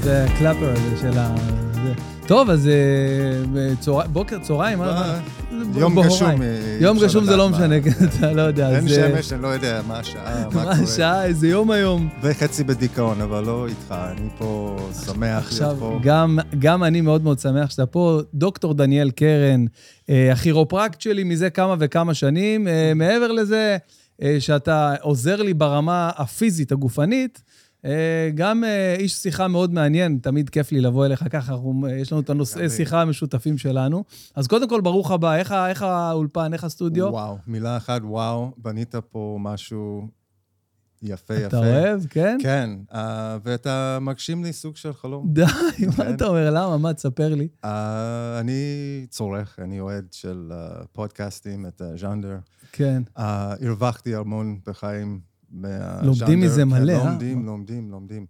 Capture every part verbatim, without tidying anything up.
זה הקלאפר הזה של ה... טוב, אז בוקר, צהריים, יום גשום. יום גשום זה לא משנה, אתה לא יודע. אין שמש, אני לא יודע מה השעה, מה קורה. מה השעה, איזה יום היום. וחצי בדיכאון, אבל לא איתך, אני פה שמח להיות פה. עכשיו, גם אני מאוד מאוד שמח שאתה פה, דוקטור דניאל קרן, הכירופרקט שלי מזה כמה וכמה שנים, מעבר לזה שאתה עוזר לי ברמה הפיזית, הגופנית, גם איש שיחה מאוד מעניין, תמיד כיף לי לבוא אליך ככה, יש לנו את הנושאי שיחה המשותפים שלנו. אז קודם כל, ברוך הבא, איך, איך האולפן, איך הסטודיו? וואו, מילה אחת, וואו, בנית פה משהו יפה, אתה יפה. אתה אוהב, כן? כן, uh, ואתה מגשים לי סוג של חלום. די, מה אתה אומר? למה? מה, תספר לי. Uh, אני צורך, אני אוהד של uh, פודקאסטים, את הז'אנדר. כן. Uh, הרווחתי המון בחיים. לומדים מזה מלא, אה? לומדים, לומדים, לומדים.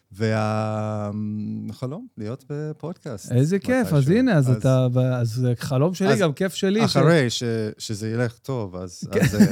והחלום, להיות בפודקאסט. איזה כיף, אז הנה, אז אתה, אז חלום שלי, גם כיף שלי. אחרי שזה ילך טוב, אז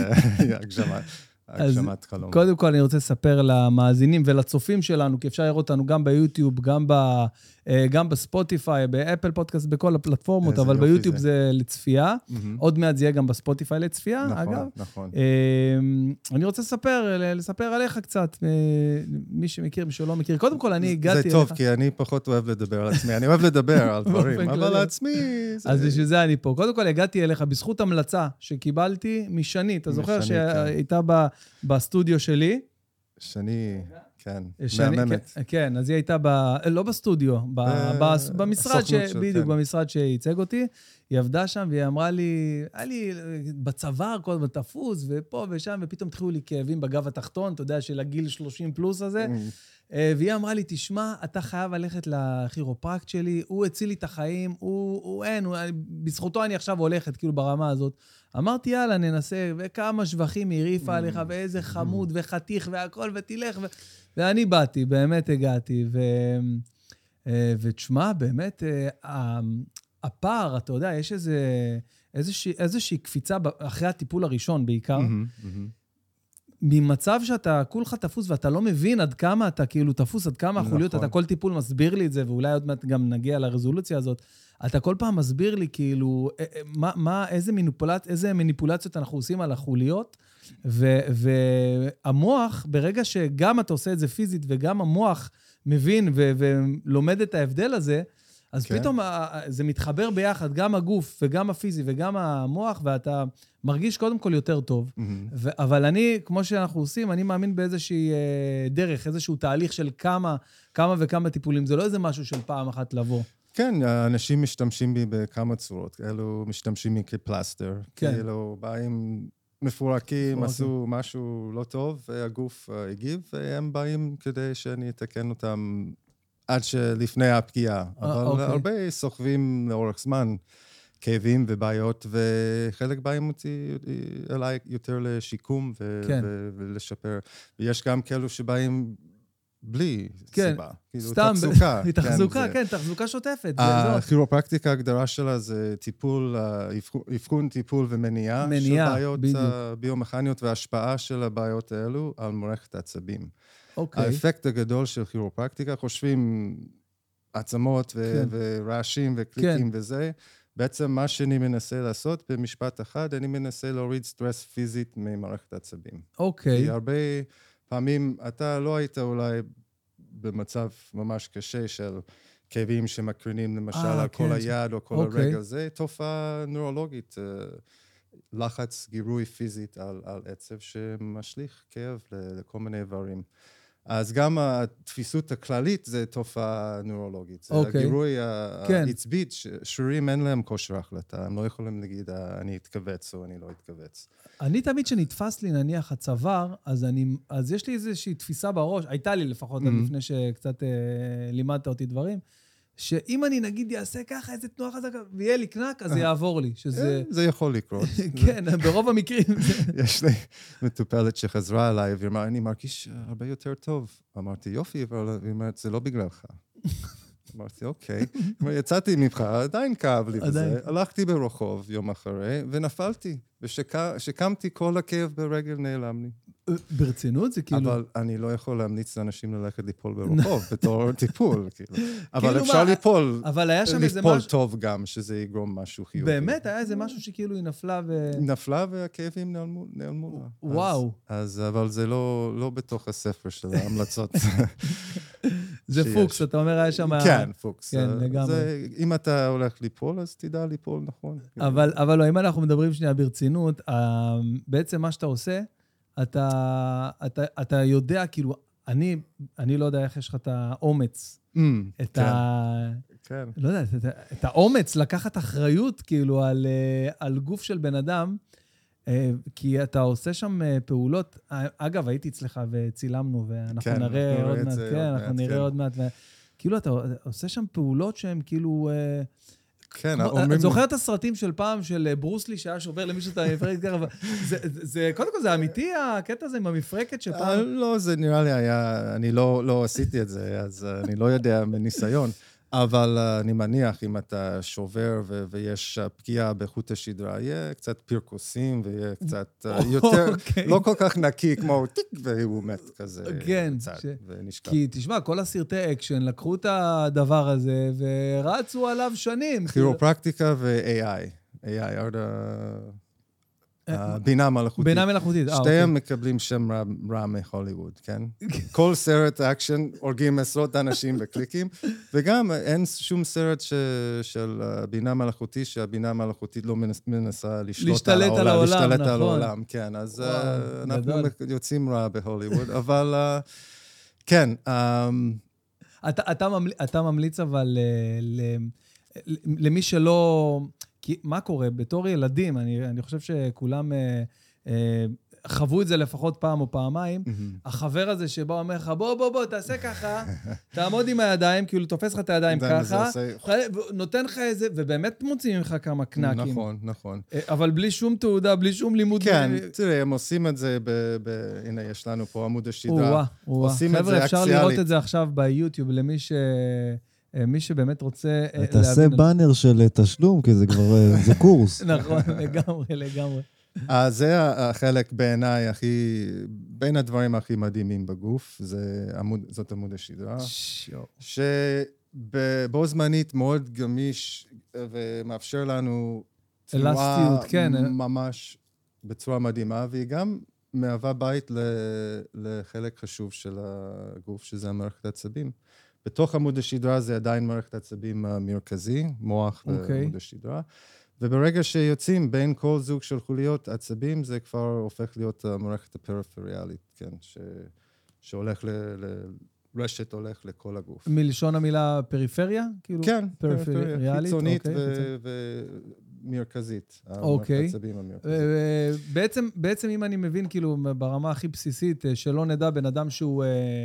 הגשמת חלום. קודם כל אני רוצה לספר למאזינים ולצופים שלנו, כי אפשר לראות אותנו גם ביוטיוב, גם ב... גם בספוטיפיי, באפל פודקאסט, בכל הפלטפורמות, אבל ביוטיוב זה לצפייה. עוד מעט זה יהיה גם בספוטיפיי לצפייה, אגב. נכון, נכון. אני רוצה לספר, לספר עליך קצת, מי שמכיר, מי שלא מכיר. קודם כל, אני הגעתי... זה טוב, כי אני פחות אוהב לדבר על עצמי. אני אוהב לדבר על דברים, אבל על עצמי... אז בשביל זה אני פה. קודם כל, הגעתי אליך בזכות המלצה שקיבלתי משני. אתה זוכר שהייתה בסטודיו שלי? שני... כן, מהממת. כן, אז היא הייתה, לא בסטודיו, במשרד, בדיוק במשרד שייצג אותי, היא עבדה שם והיא אמרה לי, היה לי בצוואר כל הזמן תפוס, ופה ושם, ופתאום התחילו לי כאבים בגב התחתון, אתה יודע, של הגיל שלושים פלוס הזה, והיא אמרה לי, תשמע, אתה חייב ללכת לכירופרקט שלי, הוא הציל לי את החיים, הוא אין, בזכותו אני עכשיו הולכת, כאילו ברמה הזאת. אמרתי, יאללה, ננסה, וכמה שבחים היא הריפה עליך, ואיזה חמוד וחתיך והכל, ותלך, ו... ואני באתי, באמת הגעתי, ו... ותשמע, באמת, הפער, אתה יודע, יש איזה, איזושהי, איזושהי קפיצה אחרי הטיפול הראשון בעיקר, ממצב שאתה כולך תפוס, ואתה לא מבין עד כמה אתה כאילו תפוס, עד כמה החוליות, אתה כל טיפול מסביר לי את זה, ואולי עוד מעט גם נגיע לרזולוציה הזאת, אתה כל פעם מסביר לי כאילו, מה, מה, איזה מניפולצ... איזה מניפולציות אנחנו עושים על החוליות, ו, והמוח, ברגע שגם אתה עושה את זה פיזית, וגם המוח מבין ו, ולומד את ההבדל הזה, אז כן. פתאום זה מתחבר ביחד, גם הגוף וגם הפיזי וגם המוח, ואתה מרגיש קודם כל יותר טוב. Mm-hmm. ו- אבל אני, כמו שאנחנו עושים, אני מאמין באיזושהי דרך, איזשהו תהליך של כמה, כמה וכמה טיפולים. זה לא איזה משהו של פעם אחת לבוא. כן, אנשים משתמשים בי בכמה צורות. אלו משתמשים בי כפלסטר. כן. כאילו, באים מפורקים, עשו משהו לא טוב, והגוף הגיב, והם באים כדי שאני אתקן אותם עד שלפני הפגיעה. אבל אוקיי. הרבה סוחבים לאורך זמן כאבים ובעיות, וחלק באים אותי אליי יותר לשיקום ו- כן. ו- ולשפר. ויש גם כאלו שבאים בלי כן. סיבה. כאילו, סתם, תחזוקה. ב- תחזוקה, כן, כן, תחזוקה שוטפת. הכירופרקטיקה, ההגדרה שלה זה טיפול, אבחון, טיפול ומניעה, מניעה, של בעיות בדיוק. ביומכניות, וההשפעה של הבעיות האלו על מערכת העצבים. אוקיי. האפקט הגדול של כירופרקטיקה, חושבים עצמות ו- כן. ורעשים וקליקים כן. וזה, בעצם מה שאני מנסה לעשות במשפט אחד, אני מנסה להוריד סטרס פיזית ממערכת העצבים. אוקיי. כי הרבה פעמים אתה לא היית אולי במצב ממש קשה של כאבים שמקרינים למשל אה, על כן. כל היד או כל אוקיי. הרגל, זה תופעה נוירולוגית, לחץ, גירוי פיזית על, על עצב שמשליך כאב לכל מיני איברים. אז גם התפיסות הכללית זה תופעה נוירולוגית. זה אוקיי. הגירוי כן. העצבית, שרירים אין להם כושר החלטה, הם לא יכולים להגיד, אני אתכווץ או אני לא אתכווץ. אני תמיד שנתפס לי נניח הצוואר, אז, אני, אז יש לי איזושהי תפיסה בראש, הייתה לי לפחות, mm-hmm. לפני שקצת אה, לימדת אותי דברים, שאם אני נגיד אעשה ככה איזה תנועה חזקה, ויהיה לי קנק, אז זה יעבור לי. שזה... זה יכול לקרות. כן, ברוב המקרים. יש לי מטופלת שחזרה אליי, והיא אמרה, אני מרגיש הרבה יותר טוב. אמרתי, יופי, אבל היא אומרת, זה לא בגללך. אמרתי, אוקיי. יצאתי ממך, עדיין כאב לי בזה. הלכתי ברחוב יום אחרי, ונפלתי. ושקמתי, כל הכאב ברגל נעלם לי. ברצינות זה כאילו... אבל אני לא יכול להמליץ לאנשים ללכת ליפול ברחוב, בתור טיפול, כאילו. אבל אפשר ליפול, אבל היה שם איזה ליפול משהו... טוב גם, שזה יגרום משהו חיובי. באמת, היה איזה משהו שכאילו היא נפלה ו... נפלה והכאבים נעלמו לה. וואו. אז, אבל זה לא בתוך הספר של ההמלצות. זה פוקס, אתה אומר, היה שם... כן, פוקס. כן, לגמרי. אם אתה הולך ליפול, אז תדע ליפול, נכון. אבל, אבל לא, אם אנחנו מדברים שנייה ברצינות, בעצם מה שאתה עושה, אתה, אתה, אתה יודע, כאילו, אני, אני לא יודע איך יש לך את האומץ, את ה... כן. לא יודע, את, את האומץ לקחת אחריות, כאילו, על, על גוף של בן אדם, כי אתה עושה שם פעולות, אגב, הייתי אצלך וצילמנו, ואנחנו נראה עוד מעט, כן, אנחנו נראה עוד מעט, כאילו, אתה עושה שם פעולות שהן כאילו... כן, אומרים... את זוכרת את הסרטים של פעם, של ברוסלי, שהיה שובר למישהו את המפרקת ככה, זה, קודם כל, זה אמיתי, הקטע הזה עם המפרקת שפעם... לא, זה נראה לי היה, אני לא עשיתי את זה, אז אני לא יודע מניסיון, אבל אני מניח, אם אתה שובר ויש פגיעה בחוט השדרה, יהיה קצת פרקוסים, ויהיה קצת יותר, לא כל כך נקי, כמו טיק, והוא מת כזה, קצת, ונשכח. כי תשמע, כל הסרטי אקשן לקחו את הדבר הזה, ורצו עליו שנים. כירופרקטיקה ו-איי איי. איי איי, עוד בינה מלאכותית. בינה מלאכותית, אה, אוקיי. שתיהם מקבלים שם רע מהוליווד, כן? כל סרט אקשן הורגים עשרות אנשים בקליקים, וגם אין שום סרט של בינה מלאכותית, שהבינה מלאכותית לא מנסה לשלוט על העולם. להשתלט על העולם, כן. אז אנחנו יוצאים רע בהוליווד, אבל כן. אתה ממליץ אבל למי שלא... כי מה קורה? בתור ילדים, אני, אני חושב שכולם אה, אה, חוו את זה לפחות פעם או פעמיים, החבר הזה שבא אומר לך, בוא, בוא, בוא, תעשה ככה, תעמוד עם הידיים, כאילו תופס לך את הידיים ככה, נותן לך איזה, ובאמת מוצאים ממך כמה קנקים. נכון, נכון. אבל בלי שום תעודה, בלי שום לימוד. כן, תראה, הם עושים את זה, הנה, יש לנו פה עמוד השדרה. עושים את זה חבר'ה, אפשר לראות את זה עכשיו ביוטיוב, למי ש... מי שבאמת רוצה... תעשה בנר של תשלום, כי זה כבר, זה קורס. נכון, לגמרי, לגמרי. אז זה החלק בעיניי הכי, בין הדברים הכי מדהימים בגוף, זאת עמוד השדרה, שבו זמנית מאוד גמיש, ומאפשר לנו אלסטיות, כן. ממש בצורה מדהימה, והיא גם מהווה בית לחלק חשוב של הגוף, שזה המערכת העצבים. בתוך עמוד השדרה זה עדיין מערכת עצבים מרכזי, מוח ועמוד השדרה. וברגע שיוצאים בין כל זוג של חוליות עצבים, זה כבר הופך להיות המערכת הפריפריאלית, כן, ש... שהולך ל... רשת הולך לכל הגוף. מלשון המילה פריפריה? כאילו כן, פריפריה, חיצונית ומרכזית. אוקיי. המערכת העצבים המרכזית. בעצם, בעצם אם אני מבין, כאילו, ברמה הכי בסיסית, שלא נדע בן אדם שהוא...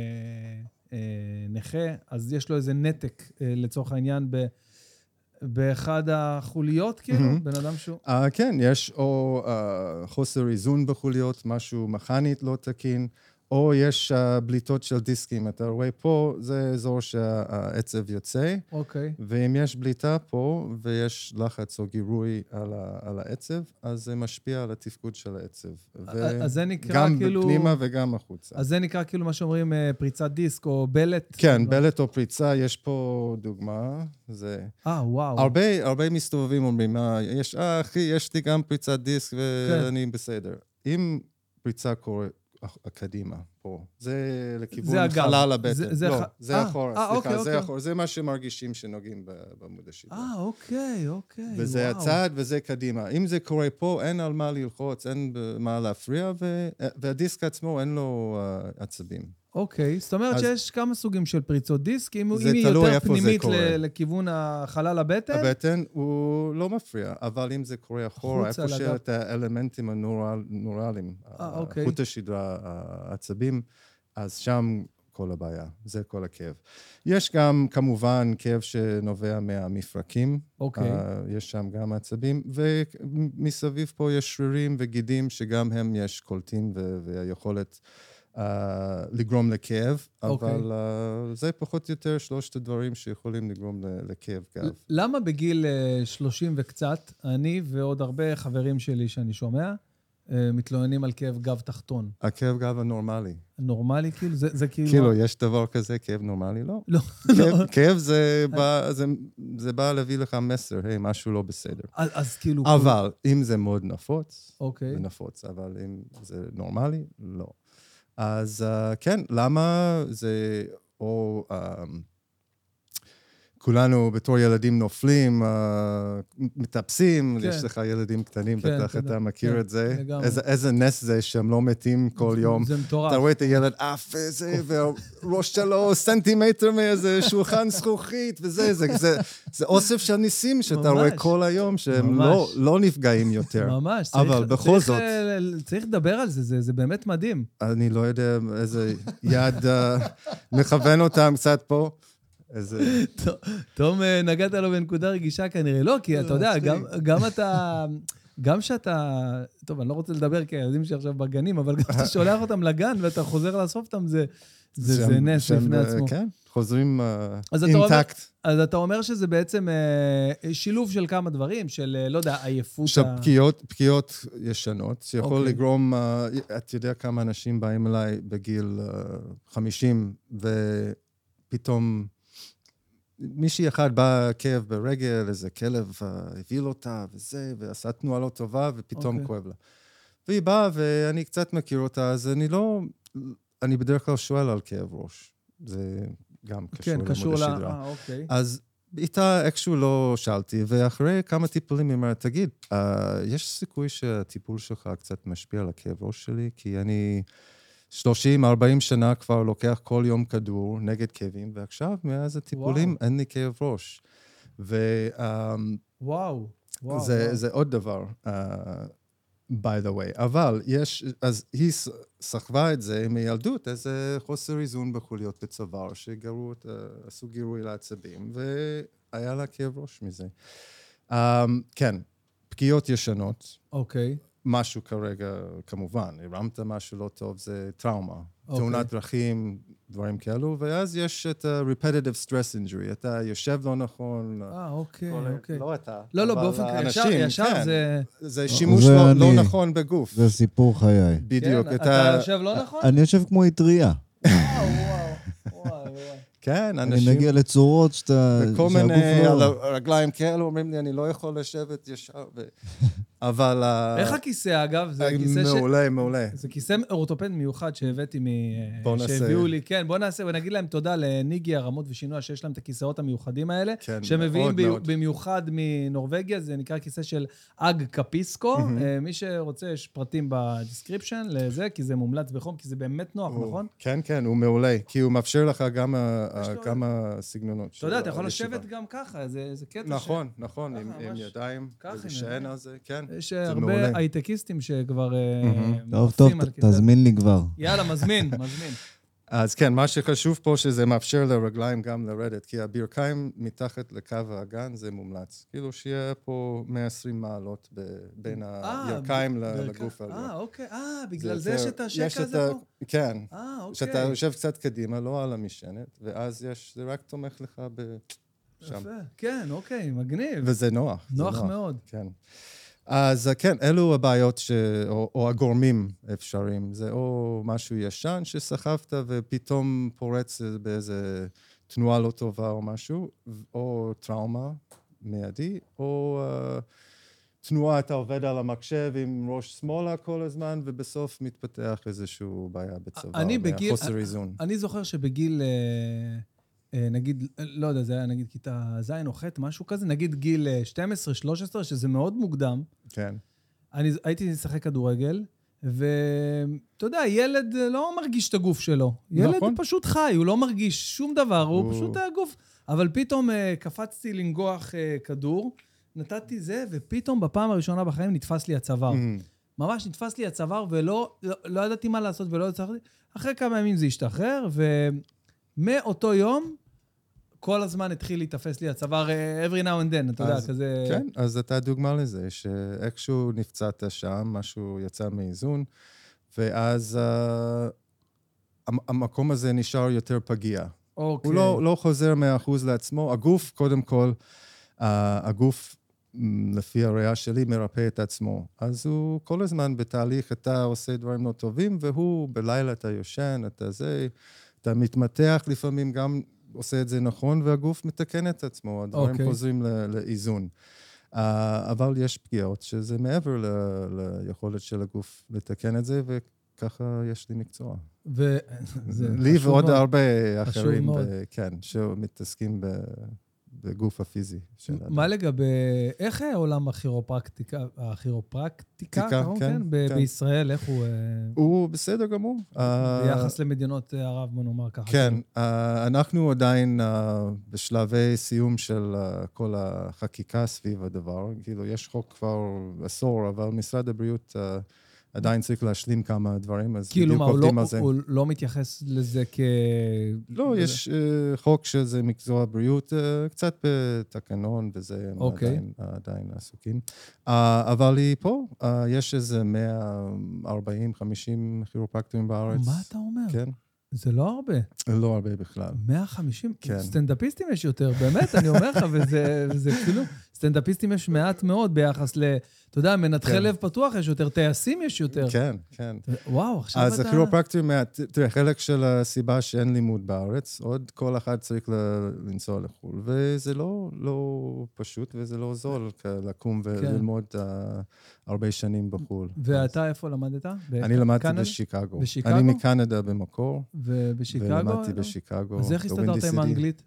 נכה, אז יש לו איזה נתק לצורך העניין ב, באחד החוליות, כאילו, בן אדם שהוא... כן, יש או חוסר איזון בחוליות, משהו מכנית לא תקין, או יש בליטות של דיסקים. אתה רואה פה, זה אזור שהעצב יוצא, אוקיי. ואם יש בליטה פה, ויש לחץ או גירוי על, ה, על העצב, אז זה משפיע על התפקוד של העצב. אז זה נקרא גם כאילו... גם בפנימה וגם החוצה. אז זה נקרא כאילו מה שאומרים פריצת דיסק או בלט? כן, בלט או פריצה, יש פה דוגמה. זה... אה, וואו. הרבה, הרבה מסתובבים אומרים, מה, יש, אה, אחי, יש לי גם פריצת דיסק ואני כן. בסדר. אם פריצה קורה... הקדימה, פה. זה לכיוון חלל הבטן. זה, זה לא, ח... זה 아, אחורה, 아, סליחה, אוקיי, זה אוקיי. אחורה. זה מה שמרגישים שנוגעים בעמוד השדרה. אה, אוקיי, אוקיי, וזה וואו. הצעד וזה קדימה. אם זה קורה פה, אין על מה ללחוץ, אין מה להפריע, ו... והדיסק עצמו אין לו uh, עצבים. אוקיי, זאת אומרת אז... שיש כמה סוגים של פריצות דיסק, אם היא יותר פנימית ל... לכיוון החלל הבטן? הבטן הוא לא מפריע, אבל אם זה קורה אחורה, איפה שאת האלמנטים הנורליים, אוקיי. חוט השדרה, העצבים, אז שם כל הבעיה, זה כל הכאב. יש גם כמובן כאב שנובע מהמפרקים, אוקיי. יש שם גם עצבים, ומסביב פה יש שרירים וגידים שגם הם יש קולטים והיכולת... Uh, לגרום לכאב, okay. אבל uh, זה פחות או יותר שלושת הדברים שיכולים לגרום לכאב גב. למה בגיל שלושים וקצת, אני ועוד הרבה חברים שלי שאני שומע, מתלוננים על כאב גב תחתון. הכאב גב הנורמלי. נורמלי כאילו? זה, זה כאילו... כאילו, יש דבר כזה, כאב נורמלי? לא. לא. כאב, כאב זה בא, זה, זה בא להביא לך מסר, היי, משהו לא בסדר. אז, אז כאילו... אבל אם זה מאוד נפוץ, אוקיי. זה נפוץ, אבל אם זה נורמלי, לא. אז uh, כן, למה זה... או... Uh, כולנו בתור ילדים נופלים, מטפסים, יש לך ילדים קטנים, בטח אתה מכיר את זה. איזה נס זה שהם לא מתים כל יום. זה מטורף. אתה רואה את הילד אף איזה, והראש שלו סנטימטר מאיזה שולחן זכוכית, וזה, זה אוסף של ניסים שאתה רואה כל היום, שהם לא נפגעים יותר. ממש. אבל בכל זאת... צריך לדבר על זה, זה באמת מדהים. אני לא יודע איזה יד מכוון אותם קצת פה. איזה... תום, נגעת לו בנקודה רגישה כנראה. לא, כי אתה יודע, גם אתה... גם שאתה... טוב, אני לא רוצה לדבר כי הילדים שלי עכשיו בגנים, אבל גם שאתה שולח אותם לגן ואתה חוזר לאסוף אותם, זה נס לפני עצמו. כן, חוזרים אינטקט. אז אתה אומר שזה בעצם שילוב של כמה דברים, של, לא יודע, עייפות... עכשיו, פגיעות ישנות, שיכול לגרום... אתה יודע כמה אנשים באים אליי בגיל חמישים, ופתאום... מישהי אחד בא כאב ברגל, איזה כלב הביל אותה וזה, ועשה תנועה לא טובה, ופתאום okay. כואב לה. והיא באה, ואני קצת מכיר אותה, אז אני לא... אני בדרך כלל שואל על כאב ראש. זה גם קשור כן, למוד קשור השדרה. לה... אוקיי. אז איתה איכשהו לא שאלתי, ואחרי כמה טיפולים היא אומרת, תגיד, uh, יש סיכוי שהטיפול שלך קצת משפיע על הכאב ראש שלי? כי אני... שלושים ארבעים שנה כבר לוקח כל יום כדור נגד כאבים, ועכשיו, מאז הטיפולים, אין לי כאב ראש. ו... וואו, וואו. זה עוד דבר, by the way. אבל יש, אז היא סחבה את זה מילדות, איזה חוסר איזון בחוליות בצוואר, שגרו, עשו גירוי לעצבים, והיה לה כאב ראש מזה. כן, פגיעות ישנות. אוקיי. משהו כרגע, כמובן, הרמת משהו לא טוב, זה טראומה. Okay. תאונת דרכים, דברים כאלו, ואז יש את ה-repetitive stress injury, אתה יושב לא נכון. אה, אוקיי, אוקיי. לא אתה. לא, לא, באופן ישר, ישר כן, זה... זה שימוש לא, לא נכון בגוף. זה סיפור חיי. בדיוק. כן, אתה יושב לא נכון? אני יושב כמו יטריה. וואו, וואו, וואו, וואו. כן, אנשים... אני מגיע לצורות שאתה... וכל מיני על הרגליים כאלו, אומרים לי, אני לא יכול לשבת ישר, ו... אבל... איך הכיסא, אגב? זה כיסא ש... מעולה, מעולה. זה כיסא אורתופד מיוחד שהבאתי מ... בוא נעשה. שהביאו לי, כן, בוא נעשה, ונגיד להם תודה לניגי, הרמות ושינוע, שיש להם את הכיסאות המיוחדים האלה, כן, שמביאים ב... במיוחד מנורווגיה, זה נקרא כיסא של אג קפיסקו, מי שרוצה, יש פרטים בדיסקריפשן לזה, כי זה מומלץ בחום, כי זה באמת נוח, נכון? כן, כן, הוא מעולה, כי הוא מאפשר לך גם כמה סגנונות. אתה יודע, אתה יכול לשבת גם ככה, זה קטע ש... נכון, נכון, עם ידיים, ולשען על זה, כן. יש הרבה הייטקיסטים שכבר... טוב, טוב, תזמין לי כבר. יאללה, מזמין, מזמין. אז כן, מה שחשוב פה שזה מאפשר לרגליים גם לרדת, כי הברכיים מתחת לקו האגן זה מומלץ. כאילו שיהיה פה מאה ועשרים מעלות בין הברכיים לגוף העליון. אה, אוקיי. אה, בגלל זה יש את השקע הזה פה? כן. אה, אוקיי. שאתה יושב קצת קדימה, לא על המשענת, ואז יש, זה רק תומך לך שם. יפה, כן, אוקיי, מגניב. וזה נוח. נוח מאוד. כן. אז כן, אלו הבעיות ש... או, או הגורמים אפשריים. זה או משהו ישן שסחבת ופתאום פורץ באיזה תנועה לא טובה או משהו, או טראומה מיידי, או uh, תנועה, אתה עובד על המחשב עם ראש שמאלה כל הזמן, ובסוף מתפתח איזשהו בעיה בצבא, וחוסר איזון. אני זוכר שבגיל... נגיד, לא יודע, זה היה נגיד כיתה ז' או ח', משהו כזה, נגיד גיל שתים עשרה שלוש עשרה, שזה מאוד מוקדם. כן. אני הייתי לשחק כדורגל, ואתה יודע, ילד לא מרגיש את הגוף שלו. ילד נכון. פשוט חי, הוא לא מרגיש שום דבר, הוא, הוא פשוט הגוף. אבל פתאום קפצתי לנגוח כדור, נתתי זה, ופתאום בפעם הראשונה בחיים נתפס לי הצוואר. Mm-hmm. ממש נתפס לי הצוואר, ולא לא, לא ידעתי מה לעשות, ולא יצטרכתי. אחרי כמה ימים זה השתחרר, ומאותו יום, כל הזמן התחיל להתאפס לי הצוואר, every now and then, אתה יודע, כזה... כן, אז אתה דוגמה לזה, שאיכשהו נפצעת שם, משהו יצא מאיזון, ואז uh, המקום הזה נשאר יותר פגיע. אוקיי. הוא לא, לא חוזר מאה אחוז לעצמו. הגוף, קודם כל, uh, הגוף לפי הראייה שלי, מרפא את עצמו. אז הוא כל הזמן בתהליך, אתה עושה דברים לא טובים, והוא בלילה אתה יושן, אתה זה, אתה מתמתח לפעמים גם עושה את זה נכון, והגוף מתקן את עצמו, הדברים okay. חוזרים לאיזון. Uh, אבל יש פגיעות שזה מעבר ל- ליכולת של הגוף לתקן את זה, וככה יש לי מקצוע. ו... לי ועוד הרבה אחרים, ב- כן, שמתעסקים ב... בגוף הפיזי של האדם. מה לגבי, איך עולם הכירופרקטיקה, הכירופרקטיקה, כן, כן, ב- כן. בישראל, איך הוא... הוא בסדר גמור. ביחס למדינות ערב, בוא נאמר ככה. כן, אנחנו עדיין בשלבי סיום של כל החקיקה סביב הדבר. כאילו, יש חוק כבר עשור, אבל משרד הבריאות עדיין צריך להשלים כמה דברים, אז כאילו בדיוק מה, עובדים לא, על זה. הוא לא מתייחס לזה כ... לא, יש uh, חוק שזה מקצוע בריאות, uh, קצת בתקנון, וזה הם okay. עדיין, עדיין עסוקים. Uh, אבל היא פה, uh, יש איזה מאה וארבעים חמישים כירופרקטורים בארץ. מה אתה אומר? כן. זה לא הרבה. לא הרבה בכלל. מאה וחמישים? כן. סטנדאפיסטים יש יותר, באמת, אני אומר לך, וזה, וזה כאילו, סטנדאפיסטים יש מעט מאוד ביחס ל... אתה יודע, מנתחי כן. לב פתוח יש יותר, טייסים יש יותר. כן, כן. וואו, עכשיו אז אתה... אז הכירופרקטורים, תראה, חלק של הסיבה שאין לימוד בארץ, עוד כל אחד צריך לנסוע לחו"ל, וזה לא, לא פשוט וזה לא זול לקום וללמוד כן. הרבה שנים בחו"ל. ואתה אז... איפה למדת? אני למדתי בשיקגו. בשיקגו? אני מקנדה במקור. ובשיקגו? ולמדתי בשיקגו. אז איך הסתדרת עם האנגלית?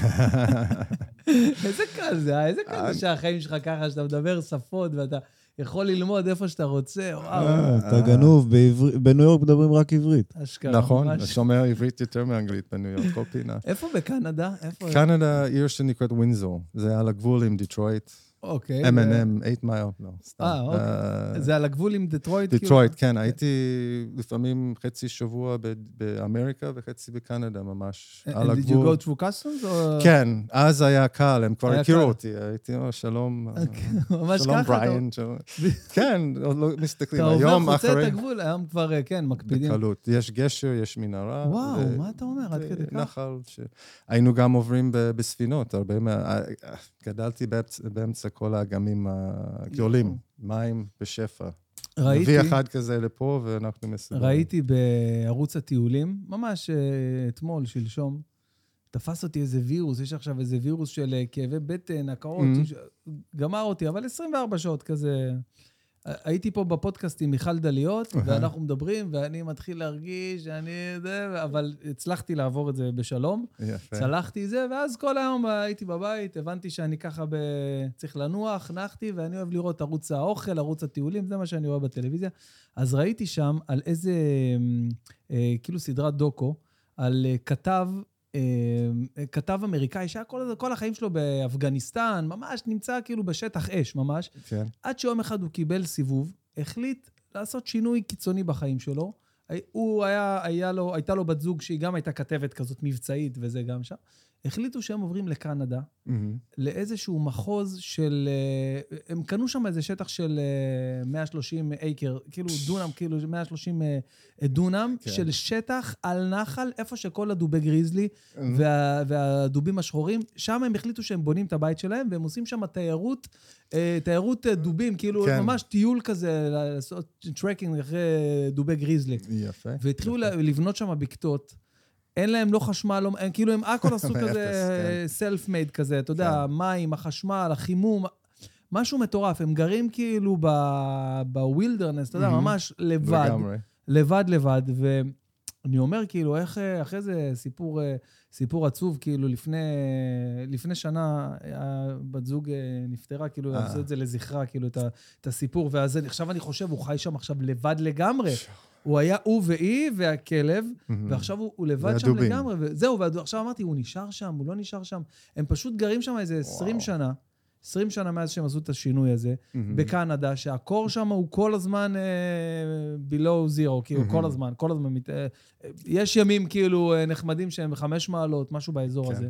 איזה קל זה, איזה קל זה שהחיים שלך ככה, שאתה מדבר שפות ואתה יכול ללמוד איפה שאתה רוצה, וואו. אתה גנוב, בניו יורק מדברים רק עברית. נכון, אתה שומע עברית יותר מאנגלית בניו יורק, כל פינה. איפה בקנדה? קנדה, עיר שנקראת ווינזור, זה על הגבול עם דיטרויט. אוקיי. אם אנד אם, eight mile, לא, סתם. אה, אוקיי. זה על הגבול עם דיטרויט? דיטרויט, כן. הייתי לפעמים חצי שבוע באמריקה וחצי בקנדה, ממש. על הגבול. Did you go through customs? כן, אז היה קל, הם כבר הכירו אותי. הייתי, שלום, שלום בריין. כן, לא מסתכלים. אתה עובר חוצה את הגבול, היום כבר, כן, מקפידים. בקלות. יש גשר, יש מנהרה. וואו, מה אתה אומר? עד כדי כך? נחל. היינו גם עוברים בספינות, הרבה מה... גדלתי באמצע כל האגמים הגדולים, מים בשפע. מביא אחד כזה לפה ואנחנו מסוגלים. ראיתי בערוץ הטיולים, ממש אתמול, שלשום, תפס אותי איזה וירוס, יש עכשיו איזה וירוס של כאבי בטן, הקאות, גמר אותי, אבל עשרים וארבע שעות כזה... הייתי פה בפודקאסט עם מיכל דליות, ואנחנו מדברים, ואני מתחיל להרגיש שאני... אבל הצלחתי לעבור את זה בשלום. צלחתי את זה, ואז כל היום הייתי בבית, הבנתי שאני ככה צריך לנוח, נחתי, ואני אוהב לראות ערוץ האוכל, ערוץ הטיולים, זה מה שאני רואה בטלוויזיה. אז ראיתי שם על איזה, כאילו סדרת דוקו, על כתב, כתב אמריקאי, שהיה כל, כל החיים שלו באפגניסטן, ממש נמצא כאילו בשטח אש, ממש. כן. עד שיום אחד הוא קיבל סיבוב, החליט לעשות שינוי קיצוני בחיים שלו. הוא היה, היה לו, הייתה לו בת זוג שהיא גם הייתה כתבת כזאת מבצעית, וזה גם שם. החליטו שהם עוברים לקנדה, mm-hmm. לאיזשהו מחוז של... הם קנו שם איזה שטח של מאה ושלושים אייקר, כאילו דונם, כאילו מאה ושלושים דונם, כן. של שטח על נחל, איפה שכל הדובי גריזלי mm-hmm. וה, והדובים השחורים, שם הם החליטו שהם בונים את הבית שלהם, והם עושים שם תיירות, תיירות דובים, כאילו כן. ממש טיול כזה, לעשות טרקינג אחרי דובי גריזלי. יפה. והתחילו יפה. לבנות שם בקתות, אין להם לא חשמל, לא, הם, כאילו הם הכל עשו כזה סלף מייד כזה, אתה יודע, מים, החשמל, החימום, משהו מטורף, הם גרים כאילו בווילדרנס, אתה יודע, ממש לבד, לבד לבד, ואני אומר כאילו, איך, אחרי זה סיפור, סיפור עצוב, כאילו לפני, לפני שנה, בת זוג נפטרה, כאילו, עשו את זה לזכרה, כאילו, את הסיפור, ואז עכשיו אני חושב, הוא חי שם עכשיו לבד לגמרי, הוא היה הוא והיא והכלב, ועכשיו הוא לבד שם לגמרי, וזהו, ועכשיו אמרתי, הוא נשאר שם, הוא לא נשאר שם, הם פשוט גרים שם איזה עשרים שנה, עשרים שנה מאז שהם עשו את השינוי הזה, בקנדה, שהקור שם הוא כל הזמן below zero, כאילו כל הזמן, כל הזמן, יש ימים כאילו נחמדים שהם בחמש מעלות, משהו באזור הזה,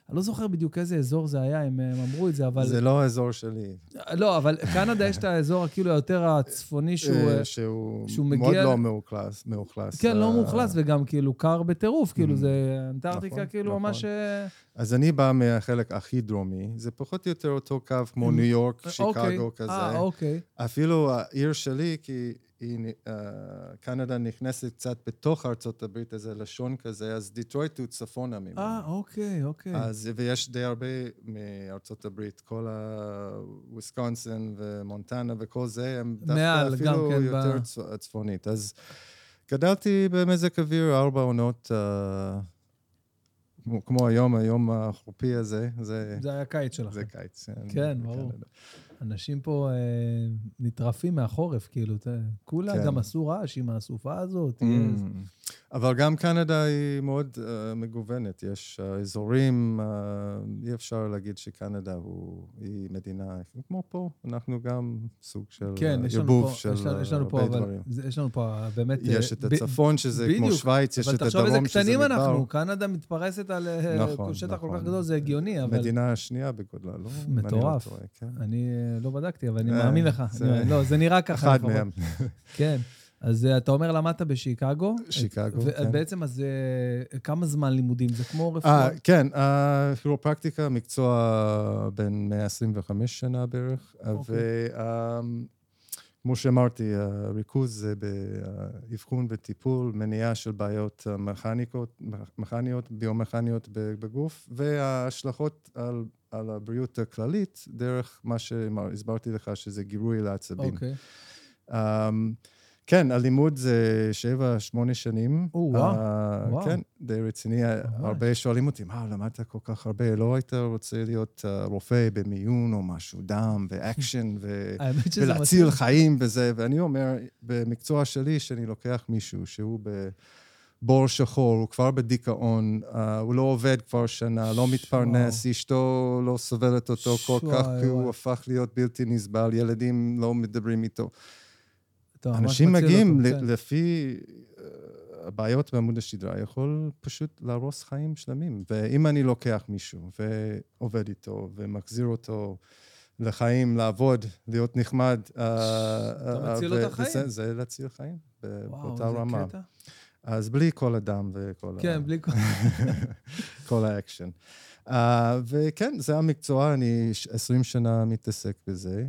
אני לא זוכר בדיוק איזה אזור זה היה, הם אמרו את זה, אבל... זה לא האזור שלי. לא, אבל קנדה יש את האזור כאילו היותר הצפוני שהוא... שהוא מאוד לא מאוכלס. כן, לא מאוכלס, וגם כאילו קר בטירוף, כאילו זה אנטארקטיקה כאילו ממש... אז אני בא מהחלק הכי דרומי, זה פחות או יותר אותו קו כמו ניו יורק, שיקגו כזה. אה, אוקיי. אפילו העיר שלי, כי קנדה נכנסת קצת בתוך ארצות הברית, איזה לשון כזה, אז דיטרויט הוא צפונה ממנו. אה, אוקיי, אוקיי. אז, ויש די הרבה מארצות הברית, כל הוויסקונסין ומונטנה וכל זה, הם דווקא אפילו יותר צפונית. אז גדלתי במזג אוויר ארבע עונות, כמו היום, היום החורפי הזה. זה היה קיץ שלכם. זה קיץ. כן, ברור. אנשים פה אה, נטרפים מהחורף, כאילו, כולה כן. גם עשו רעש עם הסופה הזאת. Mm. אבל גם קנדה היא מאוד uh, מגוונת. יש uh, אזורים, uh, אי אפשר להגיד שקנדה הוא, היא מדינה, כמו פה, אנחנו גם סוג של כן, uh, יבוב של יש לנו, יש לנו הרבה פה, דברים. אבל, יש לנו פה באמת... יש את הצפון שזה ב- כמו בדיוק, שוויץ, יש את הדרום שזה מדבר. אבל תחשוב איזה קטנים אנחנו, קנדה מתפרסת על נכון, שטח נכון. כל כך גדול, זה הגיוני, אבל... מדינה השנייה בגודלה, לא? מטורף. אני, לא כן. אני לא בדקתי, אבל אני מאמין לך. זה... לא, זה נראה ככה. אחד מהם. כן. אז אתה אומר, למדת בשיקגו. שיקגו, כן. ובעצם, אז כמה זמן לימודים? זה כמו רפואה? כן, כירופרקטיקה, מקצוע בין מאה עשרים וחמש שנה בערך, וכמו שאמרתי, הריכוז זה באבחון וטיפול, מניעה של בעיות מכניות, ביומכניות בגוף, וההשלכות על, על הבריאות הכללית, דרך מה שהסברתי לך, שזה גירוי לעצבים. אוקיי. כן, הלימוד זה שבע, שמונה שנים. או, וואו. כן, די רציני. הרבה שואלים אותי, מה, למדת כל כך הרבה? לא היית רוצה להיות רופא במיון או משהו, דם ואקשן, ולהציל חיים וזה. ואני אומר, במקצוע שלי, שאני לוקח מישהו שהוא בבור שחור, הוא כבר בדיכאון, הוא לא עובד כבר שנה, לא מתפרנס, אשתו לא סובלת אותו כל כך, כי הוא הפך להיות בלתי נסבל, ילדים לא מדברים איתו. אנשים מגיעים לפי הבעיות בעמוד השדרה, יכול פשוט להרוס חיים שלמים. ואם אני לוקח מישהו ועובד איתו ומחזיר אותו לחיים, לעבוד, להיות נחמד, אתה מציל אותה חיים? זה להציל חיים באותה רמה. אז בלי כל הדם וכל ה... כן, בלי כל... כל האקשן. וכן, זה המקצוע, אני עשרים שנה מתעסק בזה,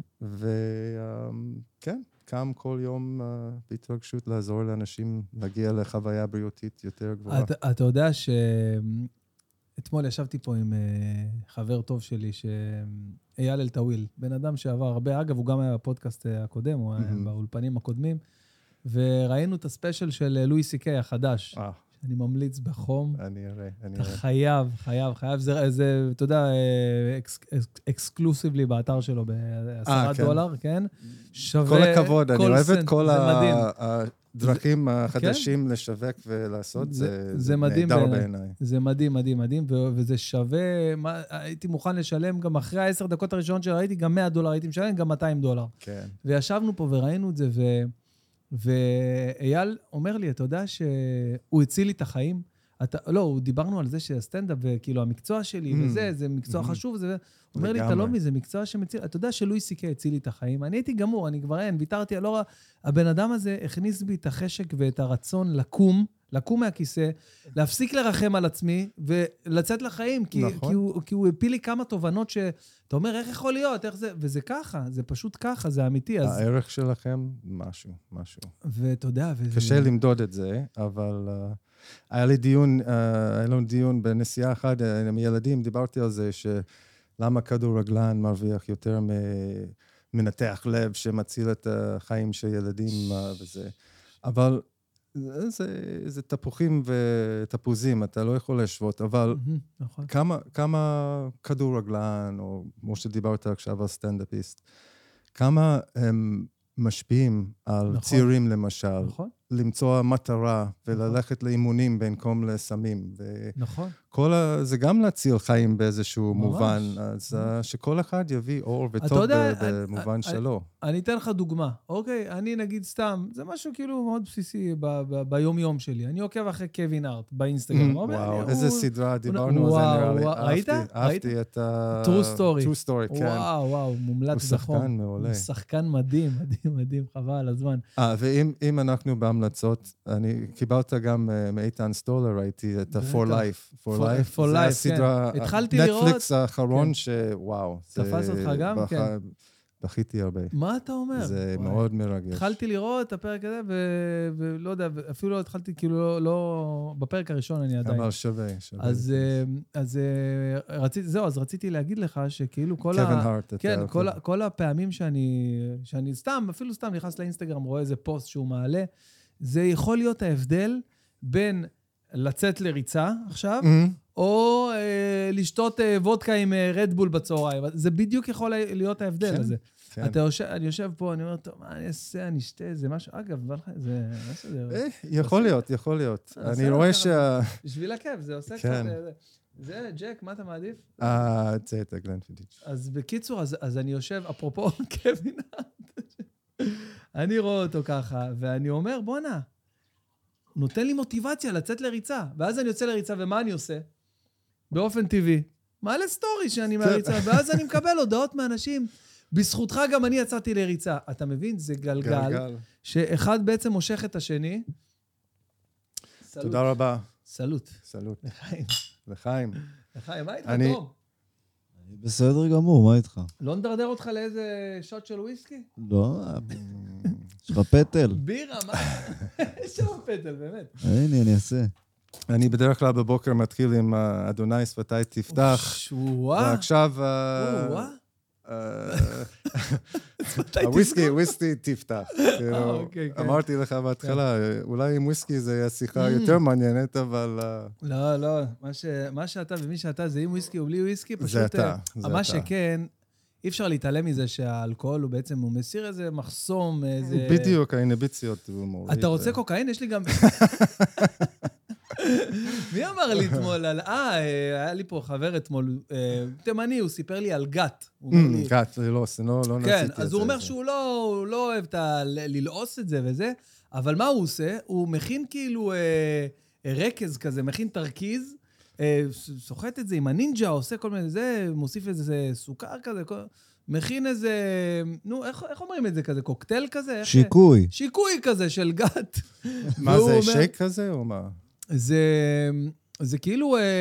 וכן. קם כל יום uh, בהתרגשות לעזור לאנשים להגיע לחוויה בריאותית יותר גבוהה. אתה, אתה יודע שאתמול ישבתי פה עם uh, חבר טוב שלי, שאייל אלטאוויל, בן אדם שעבר הרבה, אגב, הוא גם היה בפודקאסט הקודם, הוא היה באולפנים הקודמים, וראינו את הספיישל של לואי סי קיי החדש. אה. אני ממליץ בחום. אני אראה, אני אראה. אתה חייב, חייב, חייב. זה, זה, אתה יודע, אקסקלוסיבלי באתר שלו, בעשרה דולר, כן? שווה... כל הכבוד, אני אוהב את כל הדרכים החדשים לשווק ולעשות, זה נהדר בעיניי. זה מדהים, מדהים, מדהים, וזה שווה, הייתי מוכן לשלם גם אחרי העשר דקות הראשונות שראיתי, גם מאה דולר, הייתי משלם גם מאתיים דולר. כן. וישבנו פה וראינו את זה, ו... ואייל אומר לי, אתה יודע שהוא הציל לי את החיים? אתה, לא, דיברנו על זה שהסטנדאפ וכאילו המקצוע שלי mm. וזה, זה מקצוע mm. חשוב, זה... הוא אומר לי, אתה לא מי, זה מקצוע שמציל... אתה יודע שלואי סי קיי הציל לי את החיים? אני הייתי גמור, אני כבר אין, ויתרתי, לא רע... הבן אדם הזה הכניס בי את החשק ואת הרצון לקום, לקום מהכיסא, להפסיק לרחם על עצמי ולצאת לחיים, כי, נכון. כי, הוא, כי הוא הפיל לי כמה תובנות שאתה אומר, איך יכול להיות, איך זה... וזה ככה, זה פשוט ככה, זה אמיתי. אז... הערך שלכם, משהו, משהו. ואתה יודע... וזה... קשה למדוד את זה, אבל... Uh... היה לי דיון, uh, היה לנו דיון בנסיעה אחת עם ילדים, דיברתי על זה שלמה כדורגלן מרוויח יותר מנתח לב שמציל את החיים של ילדים uh, וזה. אבל זה, זה תפוחים ותפוזים, אתה לא יכול להשוות, אבל mm-hmm, נכון. כמה, כמה כדורגלן, או כמו שדיברת עכשיו על סטנדאפיסט, כמה הם משפיעים על נכון. צעירים למשל, נכון. למצוא מטרה וללכת לאימונים במקום לסמים. נכון. כל ה... זה גם להציל חיים באיזשהו מובן, אז שכל אחד יביא אור וטוב במובן שלו. אני אתן לך דוגמה, אוקיי? אני נגיד סתם, זה משהו כאילו מאוד בסיסי ביום-יום שלי. אני עוקב אחרי קווין הארט באינסטגרם. וואו, איזה סדרה דיברנו על זה נראה לי. ראית? אהבתי את ה... True Story. True Story, כן. וואו, וואו, מומלץ בחום. הוא שחקן מעולה. הוא שחקן מדהים, מדהים, מדהים, חבל על הזמן. אה, ואם אנחנו בהמלצות, אני קיבלת גם מאיתן סטולר, ראיתי את ה-For Life. For Life. For Life, כן. זה הסדרה, נטפליקס האחרון שוואו. תפס אותך גם? כן. בכיתי הרבה. מה אתה אומר? זה מאוד מרגש. התחלתי לראות את הפרק הזה, ולא יודע, אפילו לא התחלתי, כאילו לא... בפרק הראשון אני עדיין. אבל שווה, שווה. אז רציתי, זהו, אז רציתי להגיד לך שכאילו כל ה... קווין הארט. כן, כל הפעמים שאני, שאני סתם, אפילו סתם נכנס לאינסטגרם, רואה איזה פוסט שהוא מעלה, זה יכול להיות ההבדל בין לצאת לריצה עכשיו, או לשתות וודקה עם רדבול בצהריים. זה בדיוק יכול להיות ההבדל הזה. אני יושב פה, אני אומר, טוב, מה אני אעשה? אני אשתה איזה משהו. אגב, זה... יכול להיות, יכול להיות. אני רואה שה... בשביל הכיף, זה עושה קצת... זה, ג'ק, מה אתה מעדיף? אה, זה את הגלנפידיץ'. אז בקיצור, אז אני יושב, אפרופו קווין הארט, אני רואה אותו ככה, ואני אומר, בוא'נה, נותן לי מוטיבציה לצאת לריצה. ואז אני יוצא לריצה, ומה אני עושה? באופן טבעי. מעלה סטורי שאני מהריצה, ואז אני מקבל הודעות מאנשים. בזכותך גם אני יצאתי לריצה. אתה מבין? זה גלגל, שאחד בעצם מושך את השני. תודה רבה. סלוט. סלוט. לחיים. לחיים. לחיים, מה איתך, תום? אני בסדר גמור, מה איתך? לא נדרדר אותך לאיזה שוט של וויסקי? לא, יש לך פטל. בירה, מה? יש שם פטל, באמת. הנה, אני אעשה. אני בדרך כלל בבוקר מתחיל עם אדוני שפתי תפתח. ועכשיו... הוויסקי, וויסקי תפתח. אמרתי לך בהתחלה, אולי עם וויסקי זה יהיה שיחה יותר מעניינת, אבל... לא, לא, מה שאתה ומי שאתה זה עם וויסקי או בלי וויסקי, פשוט... זה אתה, זה אתה. מה שכן, אי אפשר להתעלם מזה שהאלכוהול הוא בעצם, הוא מסיר איזה מחסום, איזה... בדיוק, האינביציות. אתה רוצה קוקאין? יש לי גם... מי אמר לי אתמול על... אה, היה לי פה חבר אתמול, תימני, הוא סיפר לי על גת. גת, לא נסיתי את זה. כן, אז הוא אומר שהוא לא אוהב ללעוס את זה וזה, אבל מה הוא עושה? הוא מכין כאילו רקז כזה, מכין תרכיז, סוחט את זה עם הנינג'ה, עושה כל מיני זה, מוסיף איזה סוכר כזה, מכין איזה, נו, איך, איך אומרים את זה כזה? קוקטייל כזה? שיקוי. איך, שיקוי כזה של גת. מה זה, שייק כזה או מה? זה, זה כאילו, אה,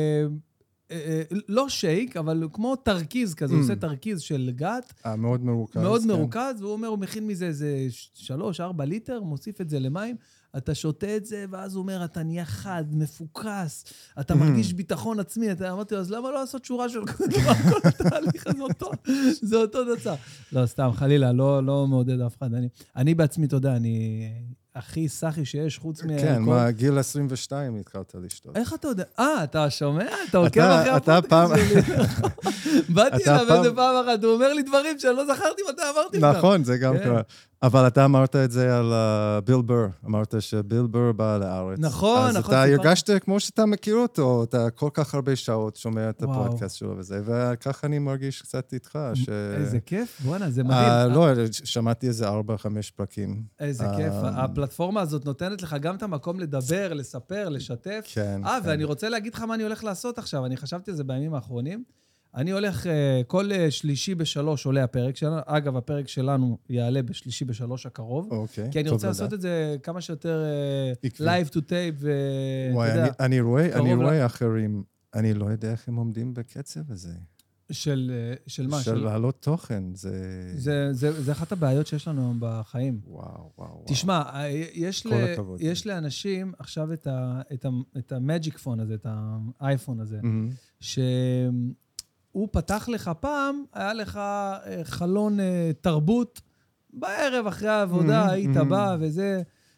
אה, לא שייק, אבל כמו תרכיז כזה, הוא עושה תרכיז של גת. אה, מאוד מרוכז. מאוד מרוכז, והוא אומר, הוא מכין מזה איזה שלוש, ארבע ליטר, מוסיף את זה למים, אתה שותה את זה, ואז הוא אומר, אתה נהיה חד, מפוקס, אתה מרגיש ביטחון עצמי, אתה אמרתי, אז למה לא לעשות שורה של כל התהליך הזה אותו? זה אותו דצה. לא, סתם, חלילה, לא, לא מעודד אף אחד. אני, אני בעצמי, אתה יודע, אני... הכי סחי שיש, חוץ מ... כן, מה, גיל עשרים ושתיים התחלת לשתות. איך אתה יודע? אה, אתה שומע? אתה עוקב אחרי הפודקאסט שלי. באתי אליו איזה פעם אחת, הוא אומר לי דברים שאני לא זכרתי מתי אמרתי אותם. נכון, זה גם קרה. אבל אתה אמרת את זה על ביל בר, אמרת שביל בר בא לארץ. נכון, נכון. אז אתה הרגשת כמו שאתה מכיר אותו, אתה כל כך הרבה שעות שומע את הפודקאסט שלו וזה, וככה אני מרגיש קצת איתך. איזה כיף, בוא'נה, זה מדהים. לא, שמעתי איזה ארבע, חמש פרקים. איזה כיף, הפלטפורמה הזאת נותנת לך גם את המקום לדבר, לספר, לשתף. כן. אה, ואני רוצה להגיד לך מה אני הולך לעשות עכשיו, אני חשבתי על זה בימים האחרונים. אני הולך, כל שלישי בשלוש עולה הפרק שלנו, אגב, הפרק שלנו יעלה בשלישי בשלוש הקרוב, אוקיי, כי אני רוצה לעשות את זה כמה שיותר live to tape, וואי, אני רואה, אני רואה אחרים, אני לא יודע איך הם עומדים בקצב הזה. של, של מה? של להעלות תוכן, זה... זה, זה, זה אחת הבעיות שיש לנו בחיים. וואו, וואו. תשמע, יש, ל, יש לאנשים עכשיו את ה, את ה, את המג'יק פון הזה, את האייפון הזה, mm-hmm. ש... הוא פתח לך פעם, היה לך חלון תרבות, בערב אחרי העבודה, היית בא וזה,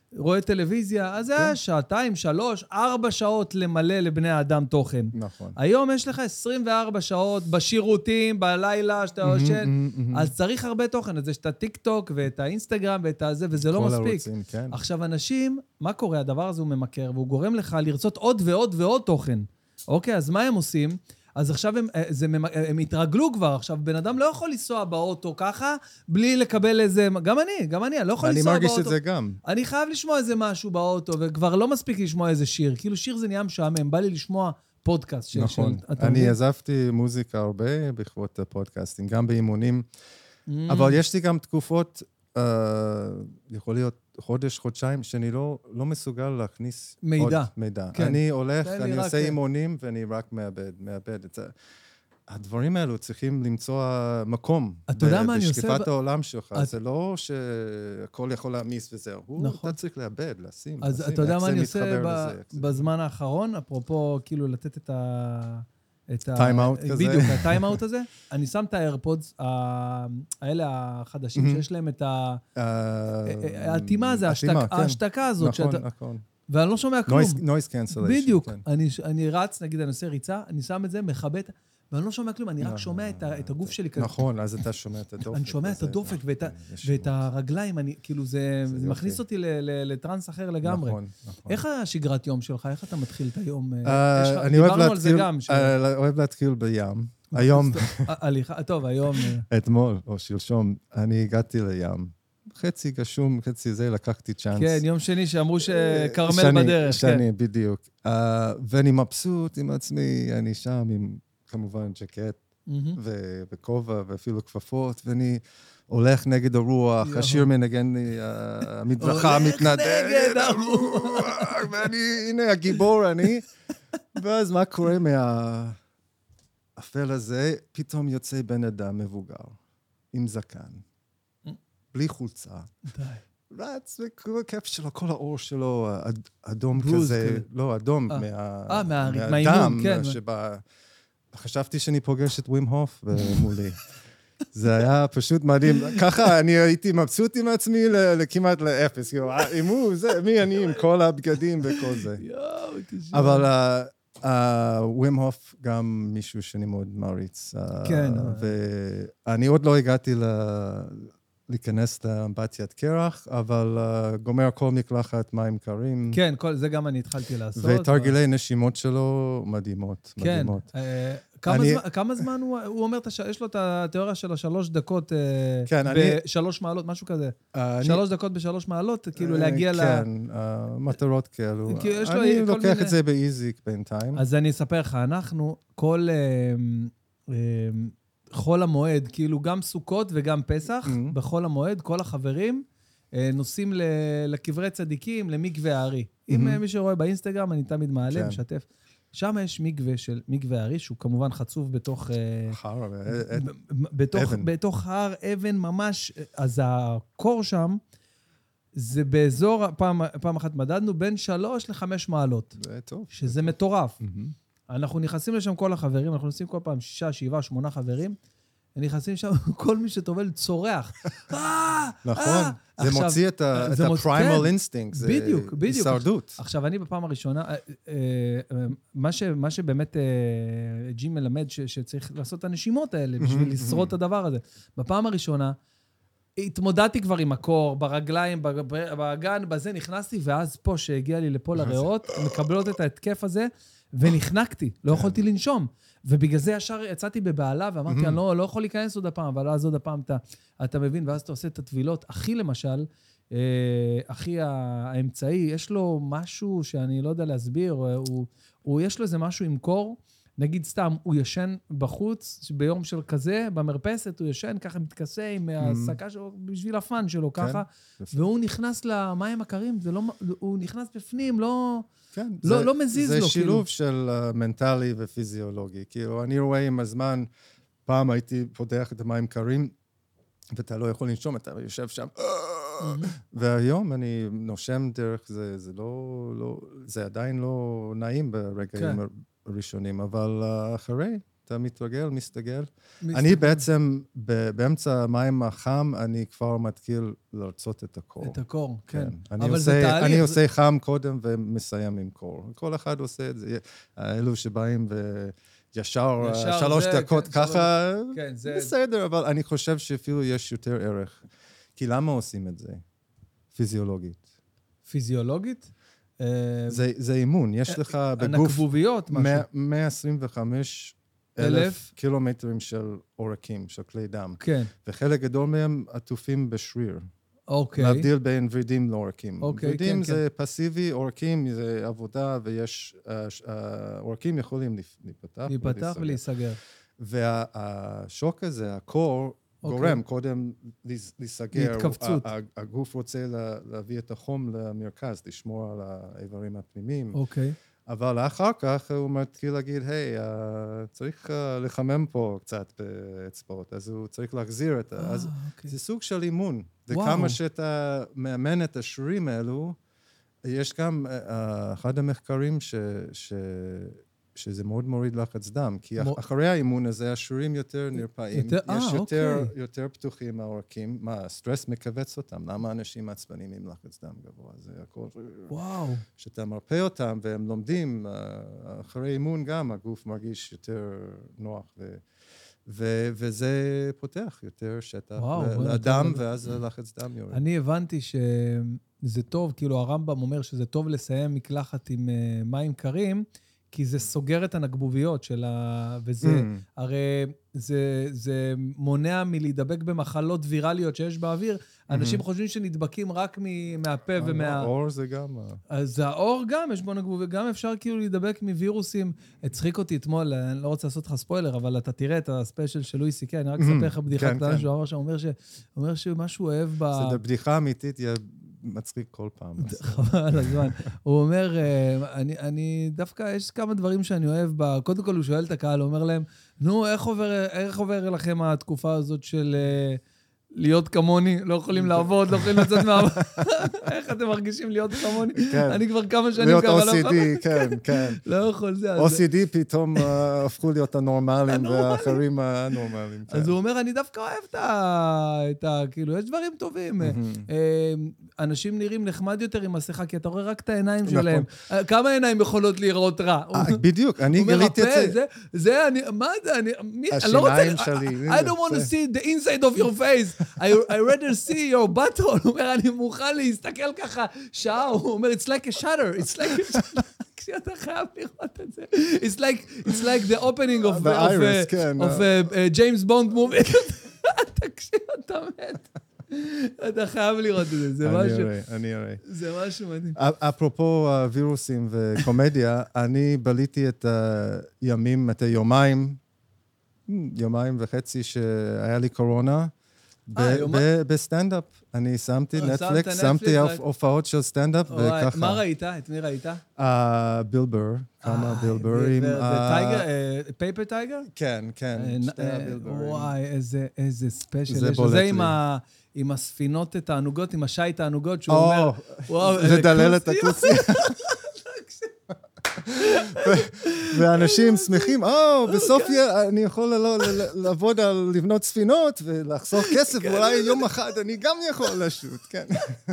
רואה טלוויזיה, אז זה היה שעתיים, שלוש, ארבע שעות למלא לבני האדם תוכן. נכון. היום יש לך עשרים וארבע שעות בשירותים, בלילה, שאתה יושן, אז צריך הרבה תוכן. אז יש את הטיק-טוק ואת האינסטגרם ואת הזה, וזה לא מספיק. הרוצים, כן. עכשיו, אנשים, מה קורה? הדבר הזה הוא ממכר, והוא גורם לך לרצות עוד ועוד ועוד תוכן. אוקיי, אז מה הם עושים? אז עכשיו הם, זה, הם התרגלו כבר, עכשיו בן אדם לא יכול לנסוע באוטו ככה, בלי לקבל איזה, גם אני, גם אני, אני לא יכול לנסוע באוטו. אני מרגיש את זה גם. אני חייב לשמוע איזה משהו באוטו, וכבר לא מספיק לשמוע איזה שיר, כאילו שיר זה נהיה משעמם, בא לי לשמוע פודקאסט. נכון, של, אני עזבתי מוזיקה הרבה בעקבות הפודקאסטים, גם באימונים, mm. אבל יש לי גם תקופות, uh, יכול להיות חודש, חודשיים, שאני לא, לא מסוגל להכניס מידע. עוד מידע. כן. אני הולך, אני עושה אימונים, ואני רק מאבד, מאבד את זה. הדברים האלו צריכים למצוא מקום. אתה יודע מה אני עושה? בשקיפת העולם שלך. זה לא שהכל יכול להמיס וזהו. אתה צריך לאבד, לשים. אז אתה יודע מה אני עושה בזמן האחרון? אפרופו, כאילו, לתת את ה... טיים-אאוט כזה. בדיוק, הטיים-אאוט הזה. אני שם את האיירפודס, האלה החדשים, שיש להם את העטימה הזה, ההשתקה הזאת. נכון, נכון. ואני לא שומע כלום. נויז קנסליישן. בדיוק. אני רץ, נגיד, אני עושה ריצה, אני שם את זה, מכבט, ואני לא שומע כלום, אני רק שומע את הגוף שלי כזה. נכון, אז אתה שומע את הדופק. אני שומע את הדופק ואת הרגליים, כאילו זה מכניס אותי לטרנס אחר לגמרי. נכון, נכון. איך השגרת יום שלך? איך אתה מתחיל את היום? אני אוהב להתחיל בים. היום... טוב, היום... אתמול, או שלשום, אני הגעתי לים. חצי גשום, חצי זה, לקחתי צ'אנס. כן, יום שני שאמרו שקרמל בדרך. שני, בדיוק. ואני מבסוט עם עצמי, אני שם עם... כמובן ג'קט וכובע ואפילו כפפות, ואני הולך נגד הרוח, השיר מנגן לי, המדרכה מתנדד. הולך נגד הרוח. ואני, הנה, הגיבור אני. ואז מה קורה מהאפל הזה? פתאום יוצא בן אדם מבוגר, עם זקן, בלי חולצה. די. רץ, וכל הכיף שלו, כל האור שלו, אדום כזה, לא, אדום מהדם שבא... חשבתי שאני פוגש את ווים הוף מולי. זה היה פשוט מדהים. ככה אני הייתי מבסוט עם עצמי לכמעט לאפס. אימו, זה, מי אני עם כל הבגדים וכל זה. אבל ווים הוף גם מישהו שאני מאוד מעריץ. כן. ואני עוד לא הגעתי להיכנס לאמבטיית קרח, אבל גומר כל מקלחת מים קרים. כן, זה גם אני התחלתי לעשות. ותרגילי נשימות שלו מדהימות, מדהימות. כמה זמן הוא אומר, יש לו את התיאוריה של השלוש דקות בשלוש מעלות, משהו כזה. שלוש דקות בשלוש מעלות, כאילו להגיע ל... כן, מטרות כאלו. אני לוקח את זה באיזיק בינתיים. אז אני אספר לך, אנחנו כל... חול המועד, כאילו גם סוכות וגם פסח, mm-hmm. בחול המועד, כל החברים נוסעים לקברי צדיקים, למקווה הארי. Mm-hmm. אם מי שרואה באינסטגרם, אני תמיד מעלה, כן. משתף. שם יש מקווה של מקווה הארי, שהוא כמובן חצוף בתוך... הר, בתוך, בתוך הר אבן ממש, אז הקור שם, זה באזור, פעם, פעם אחת מדדנו, בין שלוש לחמש מעלות. זה טוב. שזה מטורף. Mm-hmm. אנחנו נכנסים לשם כל החברים, אנחנו נוסעים כל פעם שישה, שבעה, שמונה חברים, נכנסים שם, כל מי שטובל צורח. נכון, זה מוציא את ה-primal instinct, זה הישרדות. עכשיו, אני בפעם הראשונה, מה שבאמת ג'י מלמד שצריך לעשות את הנשימות האלה, בשביל לשרוד את הדבר הזה. בפעם הראשונה, התמודדתי כבר עם הקור, ברגליים, באגן, בזה נכנסתי, ואז פה שהגיע לי לפה לריאות, מקבלות את ההתקף הזה, ונחנקתי, לא יכולתי לנשום. ובגלל זה ישר יצאתי בבעלה, ואמרתי, אני לא יכול להיכנס עוד הפעם, אבל אז עוד הפעם אתה מבין, ואז אתה עושה את הטבילות. אחי למשל, אחי האמצעי, יש לו משהו שאני לא יודע להסביר, הוא יש לו איזה משהו עם קור, נגיד סתם, הוא ישן בחוץ, ביום של כזה, במרפסת, הוא ישן, ככה מתכסה עם ההסקה שלו, בשביל הפן שלו, ככה, והוא נכנס למים הקרים, הוא נכנס בפנים, לא... כן, לא, זה, לא מזיז זה לו. זה שילוב כאילו. של uh, מנטלי ופיזיולוגי. כאילו, אני רואה עם הזמן, פעם הייתי פותח את המים קרים, ואתה לא יכול לנשום, אתה יושב שם, והיום אני נושם דרך זה, זה לא, לא, זה עדיין לא נעים ברגעים הראשונים, אבל uh, אחרי, אתה מתרגל, מסתגל. אני בעצם, באמצע המים החם, אני כבר מתחיל לרצות את הקור. את הקור, כן. אני עושה חם קודם ומסיים עם קור. כל אחד עושה את זה. האלו שבאים וישר שלוש דקות ככה, בסדר, אבל אני חושב שאפילו יש יותר ערך. כי למה עושים את זה? פיזיולוגית. פיזיולוגית? זה אימון, יש לך בגוף... הנקבוביות, משהו. מאה עשרים וחמישה אלף קילומטרים של עורקים, של כלי דם. כן. וחלק גדול מהם עטופים בשריר. אוקיי. להבדיל בין ורידים לעורקים. אוקיי, כן, ורידים כן. זה פסיבי, עורקים זה עבודה, ויש... עורקים יכולים להיפתח. להיפתח ולהיסגר. והשוק הזה, הקור, גורם קודם להיסגר. להתכווצות. הגוף רוצה להביא את החום למרכז, לשמור על האיברים הפנימיים. אוקיי. אבל אחר כך הוא מתחיל להגיד, היי, צריך לחמם פה קצת באצבעות, אז הוא צריך להחזיר את זה. אז זה סוג של אימון. וכמה שאתה מאמן את השרירים האלו, יש גם אחד המחקרים ש... שזה מאוד מוריד לחץ דם, כי אחרי האימון הזה, השרירים יותר נרפאים, יש יותר, יותר פתוחים העורקים. מה, הסטרס מכווץ אותם, למה אנשים מעצבנים עם לחץ דם גבוה? זה הכל... וואו. שאתה מרפא אותם והם לומדים, אחרי אימון גם הגוף מרגיש יותר נוח, ו... ו- וזה פותח יותר שטח לדם, ואז לחץ דם יורד. אני הבנתי שזה טוב, כאילו הרמב"ם אומר שזה טוב לסיים מקלחת עם מים קרים, כי זה סוגר את הנקבוביות של ה... וזה, mm. הרי זה, זה מונע מלהידבק במחלות ויראליות שיש באוויר. Mm-hmm. אנשים חושבים שנדבקים רק מהפה ומה... האור זה גם... אז האור גם, יש בו נקבוביות, גם אפשר כאילו להידבק מווירוסים. הצחיק אותי אתמול, אני לא רוצה לעשות לך ספוילר, אבל אתה תראה את הספיישל של לואי סי קיי, אני רק אספר לך בדיחה קטנה שהוא אמר שאומר שאומר שמשהו אוהב ב... זה בדיחה אמיתית, מצחיק כל פעם. חבל על הזמן. הוא אומר, אני, אני, דווקא יש כמה דברים שאני אוהב בה. קודם כל הוא שואל את הקהל, הוא אומר להם, נו, איך עובר, איך עובר לכם התקופה הזאת של להיות כמוני? לא יכולים לעבוד, לא יכולים לצאת מהעבוד. איך אתם מרגישים להיות כמוני? אני כבר כמה שנים להיות או סי די, כן, כן. לא יכול זה. או סי די פתאום הפכו להיות הנורמליים, והאחרים הנורמליים. אז הוא אומר, אני דווקא אוהב את ה... כאילו, יש דברים טובים. אנשים נראים נחמד יותר עם מסכה, כי אתה רואה רק את העיניים שלהם. כמה עיניים יכולות להיראות רע? בדיוק, אני גיליתי את זה. זה, אני, מה זה? אני השיניים שלי. I don't want to see the inside of your face. I rather see your butthole. הוא אומר, אני מוכן להסתכל ככה שעה. הוא אומר, it's like a shutter. It's like a shutter. כשאתה חייב לראות את זה. It's like, it's like the opening of, of, of a James Bond movie. תקשיב, אתה מת. אתה חייב לראות את זה, זה משהו... אני אראה, אני אראה. זה משהו מדהים. אפרופו וירוסים וקומדיה, אני בליתי את הימים, את היומיים, יומיים וחצי שהיה לי קורונה, בסטנדאפ. אני שמתי נטפליקס, שמתי הופעות של סטנדאפ, וככה. מה ראית? את מי ראית? בילבר, כמה בילברים. טייגר? פייפר טייגר? כן, כן, שתי הבילברים. וואי, איזה ספיישל. זה בולט לי. עם הספינות התענוגות, עם השי תענוגות, שהוא אומר... לדלל את הכוסי. ואנשים שמחים, או, בסוף אני יכול לעבוד על לבנות ספינות ולחסוך כסף, ואולי יום אחד אני גם יכול לשוט, כן.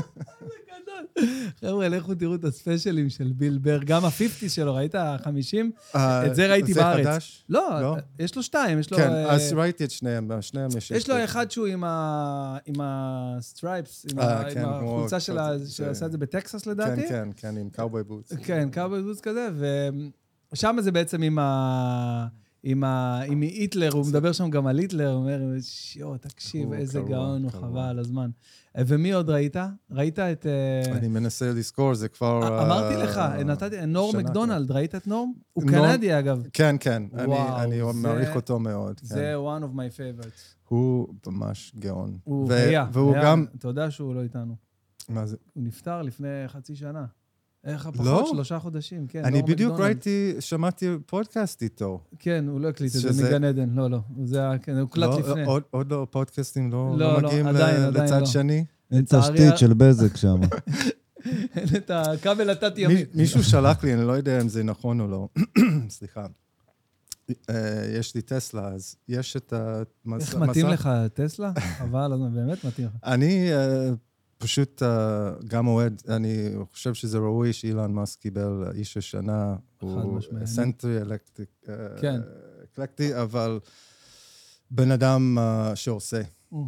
חבר'ה, לכו תראו את הספיישלים של ביל בר, גם ה-חמישים שלו, ראית? ה-חמישים? את זה ראיתי בארץ. זה חדש? לא, יש לו שתיים. כן, אז ראיתי את שניהם, שניהם יש. יש לו אחד שהוא עם הסטרייפס, עם החולצה שעשה את זה בטקסס לדעתי. כן, כן, כן, עם קאובוי בוטס. כן, קאובוי בוטס כזה, ושם זה בעצם עם ה... עם היטלר, הוא מדבר שם גם על היטלר, הוא אומר, שיו, תקשיב, איזה גאון, הוא חבל על הזמן. ומי עוד ראית? ראית את... אני מנסה לזכור, זה כבר... אמרתי לך, נתתי, נורם מקדונלד, ראית את נורם? הוא קנדי, אגב. כן, כן, אני מעריך אותו מאוד. זה one of my favorites. הוא ממש גאון. הוא היה, אתה יודע שהוא לא איתנו. מה זה? הוא נפטר לפני חצי שנה. איך הפחות? שלושה חודשים, כן. אני בדיוק ראיתי, שמעתי פודקאסט איתו. כן, הוא לא הקליט את זה מגן עדן, לא, לא. הוא הקלט לפני. עוד לא, פודקאסטים לא מגיעים לצד שני? אין תשתית של בזק שם. אין את הכבל התת-ימי. מישהו שלח לי, אני לא יודע אם זה נכון או לא. סליחה. יש לי טסלה, אז יש את המסך. איך מתאים לך טסלה? אבל באמת מתאים לך. אני פשוט גם אוהד, אני חושב שזה ראוי שאילן מאסק קיבל איש השנה. הוא סנטרי אקלקטי, אבל בן אדם שעושה.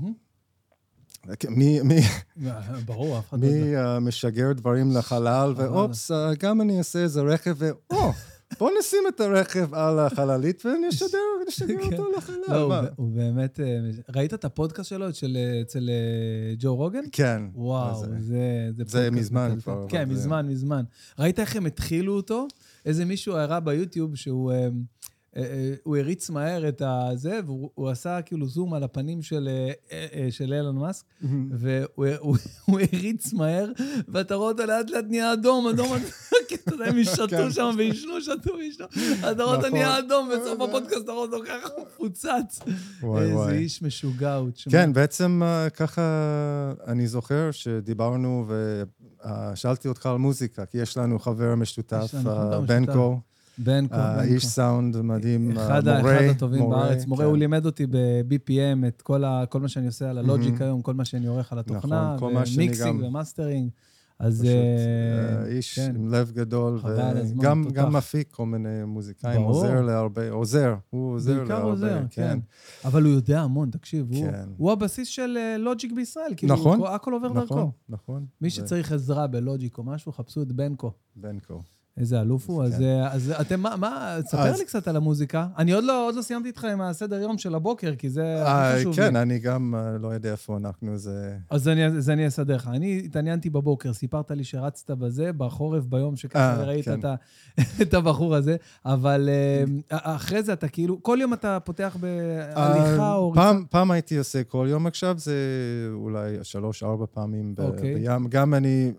מי, מי, ברור, אף אחד לא יודע. מי משגר דברים לחלל, ואופס, גם אני אעשה איזה רכב, ואו, בוא נשים את הרכב על החללית ונשדר אותו לחלל. לא, הוא באמת, ראית את הפודקאסט שלו אצל ג'ו רוגן? כן. וואו, זה... זה מזמן כבר. כן, מזמן, מזמן. ראית איך הם התחילו אותו? איזה מישהו הראה ביוטיוב שהוא... הוא הריץ מהר את הזה, והוא עשה כאילו זום על הפנים של אילון מאסק, והוא הריץ מהר, ואתה רואה אותו לאט לאט נהיה אדום, אדום, כי אתה יודע, הם ישתו שם וישנו, שתו וישנו, אתה רואה אותו נהיה אדום, בסוף הפודקאסט אתה רואה אותו ככה מפוצץ. איזה איש משוגע. כן, בעצם ככה אני זוכר שדיברנו, ושאלתי אותך על מוזיקה, כי יש לנו חבר משותף, בנקו, בנקו, איש סאונד מדהים, אחד הטובים בארץ. מורה, הוא לימד אותי ב-בי פי אם את כל מה שאני עושה על הלוג'יק היום, כל מה שאני עורך על התוכנה, ומיקסינג ומאסטרינג. אז איש עם לב גדול, וגם מפיק כל מיני מוזיקאים, עוזר להרבה, עוזר, הוא עוזר להרבה. בעיקר עוזר, כן. אבל הוא יודע המון, תקשיב, הוא הבסיס של לוג'יק בישראל, כאילו, הכל עובר דרכו. נכון, נכון. מי שצריך עזרה בלוג'יק או משהו, חפשו את בנקו. בנקו. איזה אלוף הוא, אז אתם, מה, תספר לי קצת על המוזיקה. אני עוד לא סיימתי איתך עם הסדר יום של הבוקר, כי זה חשוב לי. כן, אני גם לא יודע איפה אנחנו, זה... אז אני אסדר לך. אני התעניינתי בבוקר, סיפרת לי שרצת בזה, בחורף, ביום שככה ראית את הבחור הזה, אבל אחרי זה אתה כאילו, כל יום אתה פותח בהליכה או... פעם הייתי עושה כל יום, עכשיו זה אולי שלוש, ארבע פעמים בים. גם אני...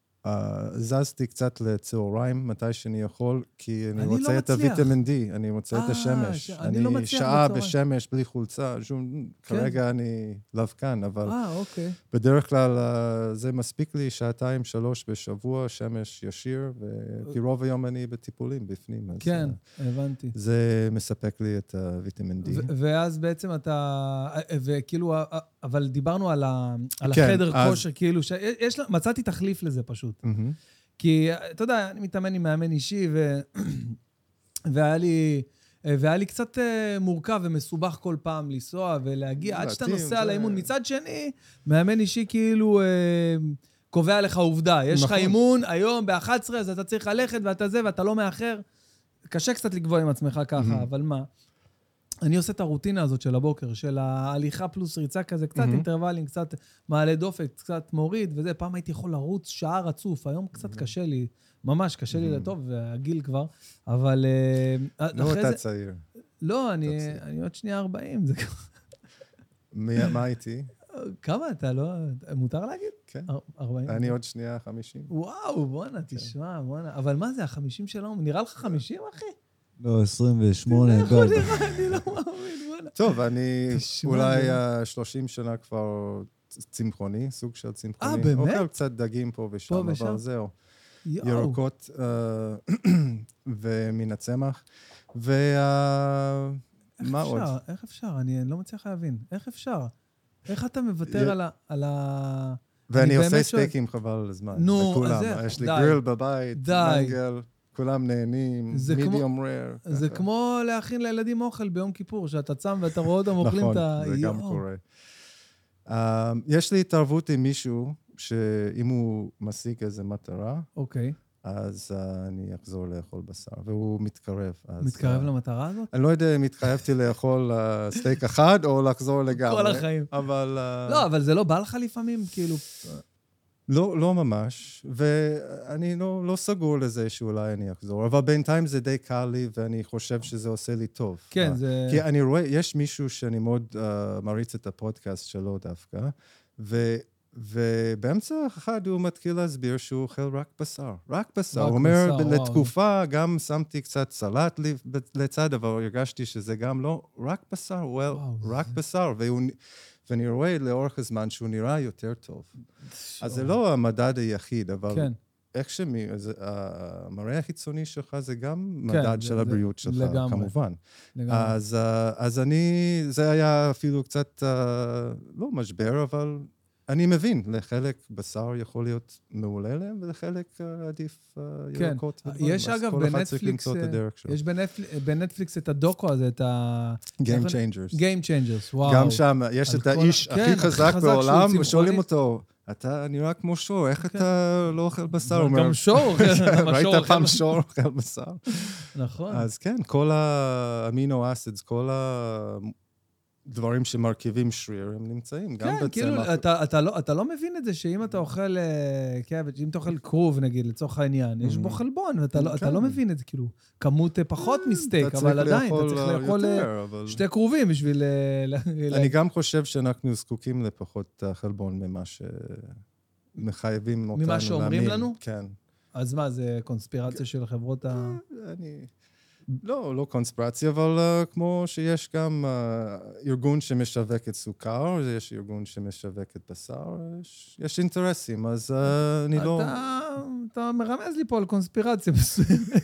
זזתי קצת לצהריים, מתי שאני יכול, כי אני רוצה את הוויטמין די, אני רוצה את השמש. אני שעה בשמש, בלי חולצה, כרגע אני לבקן, אבל בדרך כלל זה מספיק לי שעתיים, שלוש בשבוע, שמש ישיר, כי רוב היום אני בטיפולים בפנים. כן, הבנתי. זה מספק לי את הוויטמין די. ואז בעצם אתה, וכאילו, אבל דיברנו על החדר כושר, כאילו, מצאתי תחליף לזה פשוט. כי, אתה יודע, אני מתאמן עם מאמן אישי, והיה לי, והיה לי קצת מורכב ומסובך כל פעם לנסוע ולהגיע, עד שאתה נוסע לאימון. מצד שני, מאמן אישי כאילו קובע לך עובדה. יש לך אימון היום ב-אחת עשרה, אז אתה צריך ללכת ואתה זה, ואתה לא מאחר. קשה קצת לקבוע עם עצמך ככה, אבל מה? אני עושה את הרוטינה הזאת של הבוקר, של ההליכה פלוס ריצה כזה, קצת אינטרוולים, קצת מעלה דופק, קצת מוריד, וזה, פעם הייתי יכול לרוץ שעה רצוף, היום קצת קשה לי, ממש קשה לי לטוב, והגיל כבר, אבל... לא, אתה צעיר. לא, אני עוד שנייה ארבעים, זה כבר... מה הייתי? כמה אתה, לא? מותר להגיד? כן. אני עוד שנייה חמישים. וואו, בואנה, תשמע, בואנה. אבל מה זה, החמישים שלנו? נראה לך חמישים, אחי? לא, עשרים ושמונה. אני לא מאמין, בואנה. טוב, אני אולי שלושים שנה כבר צמחוני, סוג של צמחוני. אה, באמת? אוכל קצת דגים פה ושם, אבל זהו. ירקות ומן הצמח. ומה עוד? איך אפשר? אני לא מצליח להבין. איך אפשר? איך אתה מוותר על ה... ואני עושה סטייקים חבל על הזמן. נו, אז איך? יש לי גריל בבית, מנגל. כולם נהנים, medium rare. זה כמו להכין לילדים אוכל ביום כיפור, שאתה צם ואתה רואה אותם אוכלים את ה... נכון, זה גם קורה. יש לי התערבות עם מישהו, שאם הוא משיג איזו מטרה, אז אני אחזור לאכול בשר, והוא מתקרב. מתקרב למטרה הזאת? אני לא יודע אם התחייבתי לאכול סטייק אחד, או לחזור לגמרי. כל החיים. אבל... לא, אבל זה לא בא לך לפעמים, כאילו... לא, לא ממש, ואני לא, לא סגור לזה שאולי אני אחזור, אבל בינתיים זה די קל לי, ואני חושב שזה עושה לי טוב. כן, זה... כי אני רואה, יש מישהו שאני מאוד uh, מריץ את הפודקאסט שלו דווקא, ו... ובאמצע אחד הוא מתחיל להסביר שהוא אוכל רק בשר, רק בשר. הוא אומר, לתקופה גם שמתי קצת סלט לצד, אבל הרגשתי שזה גם לא רק בשר, רק בשר, והוא... ואני רואה לאורך הזמן שהוא נראה יותר טוב. אז זה לא המדד היחיד, אבל איך שמי, המראה החיצוני שלך זה גם מדד של הבריאות שלך, כמובן. אז, אז אני, זה היה אפילו קצת, לא משבר, אבל אני מבין, לחלק בשר יכול להיות מעולה להם, ולחלק עדיף ירקות ודברים. יש אגב בנטפליקס, יש בנטפליקס את הדוקו הזה, את ה... Game Changers. Game Changers, וואו. גם שם, יש את האיש הכי חזק בעולם, ושואלים אותו, אתה נראה כמו שור, איך אתה לא אוכל בשר? גם שור. ראית פעם שור אוכל בשר? נכון. אז כן, כל האמינו אסידס, כל הדברים שמרכיבים שריר, הם נמצאים גם בצמח. כן, כאילו, אתה לא מבין את זה שאם אתה אוכל כבד, אם אתה אוכל כרוב, נגיד, לצורך העניין, יש בו חלבון, ואתה לא מבין את זה, כאילו, כמות פחות מסטייק, אבל עדיין, אתה צריך לאכול שתי כרובים בשביל... אני גם חושב שאנחנו זקוקים לפחות חלבון ממה שמחייבים אותנו. ממה שאומרים לנו? כן. אז מה, זה קונספירציה של חברות ה... אני... לא, לא קונספירציה, אבל uh, כמו שיש גם uh, ארגון שמשווק את סוכר, יש ארגון שמשווק את בשר, יש, יש אינטרסים, אז uh, אני אתה, לא... אתה מרמז לי פה על קונספירציה מסוימת.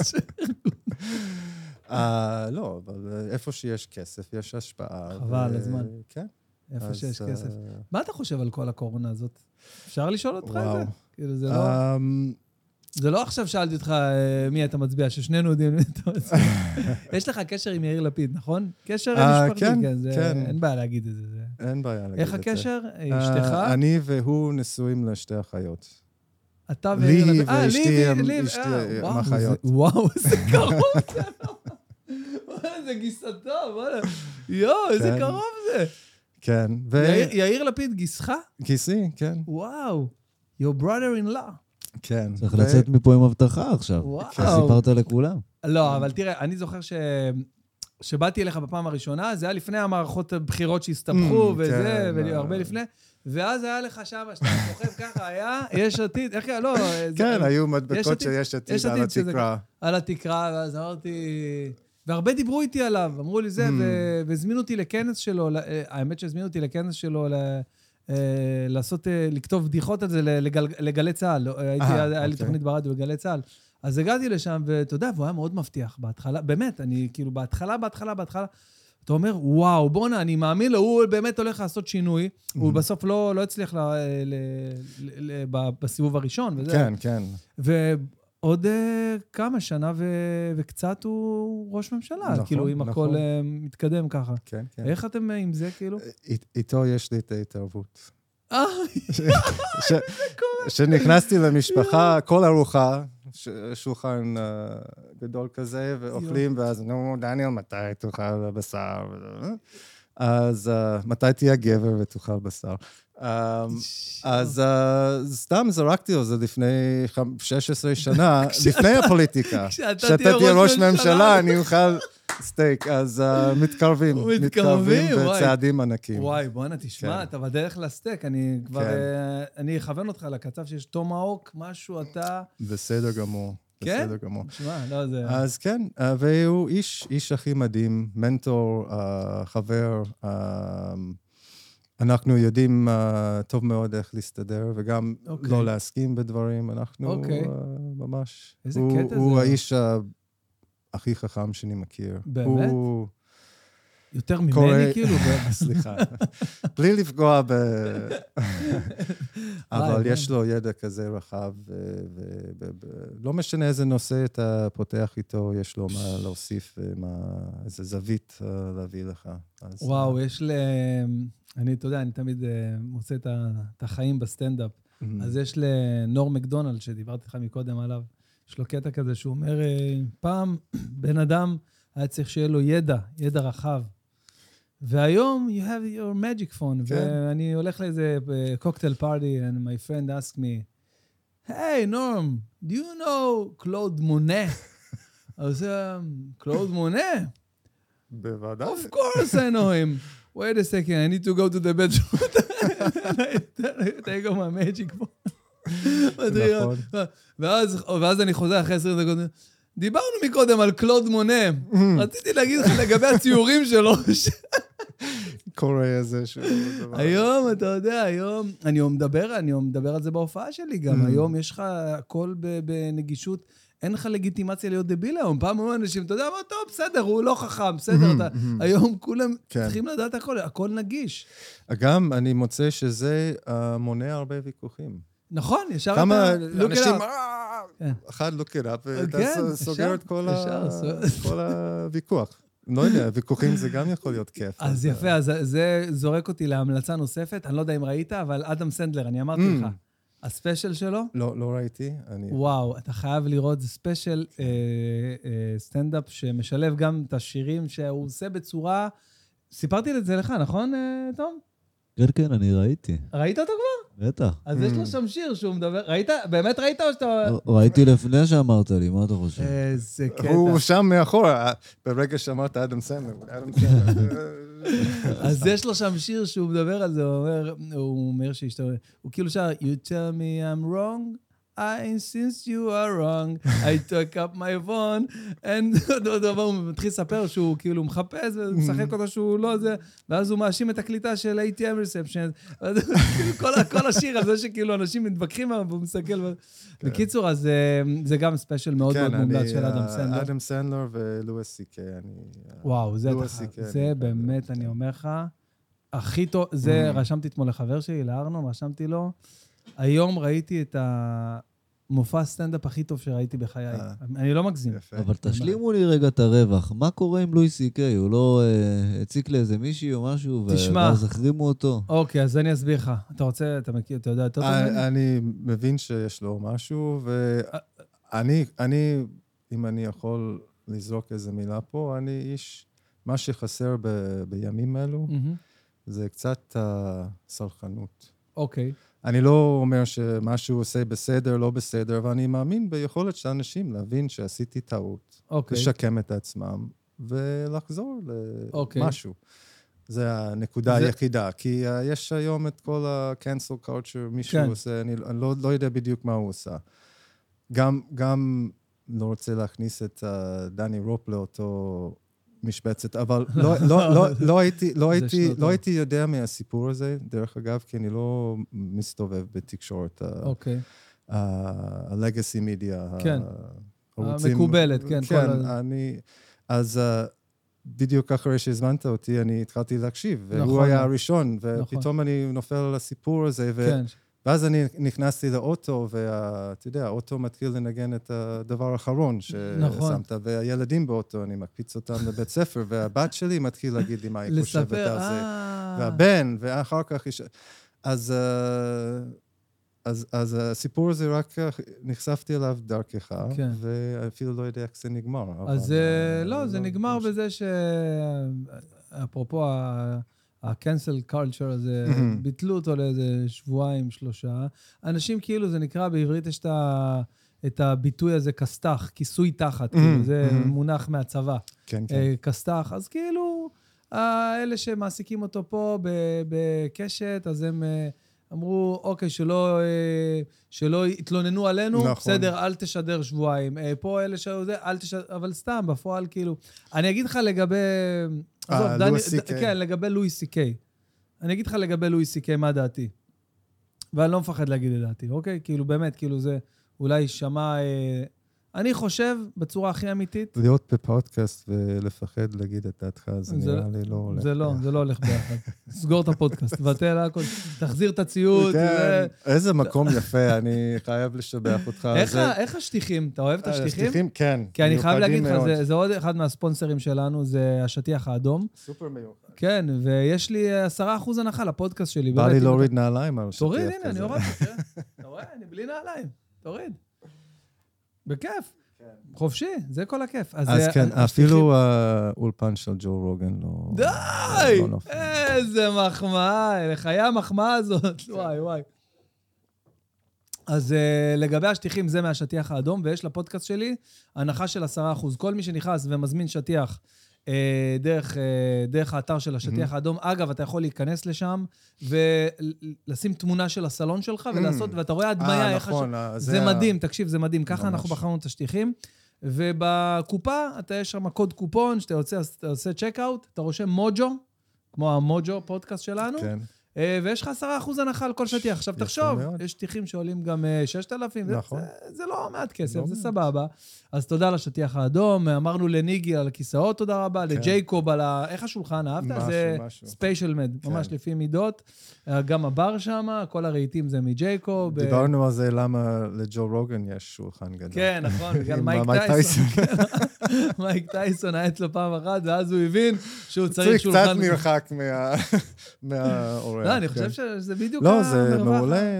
uh, לא, אבל איפה שיש כסף, יש השפעה. חבל, ו... הזמן. כן. איפה אז, שיש uh... כסף. מה אתה חושב על כל הקורונה הזאת? אפשר לשאול אותך וואו. את זה? כאילו זה לא... Um... זה לא עכשיו שאלתי אותך מי אתה מצביע, ששנינו יודעים מי אתה מצביע. יש לך קשר עם יאיר לפיד, נכון? קשר משפחתי, כן, כן. אין בעיה להגיד את זה. אין בעיה להגיד את זה. איך הקשר? אשתך? אני והוא נשואים לשתי אחיות. אתה ויאיר לפיד? לי ואשתי הם אחיות. וואו, איזה קרוב זה. איזה גיסתו, יואו, איזה קרוב זה. כן. יאיר לפיד גיסך? גיסי, כן. וואו, your brother-in-law. כן. צריך לצאת מפה עם הבטחה עכשיו. וואו. סיפרת לכולם. לא, אבל תראה, אני זוכר ש... שבאתי אליך בפעם הראשונה, זה היה לפני המערכות הבחירות שהסתבכו וזה, והרבה לפני, ואז היה לך שם, שאתה סוחב ככה, היה, יש עתיד, איך לא... כן, היו מדבקות שיש עתיד על התקרה. על התקרה, ואז אמרתי... והרבה דיברו איתי עליו, אמרו לי זה, והזמינו אותי לכנס שלו, האמת שהזמינו אותי לכנס שלו, לעשות, לכתוב בדיחות על זה לגלי צהל. היה לי תוכנית ברדיו בגלי צהל. אז הגעתי לשם, ואתה יודע, והוא היה מאוד מבטיח בהתחלה. באמת, אני כאילו, בהתחלה, בהתחלה, בהתחלה, אתה אומר, וואו, בונה, אני מאמין לו, הוא באמת הולך לעשות שינוי. הוא בסוף לא הצליח בסיבוב הראשון. כן, כן. ועוד כמה שנה וקצת הוא ראש ממשלה. כאילו, אם הכל מתקדם ככה. כן, כן. איך אתם עם זה, כאילו? איתו יש לי את ההתערבות. שנכנסתי למשפחה, כל ארוחה, שולחן גדול כזה, ואוכלים, ואז נו, דניאל, מתי תאכל בשר? אז מתי תהיה גבר ותאכל בשר? אז סתם זרקתי על זה לפני שש עשרה שנה, לפני הפוליטיקה. כשאתה תהיה ראש ממשלה, אני אוכל סטייק, אז מתקרבים. מתקרבים בצעדים ענקים. וואי, בוא'נה, תשמע, אתה בדרך לסטייק, אני כבר, אני אכוון אותך לקצב שיש טומהוק, משהו, אתה... בסדר גמור. כן? בסדר גמור. תשמע, לא זה... אז כן, והוא איש, איש הכי מדהים, מנטור, חבר, אנחנו יודעים uh, טוב מאוד איך להסתדר, וגם okay. לא להסכים בדברים, אנחנו okay. uh, ממש... איזה הוא, קטע הוא זה? האיש uh, הכי חכם שאני מכיר. באמת? הוא... יותר ממני קורא... כאילו? סליחה. בלי לפגוע ב... אבל יש לו ידע כזה רחב, ולא משנה איזה נושא אתה פותח איתו, יש לו מה להוסיף, איזה זווית להביא לך. וואו, יש ל... אני, אתה יודע, אני תמיד מוצא את החיים בסטנדאפ. אז יש לנורם מקדונלד, שדיברתי לך מקודם עליו, יש לו קטע כזה שהוא אומר, פעם בן אדם היה צריך שיהיה לו ידע, ידע רחב. והיום, you have your magic phone, ואני הולך לאיזה cocktail party, and my friend asked me, hey, Norm, do you know Claude Monet? I was, um, Claude Monet? בוודאי. Of course I know him. Wait a second, I need to go to the bedroom. take off my magic phone. נכון. ואז אני חוזר אחרי עשרים דקות, דיברנו מקודם על קלוד מונה. רציתי להגיד לך לגבי הציורים שלו. קורה איזשהו דבר. היום, אתה יודע, היום, אני מדבר, אני מדבר על זה בהופעה שלי גם, היום יש לך הכל בנגישות, אין לך לגיטימציה להיות דביל היום, פעם היו אנשים, אתה יודע מה, טוב, בסדר, הוא לא חכם, בסדר, היום כולם צריכים לדעת הכל, הכל נגיש. גם, אני מוצא שזה מונע הרבה ויכוחים. נכון, ישר אתה... כמה אנשים, אחד לוק את אפ, ואתה סוגר את כל הוויכוח. לא יודע, ויכוחים זה גם יכול להיות כיף. אז יפה, אז זה זורק אותי להמלצה נוספת, אני לא יודע אם ראית, אבל אדם סנדלר, אני אמרתי לך, הספיישל שלו? לא, לא ראיתי. וואו, אתה חייב לראות, זה ספיישל סטנדאפ שמשלב גם את השירים שהוא עושה בצורה... סיפרתי את זה לך, נכון, תום? כן, כן, אני ראיתי. ראית אותו כבר? בטח. אז יש לו שם שיר שהוא מדבר... ראית? באמת ראית או שאתה... ראיתי לפני שאמרת לי, מה אתה חושב? איזה קטע. הוא שם מאחורה, ברגע שאמרת אדם סנדלר, אדם סנדלר. אז יש לו שם שיר שהוא מדבר על זה, הוא אומר, הוא אומר שאשתו... הוא כאילו שר, You tell me I'm wrong, I insist you are wrong, I took up my phone, and הוא מתחיל לספר שהוא כאילו מחפש, ומשחק אותו שהוא לא זה, ואז הוא מאשים את הקליטה של איי טי אם reception, כל השיר הזה שכאילו אנשים מתווכחים, והוא מסתכל. בקיצור, אז זה גם ספיישל מאוד מאוד מומלץ של אדם סנדלר. אדם סנדלר ולואיס סי קיי. וואו, זה באמת, אני אומר לך, הכי טוב, זה רשמתי אתמול לחבר שלי, לארנון, רשמתי לו, היום ראיתי את המופע סטנדאפ הכי טוב שראיתי בחיי. אני לא מגזים. אבל תשלימו לי רגע את הרווח. מה קורה עם לואיס סי קיי? הוא לא הציק לאיזה מישהי או משהו, ואז החרימו אותו? אוקיי, אז אני אסביר לך. אתה רוצה, אתה מכיר, אתה יודע, אני מבין שיש לו משהו, ואני, אם אני יכול לזרוק איזה מילה פה, אני איש, מה שחסר בימים האלו, זה קצת סלחנות. אוקיי. אני לא אומר שמה שהוא עושה בסדר, לא בסדר, ואני מאמין ביכולת של אנשים להבין שעשיתי טעות, okay. לשקם את עצמם, ולחזור למשהו. Okay. זה הנקודה זה... היחידה, כי uh, יש היום את כל ה-cancel culture, מישהו כן. עושה, אני, אני לא, לא יודע בדיוק מה הוא עושה. גם, גם לא רוצה להכניס את uh, דני רופ לאותו... משבצת, אבל לא, לא, לא, לא הייתי, לא הייתי, לא הייתי יודע מהסיפור הזה, דרך אגב, כי אני לא מסתובב בתקשורת. אוקיי. ה-legacy media. כן. המקובלת, כן. כן, אני, אז בדיוק אחרי שהזמנת אותי, אני התחלתי להקשיב, והוא היה הראשון, ופתאום אני נופל על הסיפור הזה, ו... ואז אני נכנסתי לאוטו, ואתה יודע, האוטו מתחיל לנגן את הדבר האחרון ששמת, והילדים באוטו, אני מקפיץ אותם לבית ספר, והבת שלי מתחיל להגיד לי מה היא חושבת על זה. והבן, ואחר כך... אז, אז, אז הסיפור הזה רק נחשפתי אליו דרכך, ואפילו לא יודע איך זה נגמר. אז לא, זה נגמר בזה ש... אפרופו ה-cancel culture הזה, ביטלו אותו לאיזה שבועיים, שלושה. אנשים כאילו, זה נקרא, בעברית יש את הביטוי הזה, כסתח, כיסוי תחת, זה מונח מהצבא. כן, כן. כסתח, אז כאילו, אלה שמעסיקים אותו פה בקשת, אז הם אמרו, אוקיי, שלא, שלא יתלוננו עלינו, בסדר, אל תשדר שבועיים. פה אלה שזה, אל תשדר, אבל סתם, בפועל כאילו. אני אגיד לך לגבי... לואיס סי קיי. כן, לגבי לואיס סי קיי. אני אגיד לך לגבי לואיס סי קיי, מה דעתי. ואני לא מפחד להגיד את דעתי, אוקיי? כאילו, באמת, כאילו זה אולי שמע... אני חושב, בצורה הכי אמיתית... להיות בפודקאסט ולפחד להגיד את דעתך, זה נראה לי לא הולך. זה לא, זה לא הולך ביחד. סגור את הפודקאסט, תבטל הכל, תחזיר את הציוד. איזה מקום יפה, אני חייב לשבח אותך. איך השטיחים? אתה אוהב את השטיחים? השטיחים, כן. כי אני חייב להגיד לך, זה עוד אחד מהספונסרים שלנו, זה השטיח האדום. סופר מיוחד. כן, ויש לי עשרה אחוז הנחה לפודקאסט שלי. בא לי להוריד נעליים על השטיח. תוריד, הנה, אני הורדתי. אתה רואה? אני בלי נעליים. תוריד. בכיף. חופשי, זה כל הכיף. אז כן, אפילו האולפן של ג'ו רוגן לא... די! איזה מחמאה, לחיי המחמאה הזאת. וואי, וואי. אז לגבי השטיחים, זה מהשטיח האדום, ויש לפודקאסט שלי הנחה של עשרה אחוז. כל מי שנכנס ומזמין שטיח דרך, דרך האתר של השטיח האדום, אגב, אתה יכול להיכנס לשם ולשים תמונה של הסלון שלך ולעשות, ואתה רואה הדמיה, איך זה מדהים, תקשיב, זה מדהים. ככה אנחנו בחרנו את השטיחים, ובקופה, אתה יש שם קוד קופון, שאתה יוצא, אתה עושה צ'ק-אאוט, אתה רושם מוג'ו, כמו המוג'ו, פודקאסט שלנו. כן. ויש לך עשרה אחוז הנחה על כל שטיח. עכשיו תחשוב, יש שטיחים שעולים גם ששת אלפים, נכון. זה, זה לא מעט כסף, לא זה מעט. סבבה. אז תודה לשטיח האדום, אמרנו לניגי על הכיסאות, תודה רבה, כן. לג'ייקוב על ה... איך השולחן, אהבת? משהו, זה משהו. ספיישל מד, כן. ממש לפי מידות. גם הבר שם, כל הרהיטים זה מג'ייקוב. דיברנו על זה למה לג'ו רוגן יש שולחן גדול. כן, נכון, בגלל מייק טייסון. מייק טייסון היה אצלו פעם אחת, ואז הוא הבין שהוא צריך שולחן... צריך קצת מרחק מהאורח. לא, אני חושב שזה בדיוק המרווח. לא, זה מעולה,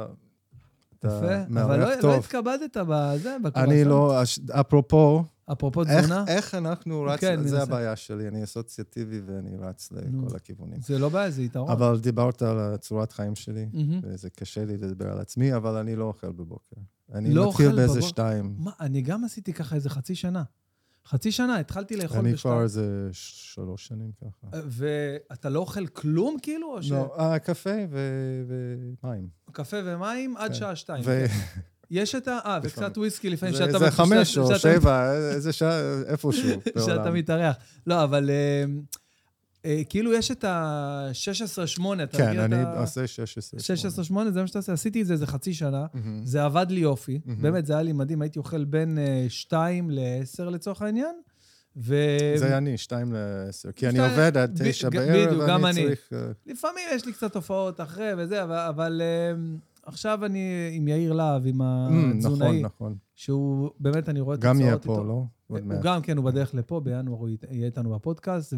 יפה, אבל לא התכבדת בזה, בקורסון. אני לא, אפרופו... אפרופו תזונה? איך אנחנו רצים, זה הבעיה שלי, אני אסוציאטיבי ואני רץ לכל הכיוונים. זה לא בעיה, זה יתרון. אבל דיברת על צורת חיים שלי, וזה קשה לי לדבר על עצמי, אבל אני לא אוכל בבוקר. אני מתחיל באיזה שתיים. מה, אני גם עשיתי ככה איזה חצי שנה. חצי שנה, התחלתי לאכול בשתיים. אני כבר איזה שלוש שנים ככה. ואתה לא אוכל כלום כאילו? לא, קפה ומים. קפה ומים עד שעה שתיים. יש את ה... אה, וקצת וויסקי לפעמים שאתה... זה חמש או שבע, איזה שעה, איפושהו בעולם. שאתה מתארח. לא, אבל כאילו יש את ה-שש עשרה שמונה. כן, אני עושה שש עשרה שמונה. שש עשרה שמונה, זה מה שאתה עושה. עשיתי את זה איזה חצי שנה. זה עבד לי יופי. באמת, זה היה לי מדהים. הייתי אוכל בין שתיים לעשר לצורך העניין. זה היה אני, שתיים לעשר. כי אני עובד עד תשע בערב, ואני צריך... לפעמים יש לי קצת הופעות אחרי וזה, אבל... עכשיו אני עם יאיר להב, עם התזונאי, נכון, נכון. שהוא, באמת אני רואה את הצעות איתו. גם יהיה איתו. פה, לא? הוא גם, כן, הוא בדרך לפה, בינואר הוא יהיה איתנו בפודקאסט,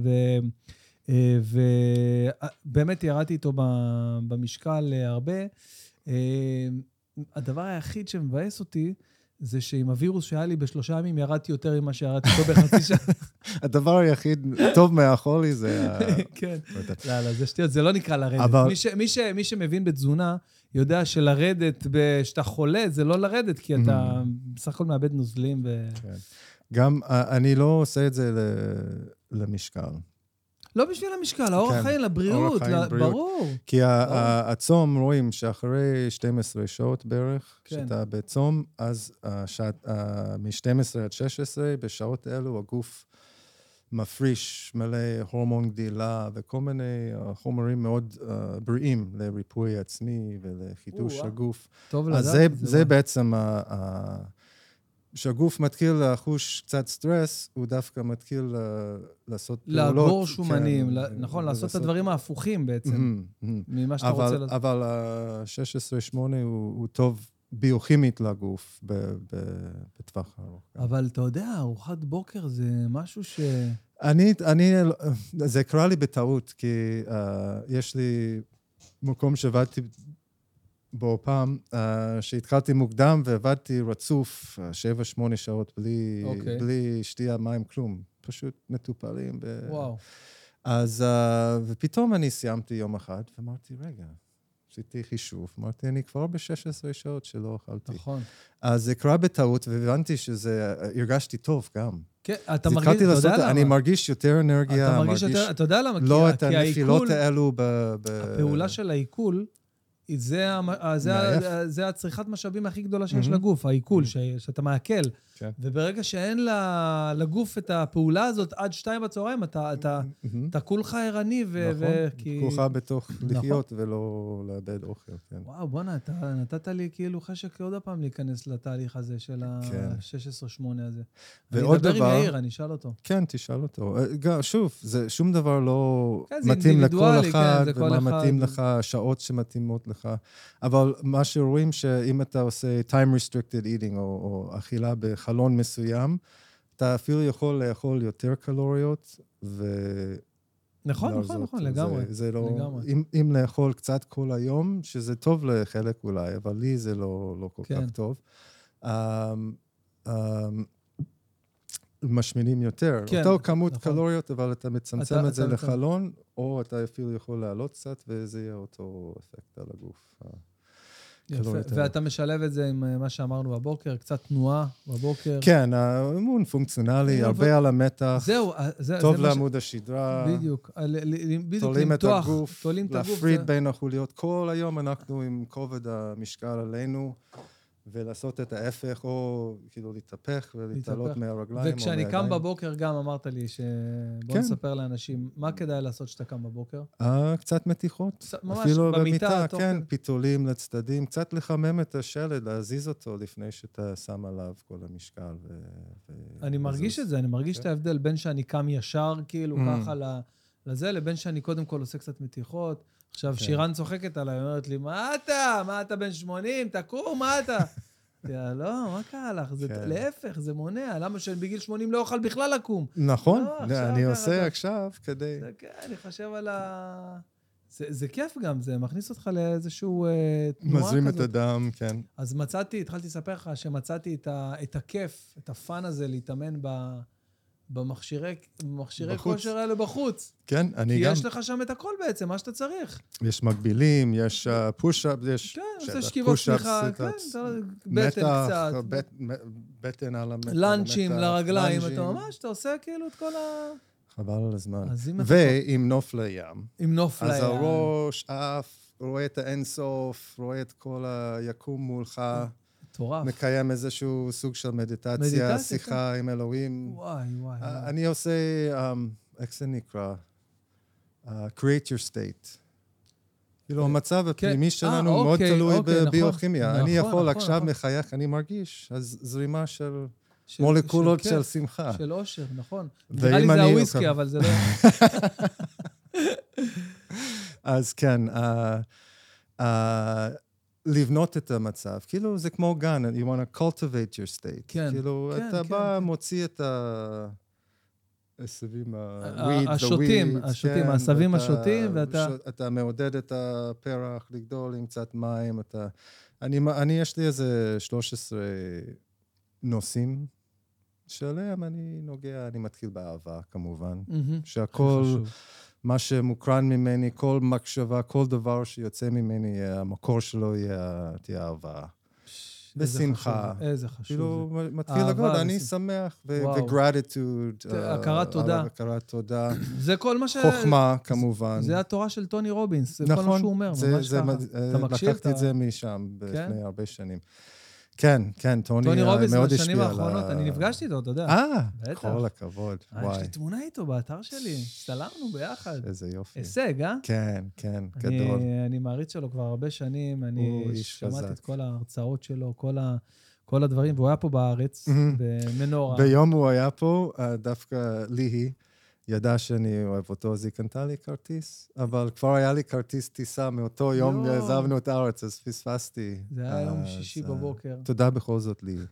ובאמת ירדתי איתו במשקל הרבה. הדבר היחיד שמבאס אותי, זה שעם הווירוס שהיה לי בשלושה ימים, ירדתי יותר ממה שירדתי איתו בחצי שעה. הדבר היחיד טוב מהחולי זה... כן, לא, לא, זה שטויות, זה לא נקרא לרדת. מי שמבין בתזונה, יודע שלרדת, שאתה חולה, זה לא לרדת, כי אתה בסך הכל מאבד נוזלים. גם, אני לא עושה את זה למשקל. לא בשביל המשקל, האורח חיים, לבריאות, ברור. כי הצום, רואים שאחרי שתים עשרה שעות בערך, שאתה בצום, אז מ-שתים עשרה עד שש עשרה, בשעות האלו הגוף מפריש מלא הורמון גדילה, וכל מיני חומרים מאוד בריאים לריפוי עצמי ולחידוש הגוף. טוב לדעת. אז זה בעצם שהגוף מתחיל לחוש קצת סטרס, הוא דווקא מתחיל לעשות פעולות. לאגור שומנים, נכון, לעשות את הדברים ההפוכים בעצם, ממה שאתה רוצה לעשות. אבל ה-שש עשרה שמונה הוא טוב ביוכימית לגוף בטווח הארוך. אבל אתה יודע, ארוחת בוקר זה משהו ש... אני, אני, זה קרה לי בטעות, כי יש לי מקום שעבדתי בו פעם, uh, שהתחלתי מוקדם ועבדתי רצוף, שבע, שמונה שעות בלי, okay. בלי שתייה, מים, כלום. פשוט מטופלים. ב... וואו. אז, uh, ופתאום אני סיימתי יום אחד, ואמרתי, רגע, עשיתי חישוב, אמרתי, אני כבר ב-שש עשרה שעות שלא אכלתי. נכון. אז זה קרה בטעות, והבנתי שזה, הרגשתי טוב גם. כן, אתה מרגיש, אתה יודע למה? אני מרגיש יותר אנרגיה, אתה מרגיש יותר, אתה יודע למה? לא את הנפילות האלו ב... הפעולה של העיכול, זה, זה, זה הצריכת משאבים הכי גדולה שיש לגוף, העיכול, שאתה מעכל. וברגע שאין לגוף את הפעולה הזאת עד שתיים בצהריים, אתה כולך ערני. נכון, כולך בתוך לחיות ולא לאבד אוכל. וואו, בונה, אתה נתת לי כאילו חשק עוד הפעם להיכנס לתהליך הזה של ה-שש עשרה שמונה הזה. אני אדבר עם יאיר, אני אשאל אותו. כן, תשאל אותו. שוב, שום דבר לא מתאים לכל אחד, ומה מתאים לך, שעות שמתאימות לך. אבל מה שרואים שאם אתה עושה time restricted eating, או אכילה בחלון מסוים, אתה אפילו יכול לאכול יותר קלוריות, ו... נכון, נכון, נכון, לגמרי. זה לא... אם לאכול קצת כל היום, שזה טוב לחלק אולי, אבל לי זה לא כל כך טוב. משמינים יותר. אותו כמות קלוריות, אבל אתה מצמצם את זה לחלון, או אתה אפילו יכול לעלות קצת, וזה יהיה אותו אפקט על הגוף. יפה, ואתה משלב את זה עם מה שאמרנו בבוקר, קצת תנועה בבוקר. כן, האימון פונקציונלי, הרבה על המתח, טוב לעמוד השדרה, בדיוק, תולים את הגוף, להפריד בין החוליות. כל היום אנחנו עם כובד המשקל עלינו, ולעשות את ההפך, או כאילו להתהפך ולהתעלות מהרגליים. וכשאני קם בבוקר גם אמרת לי שבוא נספר לאנשים, מה כדאי לעשות שאתה קם בבוקר? קצת מתיחות. ממש במיטה. כן, פיתולים לצדדים, קצת לחמם את השלד, להזיז אותו לפני שאתה שם עליו כל המשקל. אני מרגיש את זה, אני מרגיש את ההבדל בין שאני קם ישר, כאילו ככה לזה, לבין שאני קודם כל עושה קצת מתיחות. עכשיו, שירן צוחקת עליי, אומרת לי, מה אתה? מה אתה בן שמונים? תקום, מה אתה? לא, מה קרה לך? להפך, זה מונע. למה שאני בגיל שמונים לא אוכל בכלל לקום? נכון, אני עושה עכשיו כדי... כן, אני חושב על ה... זה כיף גם, זה מכניס אותך לאיזשהו תנועה כזאת. מזרים את הדם, כן. אז מצאתי, התחלתי לספר לך שמצאתי את הכיף, את הפן הזה להתאמן ב... במכשירי, במכשירי כושר האלה בחוץ. כן, אני כי גם... כי יש לך שם את הכל בעצם, מה שאתה צריך. יש מקבילים, יש פוש-אפ, יש... כן, עושה שכיבות סליחה, כן, בטן קצת. בטן על המטר. לנצ'ים לרגליים, אתה ממש, אתה עושה כאילו את כל ה... חבל על הזמן. ועם נוף לים. עם נוף לים. אז הראש, אף, רואה את האינסוף, רואה את כל היקום מולך. תורף. מקיים איזשהו סוג של מדיטציה, מדיטציה שיחה כן. עם אלוהים. וואי, וואי. Uh, וואי. אני עושה, um, איך זה נקרא? Uh, create your state. כאילו, המצב הפנימי שלנו מאוד תלוי בביוכימיה. אני יכול עכשיו מחייך, אני מרגיש, אז זרימה של מולקולות של שמחה. של אושר, נכון. נראה לי זה הוויסקי, אבל זה לא... אז כן, לבנות את המצב. כאילו, זה כמו גן, you want to cultivate your state. כן, כאילו, כן, אתה כן, בא, כן. מוציא את העשבים, השוטים, השוטים, העשבים השוטים, ואתה... אתה מעודד את הפרח לגדול עם קצת מים, אתה... אני, אני, יש לי איזה שלוש עשרה נושאים שעליהם אני נוגע, אני מתחיל באהבה, כמובן. שהכל... מה שמוקרן ממני, כל מחשבה, כל דבר שיוצא ממני, המקור שלו יהיה, תהיה אהבה. בשמחה. איזה חשוב. כאילו, מתחיל לגוד, אני שמח, ו-gratitude. הכרת תודה. הכרת תודה. זה כל מה ש... חוכמה, כמובן. זה התורה של טוני רובינס, זה כל מה שהוא אומר, ממש ככה. אתה מקשיב? לקחתי את זה משם, לפני הרבה שנים. כן, כן, טוני מאוד השפיע. טוני רובינס בשנים האחרונות, אני נפגשתי איתו, אתה יודע. אה, כל הכבוד, וואי. יש לי תמונה איתו באתר שלי, הסתלמנו ביחד. איזה יופי. הישג, אה? כן, כן, גדול. אני מעריץ שלו כבר הרבה שנים, אני שמעתי את כל ההרצאות שלו, כל הדברים, והוא היה פה בארץ, במנורה. ביום הוא היה פה, דווקא ליהי, ידע שאני אוהב אותו, אז היא קנתה לי כרטיס, אבל כבר היה לי כרטיס טיסה מאותו יום, עזבנו את הארץ, אז פספסתי. זה היה יום שישי בבוקר. תודה בכל זאת לי.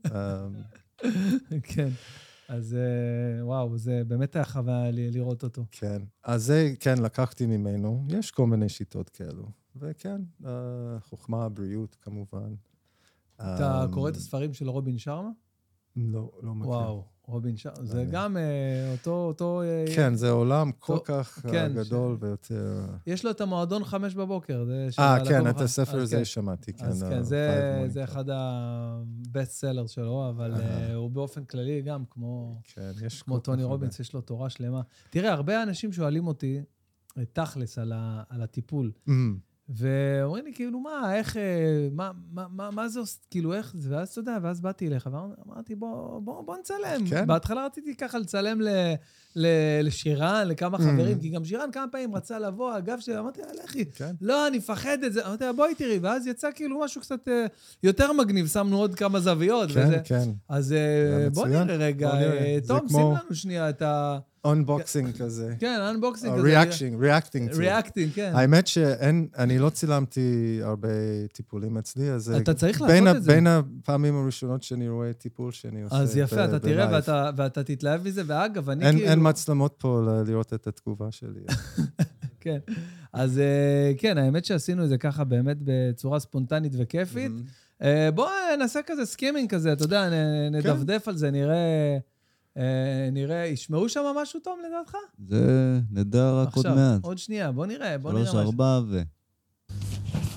כן, אז וואו, זה באמת היה חוויה לראות אותו. כן, אז זה, כן, לקחתי ממנו, יש כל מיני שיטות כאלו, וכן, חוכמה, בריאות, כמובן. אתה קורא את הספרים של רובין שרמה? לא, לא מכיר. וואו. רובין שרמה, זה גם אותו, אותו... כן, זה עולם כל כך גדול ויותר... יש לו את המועדון חמש בבוקר. אה, כן, את הספר הזה שמעתי. אז כן, זה אחד הבסט סלר שלו, אבל הוא באופן כללי גם, כמו טוני רובינס, יש לו תורה שלמה. תראה, הרבה אנשים שואלים אותי, תכלס, על הטיפול. ואומרים לי, כאילו, מה, איך, מה, מה, מה, מה זה, כאילו, איך זה, ואז אתה יודע, ואז באתי אליך, ואמרתי, בוא, בוא, בוא נצלם. כן. בהתחלה רציתי ככה לצלם ל, ל, לשירן, לכמה חברים, כי גם שירן כמה פעמים רצה לבוא, הגב שלי, אמרתי, לכי, כן. לא, אני מפחד את זה, אמרתי, בואי תראי, ואז יצא כאילו משהו קצת יותר מגניב, שמנו עוד כמה זוויות, כן, וזה. כן. אז בוא נראה רגע, תום, שים לנו שנייה את ה... אונבוקסינג כזה. כן, אונבוקסינג כזה. ריאקשינג, ריאקטינג. ריאקטינג, כן. האמת שאין, אני לא צילמתי הרבה טיפולים אצלי, אז... אתה צריך לעשות את זה. בין הפעמים הראשונות שאני רואה טיפול שאני עושה בלייב. אז יפה, אתה תראה ואתה תתלהב מזה, ואגב, אני כאילו... אין מצלמות פה לראות את התגובה שלי. כן. אז כן, האמת שעשינו את זה ככה באמת בצורה ספונטנית וכיפית. בואו נעשה כזה סקימינג כזה, אתה יודע, נדפדף על זה, נראה... נראה, ישמעו שם משהו טוב לדעתך? זה נדע רק עוד מעט. עוד שנייה, בוא נראה, בוא נראה משהו. שלוש, ארבע ו...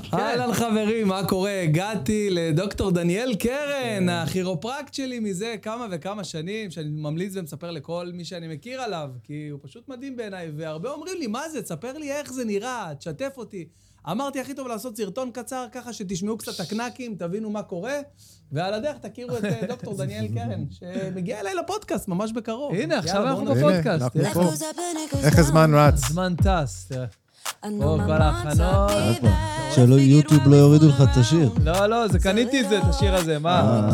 אהלן חברים, מה קורה? הגעתי לדוקטור דניאל קרן, הכירופרקט שלי מזה כמה וכמה שנים, שאני ממליץ ומספר לכל מי שאני מכיר עליו, כי הוא פשוט מדהים בעיניי, והרבה אומרים לי, מה זה? תספר לי איך זה נראה, תשתף אותי. אמרתי, הכי טוב לעשות סרטון קצר, ככה שתשמעו קצת הקנקים, תבינו מה קורה, ועל הדרך תכירו את דוקטור דניאל קרן, שמגיע אליי לפודקאסט ממש בקרוב. הנה, עכשיו אנחנו בפודקאסט. איך הזמן רץ? הזמן טס, תראה. פה כל ההכנות. שלא יוטיוב לא יורידו לך את השיר. לא, לא, זה קניתי את זה, את השיר הזה, מה?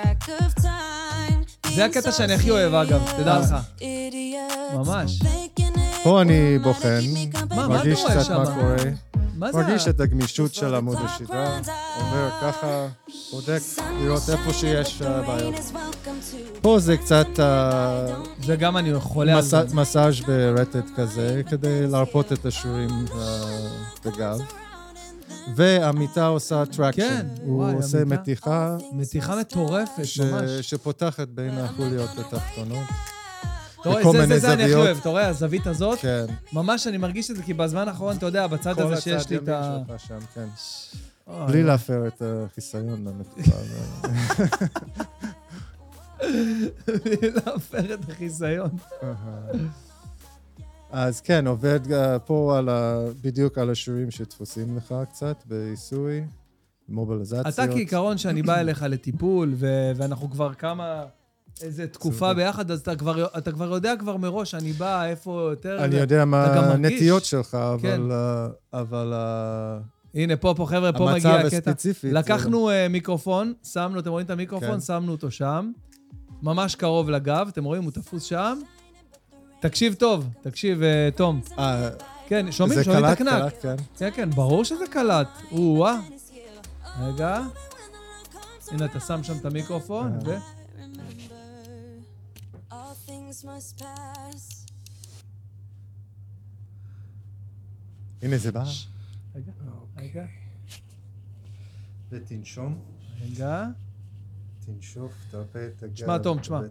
זה הקטע שאני הכי אוהב, אגב, תדע לך. ממש. פה אני בוחן, מה, מרגיש מה אתה רואה קצת מה שם? קורה. מה זה? מרגיש את הגמישות של עמוד השדרה, עובר ככה, בודק, לראות איפה שיש uh, בעיות. פה זה קצת uh, זה גם אני חולה על זה. מסאז' ברטט כזה, כדי להרפות את השורים uh, בגב. והמיטה עושה טרקשן. כן, הוא וואי, עושה המיטה. מתיחה מתיחה מטורפת, ש... ממש. שפותחת בין החוליות התחתונות. אתה רואה, בכל זה, מיני זה, זה אני הכי זוויות. אוהב, אתה רואה, הזווית הזאת, כן. ממש אני מרגיש את זה, כי בזמן האחרון, אתה יודע, בצד הזה שיש לי את ה... כל הצד ימין שלך שם, כן. אוי, בלי להפר את החיסיון למטופל. בלי להפר את החיסיון. אז כן, עובד uh, פה על ה... בדיוק על השירים שתפוסים לך קצת בעיסוי, מובליזציות. אתה כעיקרון שאני בא אליך לטיפול, ו- ואנחנו כבר כמה... איזה תקופה ביחד, אז אתה כבר, אתה כבר יודע כבר מראש, אני בא, איפה יותר... אני יודע מה הנטיות שלך, אבל... כן. אבל הנה, פה, פה, חבר'ה, פה מגיע המצב הקטע. הספציפי... לקחנו uh, מיקרופון, שמנו, אתם רואים את המיקרופון? כן. שמנו אותו שם, ממש קרוב לגב, אתם רואים, הוא תפוס שם. תקשיב טוב, תקשיב, uh, תום. אה, כן, שומעים, זה שומעים את קלט, הקנק. קלט, כן. כן, כן, ברור שזה קלט. או-אה. רגע. הנה, אתה שם שם את המיקרופון, ו... הנה זה בא. רגע, רגע. ותנשום. רגע. תנשוף, תרפה את הגב. תשמע, תום, תשמע.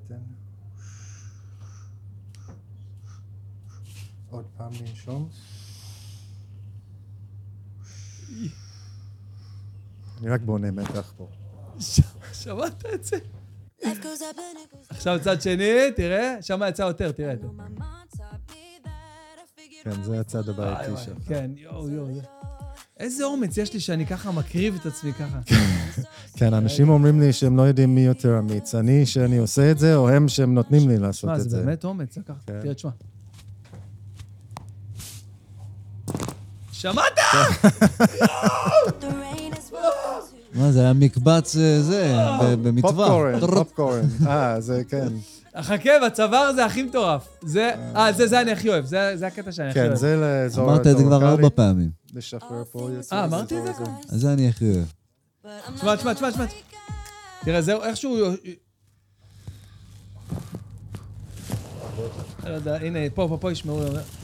עוד פעם לנשום. אני רק בונה מתח פה. שמעת את זה? עכשיו צד שני, תראה, שם יצא יותר, תראה. כן, זה הצד הבעייתי שלך. כן, יואו, יואו. איזה אומץ יש לי שאני ככה מקריב את עצמי ככה. כן, אנשים אומרים לי שהם לא יודעים מי יותר אמיץ. אני שאני עושה את זה, או הם שהם נותנים לי לעשות את זה. מה, זה באמת אומץ, לקחת. תראה, תשמע. שמעת? מה, זה היה מקבץ זה, במטווח. פופקורן, פופקורן. אה, זה כן. חכה, בצוואר זה הכי מטורף. זה, אה, זה, זה אני הכי אוהב. זה הקטע שאני הכי אוהב. כן, זה לאזור... אמרת את זה כבר ארבע פעמים. לשחרר פה יוצא. אה, אמרתי את זה? אז זה אני הכי אוהב. תשמע, תשמע, תשמע, תשמע. תראה, זהו, איכשהו... לא יודע, הנה, פה, פה, פה ישמעו.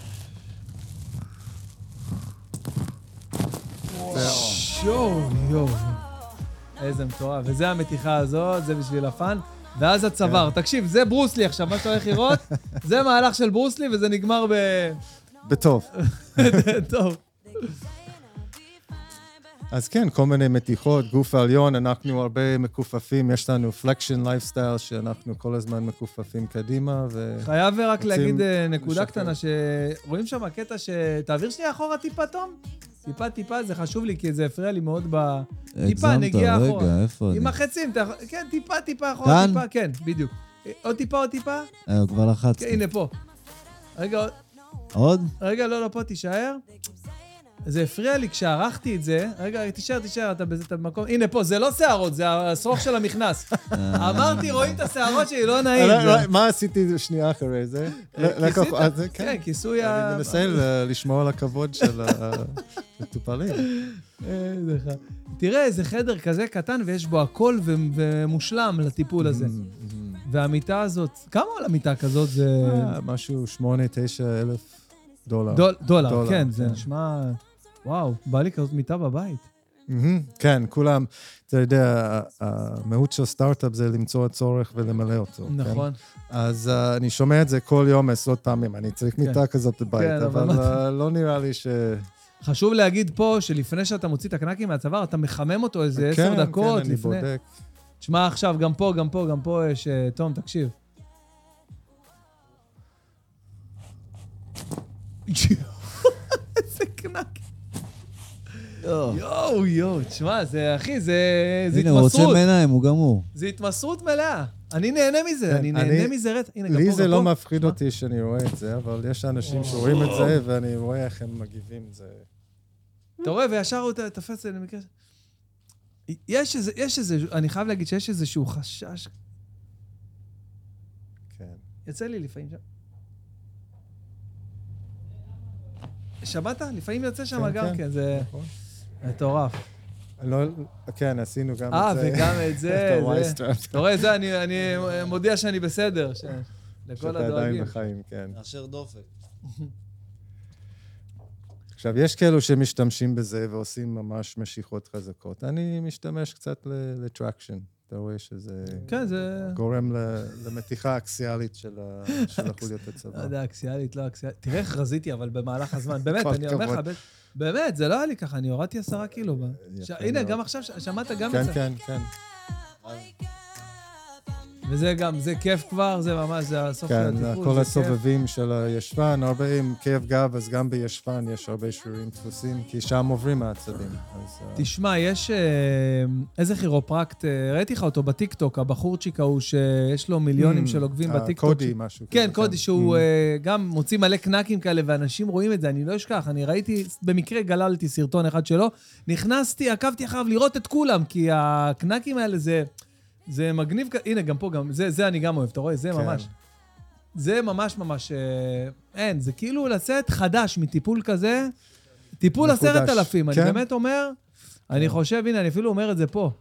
שואו, יואו. איזה מטורף. וזה המתיחה הזאת, זה בשביל הפן. ואז הצוואר. תקשיב, זה ברוסלי עכשיו, מה שאתה הולך לראות, זה מהלך של ברוסלי, וזה נגמר ב... בטוב. טוב. אז כן, כל מיני מתיחות, גוף העליון, אנחנו הרבה מקופפים, יש לנו פלקשן לייפסטייל, שאנחנו כל הזמן מקופפים קדימה, ו... חייב רק להגיד נקודה קטנה, שרואים שם הקטע שתעביר שנייה אחורה טיפה, תום? טיפה, טיפה, זה חשוב לי, כי זה הפריע לי מאוד ב... טיפה, נגיע אחורה. רגע, איפה אני? עם החצים, כן, טיפה, טיפה אחורה, כאן? טיפה, כן, בדיוק. עוד טיפה, עוד טיפה? אה, כבר לחצתי. כן, הנה פה. רגע, עוד. עוד? רגע, לא, לא, פה, תישאר. זה הפריע לי כשערכתי את זה. רגע, תישאר, תישאר, אתה בזה, אתה במקום. הנה פה, זה לא שערות, זה השרוך של המכנס. אמרתי, רואים את השערות שלי, לא נעים. מה עשיתי שנייה אחרי זה? כיסית? כן, כיסוי ה... אני מנסה לשמור על הכבוד של המטופלים. תראה, איזה חדר כזה קטן, ויש בו הכל ומושלם לטיפול הזה. והמיטה הזאת, כמה על המיטה כזאת זה... משהו שמונה, תשע אלף דולר. דולר, כן, זה נשמע... וואו, בא לי כזאת מיטה בבית. כן, כולם, אתה יודע, המהות של סטארט-אפ זה למצוא הצורך ולמלא אותו. נכון. אז אני שומע את זה כל יום עשרות פעמים, אני צריך מיטה כזאת בבית, אבל לא נראה לי ש... חשוב להגיד פה שלפני שאתה מוציא את הקנקים מהצוואר, אתה מחמם אותו איזה עשר דקות כן, לפני. כן, אני בודק. תשמע עכשיו, גם פה, גם פה, גם פה יש... תום, תקשיב. איזה קנק. יואו, יואו, תשמע, זה, אחי, זה התמסרות. הנה, הוא רוצה מעיניים, הוא גמור. זה התמסרות מלאה. אני נהנה מזה, אני נהנה מזה רט. לי זה לא מפחיד אותי שאני רואה את זה, אבל יש אנשים שרואים את זה, ואני רואה איך הם מגיבים את זה. אתה רואה, וישר הוא תפס את זה למקרה... יש איזה, יש איזה, אני חייב להגיד שיש איזשהו חשש. כן. יצא לי לפעמים שם. שמעת? לפעמים יוצא שם גם כן, זה מטורף. כן, עשינו גם את זה. אה, וגם את זה. אתה רואה, זה, אני מודיע שאני בסדר. לכל הדואגים. שאתה עדיין בחיים, כן. אשר דופק. עכשיו, יש כאלו שמשתמשים בזה ועושים ממש משיכות חזקות. אני משתמש קצת לטרקשן. אתה רואה שזה גורם למתיחה אקסיאלית של החוליות הצבא. לא יודע, אקסיאלית, לא אקסיאלית. תראה איך רזיתי, אבל במהלך הזמן. באמת, אני אומר לך, באמת, זה לא היה לי ככה, אני הורדתי עשרה קילו. הנה, גם עכשיו, שמעת גם את זה. כן, כן, כן. וזה גם, זה כיף כבר, זה ממש, זה הסוף של הטיפול. כן, כל הסובבים של הישבן, הרבה עם כאב גב, אז גם בישבן יש הרבה שרירים דפוסים, כי שם עוברים העצבים. תשמע, יש איזה כירופרקט, ראיתי לך אותו בטיקטוק, הבחורצ'יק ההוא שיש לו מיליונים של עוקבים בטיקטוק. קודי, משהו. כן, קודי, שהוא גם מוציא מלא קנקים כאלה, ואנשים רואים את זה, אני לא אשכח, אני ראיתי, במקרה גללתי סרטון אחד שלו, נכנסתי, עקבתי אחריו לראות את כולם, כי הקנקים האלה זה... זה מגניב, הנה, גם פה, גם, זה, זה אני גם אוהב, אתה רואה? זה כן. ממש, זה ממש ממש, אה, אין, זה כאילו לצאת חדש מטיפול כזה, טיפול עשרת אלפים, כן. אני באמת אומר, כן. אני חושב, הנה, אני אפילו אומר את זה פה.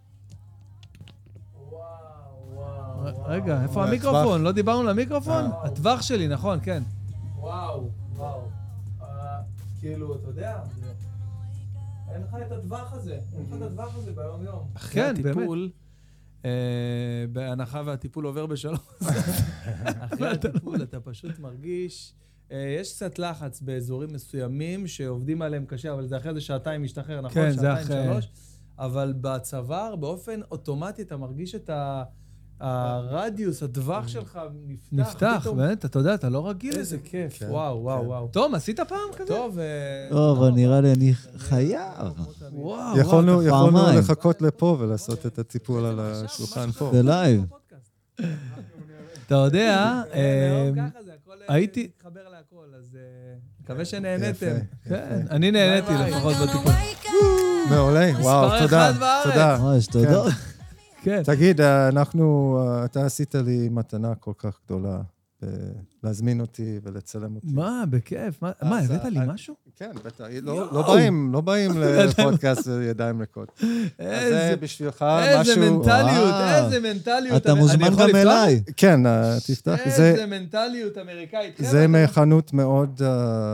וואו, וואו. רגע, וואו. איפה המיקרופון? הטווח. לא דיברנו למיקרופון? וואו. הטווח שלי, נכון, כן. וואו, וואו. אה, כאילו, אתה יודע, זה... אין לך את הטווח הזה, אין לך את הטווח הזה ביום יום. אחרי הטיפול, בהנחה והטיפול עובר בשלום. אחרי הטיפול אתה פשוט מרגיש, יש קצת לחץ באזורים מסוימים שעובדים עליהם קשה, אבל זה אחרי זה שעתיים משתחרר, נכון? כן, זה אחרי. שלוש, אבל בצוואר, באופן אוטומטי, אתה מרגיש את הרדיוס, הטווח שלך נפתח. נפתח, באמת, אתה יודע, אתה לא רגיל. איזה כיף, וואו, וואו, וואו. טוב, עשית פעם כזה? טוב, אבל נראה לי אני חייב. וואו, יכולנו לחכות לפה ולעשות את הטיפול על השולחן פה. זה לייב. אתה יודע, הייתי... מתחבר להכל, אז מקווה שנהניתם. כן, אני נהניתי לפחות בטיפול. מעולה, וואו, תודה. תודה. ממש, תודות. תגיד, אנחנו, אתה עשית לי מתנה כל כך גדולה, להזמין אותי ולצלם אותי. מה, בכיף. מה, הבאת לי משהו? כן, בטח. לא באים לפודקאסט ידיים ריקות. זה בשבילך משהו... איזה מנטליות, איזה מנטליות. אתה מוזמן גם אליי. כן, תפתח. איזה מנטליות אמריקאית. זה מחנות מאוד...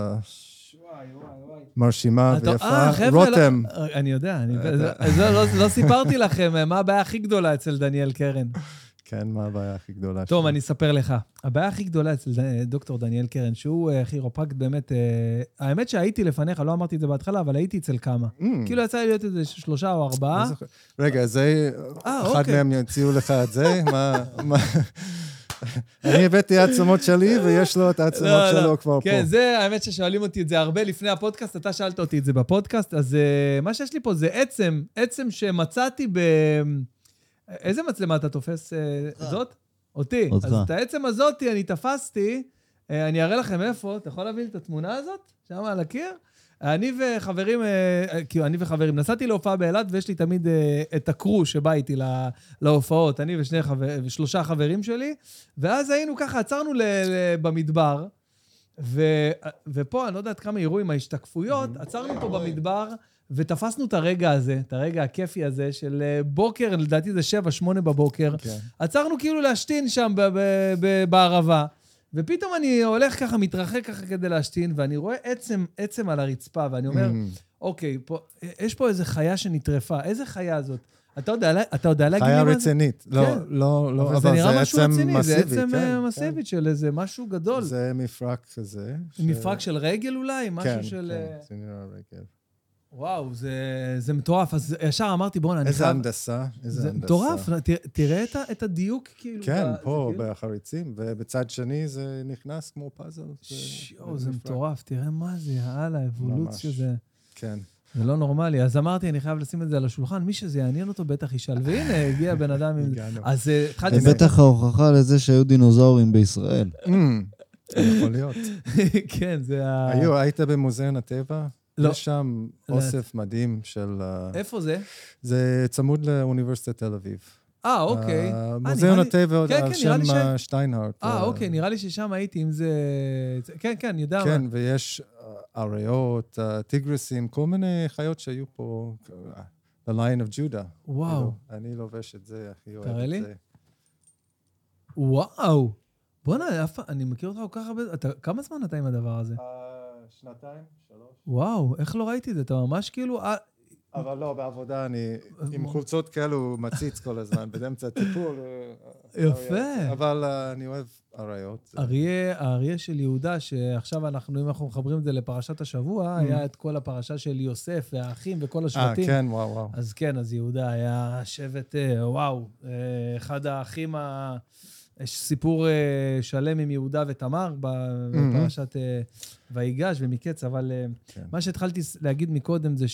מרשימה ויפה, רותם. אני יודע, לא סיפרתי לכם מה הבעיה הכי גדולה אצל דניאל קרן. כן, מה הבעיה הכי גדולה? טוב, אני אספר לך. הבעיה הכי גדולה אצל דוקטור דניאל קרן, שהוא כירופרקט באמת, האמת שהייתי לפניך, לא אמרתי את זה בהתחלה, אבל הייתי אצל כמה. כאילו יצא לי להיות איזה שלושה או ארבעה. רגע, זה, אחד מהם יציעו לך את זה? מה... אני הבאתי העצמות שלי, ויש לו את העצמות שלו כבר פה. כן, זה, האמת ששואלים אותי את זה הרבה לפני הפודקאסט, אתה שאלת אותי את זה בפודקאסט, אז מה שיש לי פה זה עצם, עצם שמצאתי ב... איזה מצלמה אתה תופס? זאת? אותי. אז את העצם הזאת אני תפסתי, אני אראה לכם איפה, אתה יכול להביא את התמונה הזאת? שם על הקיר? אני וחברים, כאילו, אני וחברים, נסעתי להופעה באילת, ויש לי תמיד את הקרו שבא איתי להופעות, אני ושני חבר, ושלושה חברים שלי, ואז היינו ככה, עצרנו במדבר, ופה, אני לא יודעת כמה יראו עם ההשתקפויות, עצרנו פה במדבר, ותפסנו את הרגע הזה, את הרגע הכיפי הזה, של בוקר, לדעתי זה שבע, שמונה בבוקר, עצרנו כאילו להשתין שם בערבה, ופתאום אני הולך ככה, מתרחק ככה כדי להשתין, ואני רואה עצם, עצם על הרצפה, ואני אומר, אוקיי, פה, יש פה איזו חיה שנטרפה, איזה חיה זאת? אתה יודע להגיד לי חיה מה זה? רצינית. לא, לא, לא, אבל זה נראה משהו רציני, זה מסיבי, עצם כן, מסיבית של איזה משהו גדול. זה מפרק כזה. מפרק של רגל אולי? משהו של... כן, כן, זה נראה רגל. וואו, זה מטורף. אז ישר אמרתי, בואו, אני חייב... איזה הנדסה, איזה הנדסה. זה מטורף, תראה את הדיוק כאילו. כן, פה, בחריצים, ובצד שני זה נכנס כמו פאזל. שיו, זה מטורף, תראה מה זה, הלאה, אבולוציה זה... כן. זה לא נורמלי. אז אמרתי, אני חייב לשים את זה על השולחן, מי שזה יעניין אותו בטח ישאל, והנה, הגיע בן אדם עם... אז התחלתי... זה בטח ההוכחה לזה שהיו דינוזאורים בישראל. יכול להיות. כן, זה ה... היו, היית במוזיאון הטבע? לא. יש שם אוסף מדהים של... איפה זה? זה צמוד לאוניברסיטת תל אביב. אה, אוקיי. מוזיאון הטבע על שם שטיינהרט. אה, אוקיי, נראה לי ששם הייתי, אם זה... כן, כן, אני יודע מה. כן, ויש אריות, טיגרסים, כל מיני חיות שהיו פה. The Lion of Judah. וואו. אני לובש את זה, הכי אוהב את זה. תראה לי. וואו. בוא'נה, אני מכיר אותך כל כך הרבה... כמה זמן אתה עם הדבר הזה? שנתיים, שלוש. וואו, איך לא ראיתי את זה? אתה ממש כאילו... אבל לא, בעבודה אני עם חולצות כאלו מציץ כל הזמן, באמצע טיפול. יפה. אבל אני אוהב אריות. האריה של יהודה, שעכשיו אנחנו, אם אנחנו מחברים את זה לפרשת השבוע, היה את כל הפרשה של יוסף והאחים וכל השבטים. אה, כן, וואו, וואו. אז כן, אז יהודה היה שבט, וואו, אחד האחים ה... יש סיפור שלם עם יהודה ותמר בפרשת ויגש ומקץ, אבל מה שהתחלתי להגיד מקודם זה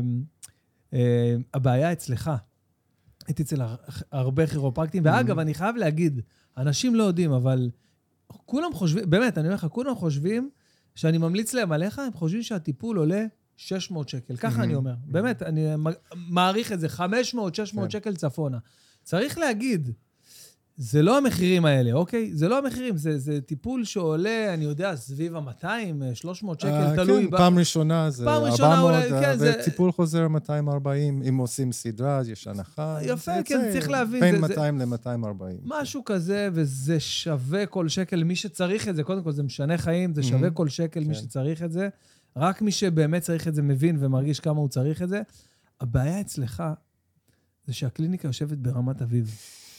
שהבעיה אצלך. הייתי אצל הרבה כירופרקטים, ואגב, אני חייב להגיד, אנשים לא יודעים, אבל כולם חושבים, באמת, אני אומר לך, כולם חושבים שאני ממליץ להם עליך, הם חושבים שהטיפול עולה שש מאות שקל. ככה אני אומר. באמת, אני מעריך את זה, חמש מאות שש מאות שקל צפונה. צריך להגיד, זה לא המחירים האלה, אוקיי? זה לא המחירים, זה, זה טיפול שעולה, אני יודע, סביב ה-מאתיים, שלוש מאות שקל, תלוי. כן, פעם ראשונה זה פעם ראשונה ארבע מאות, אולי, כן, זה... וטיפול חוזר מאתיים וארבעים, אם עושים סדרה, אז יש הנחה. יפה, כן, צריך להבין. בין זה, מאתיים זה... ל-מאתיים וארבעים. משהו כזה, וזה שווה כל שקל, מי שצריך את זה, קודם כל זה משנה חיים, זה שווה כל שקל מי שצריך את זה. רק מי שבאמת צריך את זה מבין ומרגיש כמה הוא צריך את זה. הבעיה אצלך זה שהקליניקה יושבת ברמת אביב.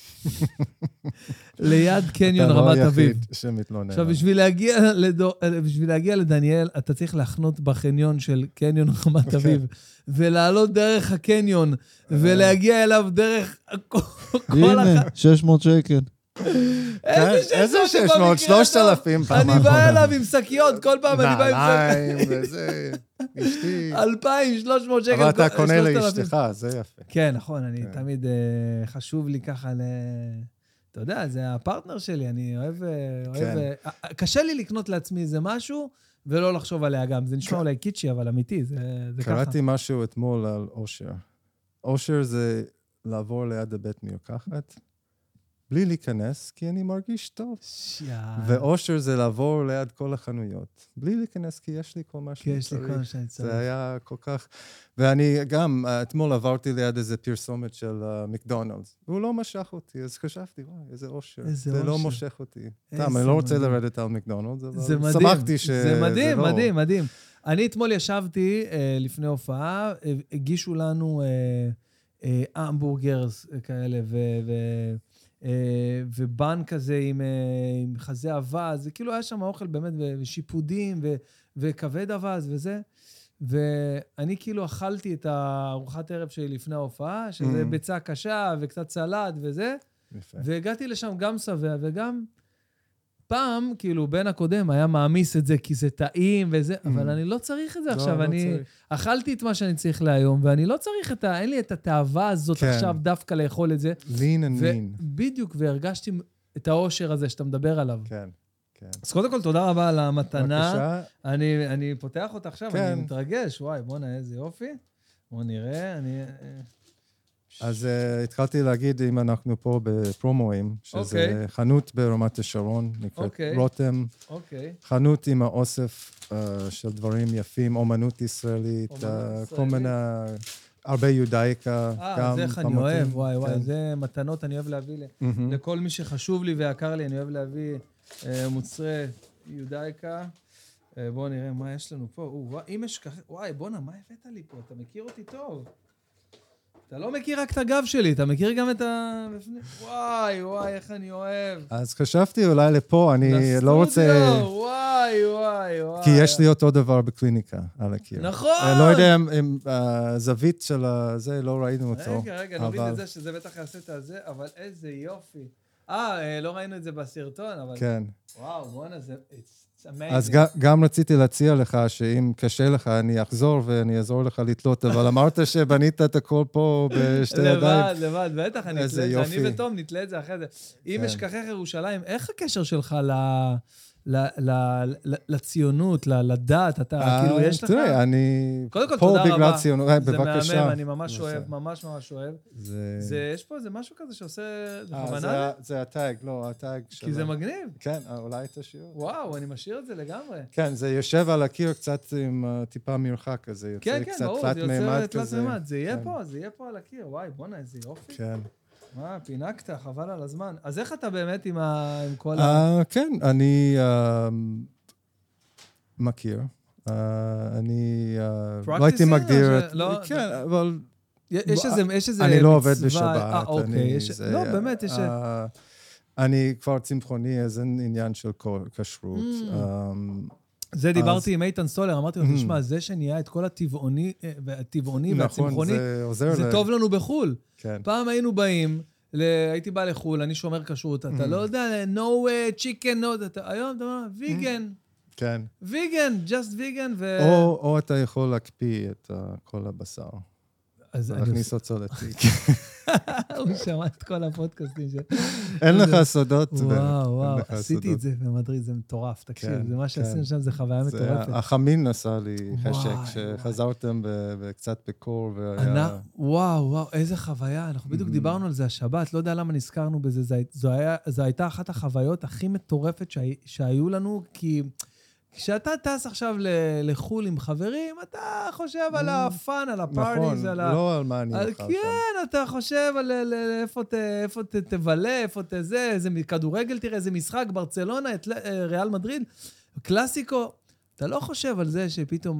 ליד קניון רמת אביב. עכשיו, בשביל להגיע, לדו, בשביל להגיע לדניאל, אתה צריך לחנות בחניון של קניון רמת אביב, ולעלות דרך הקניון, ולהגיע אליו דרך כל הנה, שש מאות שקל. איזה שש מאות? שלושת אלפים פעם. אני בא אליו עם שקיות, כל פעם אני בא עם שקיות. נעליים וזה, אשתי. אלפיים, שלוש מאות שקל. אבל אתה קונה לאשתך, זה יפה. כן, נכון, אני תמיד חשוב לי ככה ל... אתה יודע, זה הפרטנר שלי, אני אוהב... קשה לי לקנות לעצמי איזה משהו, ולא לחשוב עליה גם. זה נשמע אולי קיצ'י, אבל אמיתי, זה ככה. קראתי משהו אתמול על אושר. אושר זה לעבור ליד הבית מרקחת, בלי להיכנס, כי אני מרגיש טוב. ואושר זה לעבור ליד כל החנויות. בלי להיכנס, כי יש לי כל מה שאני צריך. כי יש לי כל מה שאני צריך. זה היה כל כך... ואני גם, אתמול עברתי ליד איזה פרסומת של מקדונלדס, והוא לא משך אותי, אז חשבתי, וואי, איזה אושר. זה לא מושך אותי. טוב, אני לא רוצה לרדת על מקדונלדס, אבל שמחתי ש... זה מדהים, מדהים, מדהים. אני אתמול ישבתי לפני הופעה, הגישו לנו המבורגרס כאלה, ו... ובן כזה עם, עם חזה אבז, זה כאילו היה שם אוכל באמת, ושיפודים, ו, וכבד אבז וזה, ואני כאילו אכלתי את הארוחת ערב שלי לפני ההופעה, שזה mm. ביצה קשה וקצת סלט וזה, יפה. והגעתי לשם גם שבע וגם פעם, כאילו בין הקודם היה מאמיס את זה, כי זה טעים וזה, mm. אבל אני לא צריך את זה לא, עכשיו, לא אני צריך. אכלתי את מה שאני צריך להיום, ואני לא צריך את ה... אין לי את התאווה הזאת כן. עכשיו דווקא לאכול את זה. lean and mean. בדיוק, והרגשתי את האושר הזה שאתה מדבר עליו. כן, כן. אז קודם כל, תודה רבה על המתנה. בבקשה. אני, אני פותח אותה עכשיו, כן. אני מתרגש. וואי, בוא נראה איזה יופי. בוא נראה, אני... אז uh, התחלתי להגיד, אם אנחנו פה בפרומואים, שזה okay. חנות ברמת השרון, נקראת okay. רותם. Okay. חנות עם האוסף uh, של דברים יפים, אומנות ישראלית, אומנות uh, ישראלית. כל מיני, הרבה יודאיקה. אה, זה איך אני אוהב, וואי וואי, כן. זה מתנות אני אוהב להביא mm-hmm. לכל מי שחשוב לי ויקר לי, אני אוהב להביא uh, מוצרי יודאיקה. Uh, בואו נראה מה יש לנו פה. וואי, אם יש ככה, וואי, בוא'נה, מה הבאת לי פה? אתה מכיר אותי טוב. אתה לא מכיר רק את הגב שלי, אתה מכיר גם את ה... וואי, וואי, איך אני אוהב. אז חשבתי אולי לפה, אני לא רוצה... לסטודיו, וואי, וואי, וואי. כי יש לי אותו דבר בקליניקה על הקיר. נכון. לא יודע אם הזווית של זה, לא ראינו אותו. רגע, רגע, נוריד את זה, שזה בטח יעשה את זה, אבל איזה יופי. אה, לא ראינו את זה בסרטון, אבל... כן. וואו, בוא'נה, זה... אז גם רציתי להציע לך שאם קשה לך, אני אחזור ואני אעזור לך לתלות, אבל אמרת שבנית את הכל פה בשתי ידיים. לבד, לבד, בטח, אני אתלה את זה, אני ותום נתלה את זה אחרי זה. אם אשכחך ירושלים, איך הקשר שלך לציונות, לדת, אתה כאילו יש לך... תראה, אני פה בגלל ציונות, בבקשה. זה מהמם, אני ממש אוהב, ממש ממש אוהב. יש פה איזה משהו כזה שעושה... זה הטאג, לא, הטאג שלו. כי זה מגניב. כן, אולי תשאיר. וואו, אני משאיר את זה לגמרי. כן, זה יושב על הקיר קצת עם טיפה מרחק, אז זה יוצא קצת תלת מימד כזה. זה יהיה פה, זה יהיה פה על הקיר. וואי, בוא'נה, איזה יופי. כן. מה, פינקת, חבל על הזמן. אז איך אתה באמת עם כל ה... כן, אני מכיר. אני לא הייתי מגדיר את... כן, אבל... יש איזה מצווה... אני לא עובד בשבת. אה, אוקיי. לא, באמת, יש... אני כבר צמחוני, אז אין עניין של כשרות. זה דיברתי עם איתן סולר, אמרתי לו, תשמע, זה שנהיה את כל הטבעוני והצמחוני, זה טוב לנו בחול. פעם היינו באים, הייתי בא לחול, אני שומר כשרות, אתה לא יודע, no chicken, no, היום אתה אומר, ויגן. כן. ויגן, just ויגן. או אתה יכול להקפיא את כל הבשר. להכניס אותו לתיק. הוא שמע את כל הפודקאסטים של... אין לך סודות. וואו, וואו, עשיתי את זה במדריד, זה מטורף, תקשיב, זה מה שעשינו שם, זה חוויה מטורפת. החמין עשה לי חשק, שחזרתם קצת בקור. וואו, וואו, איזה חוויה, אנחנו בדיוק דיברנו על זה השבת, לא יודע למה נזכרנו בזה, זו הייתה אחת החוויות הכי מטורפת שהיו לנו, כי... כשאתה טס עכשיו לחול עם חברים, אתה חושב על הפאן, על הפארטיז, על ה... נכון, לא על מה אני אוכל שם. כן, אתה חושב על איפה תבלה, איפה תזה, איזה כדורגל תראה, איזה משחק, ברצלונה, ריאל מדריד, קלאסיקו. אתה לא חושב על זה שפתאום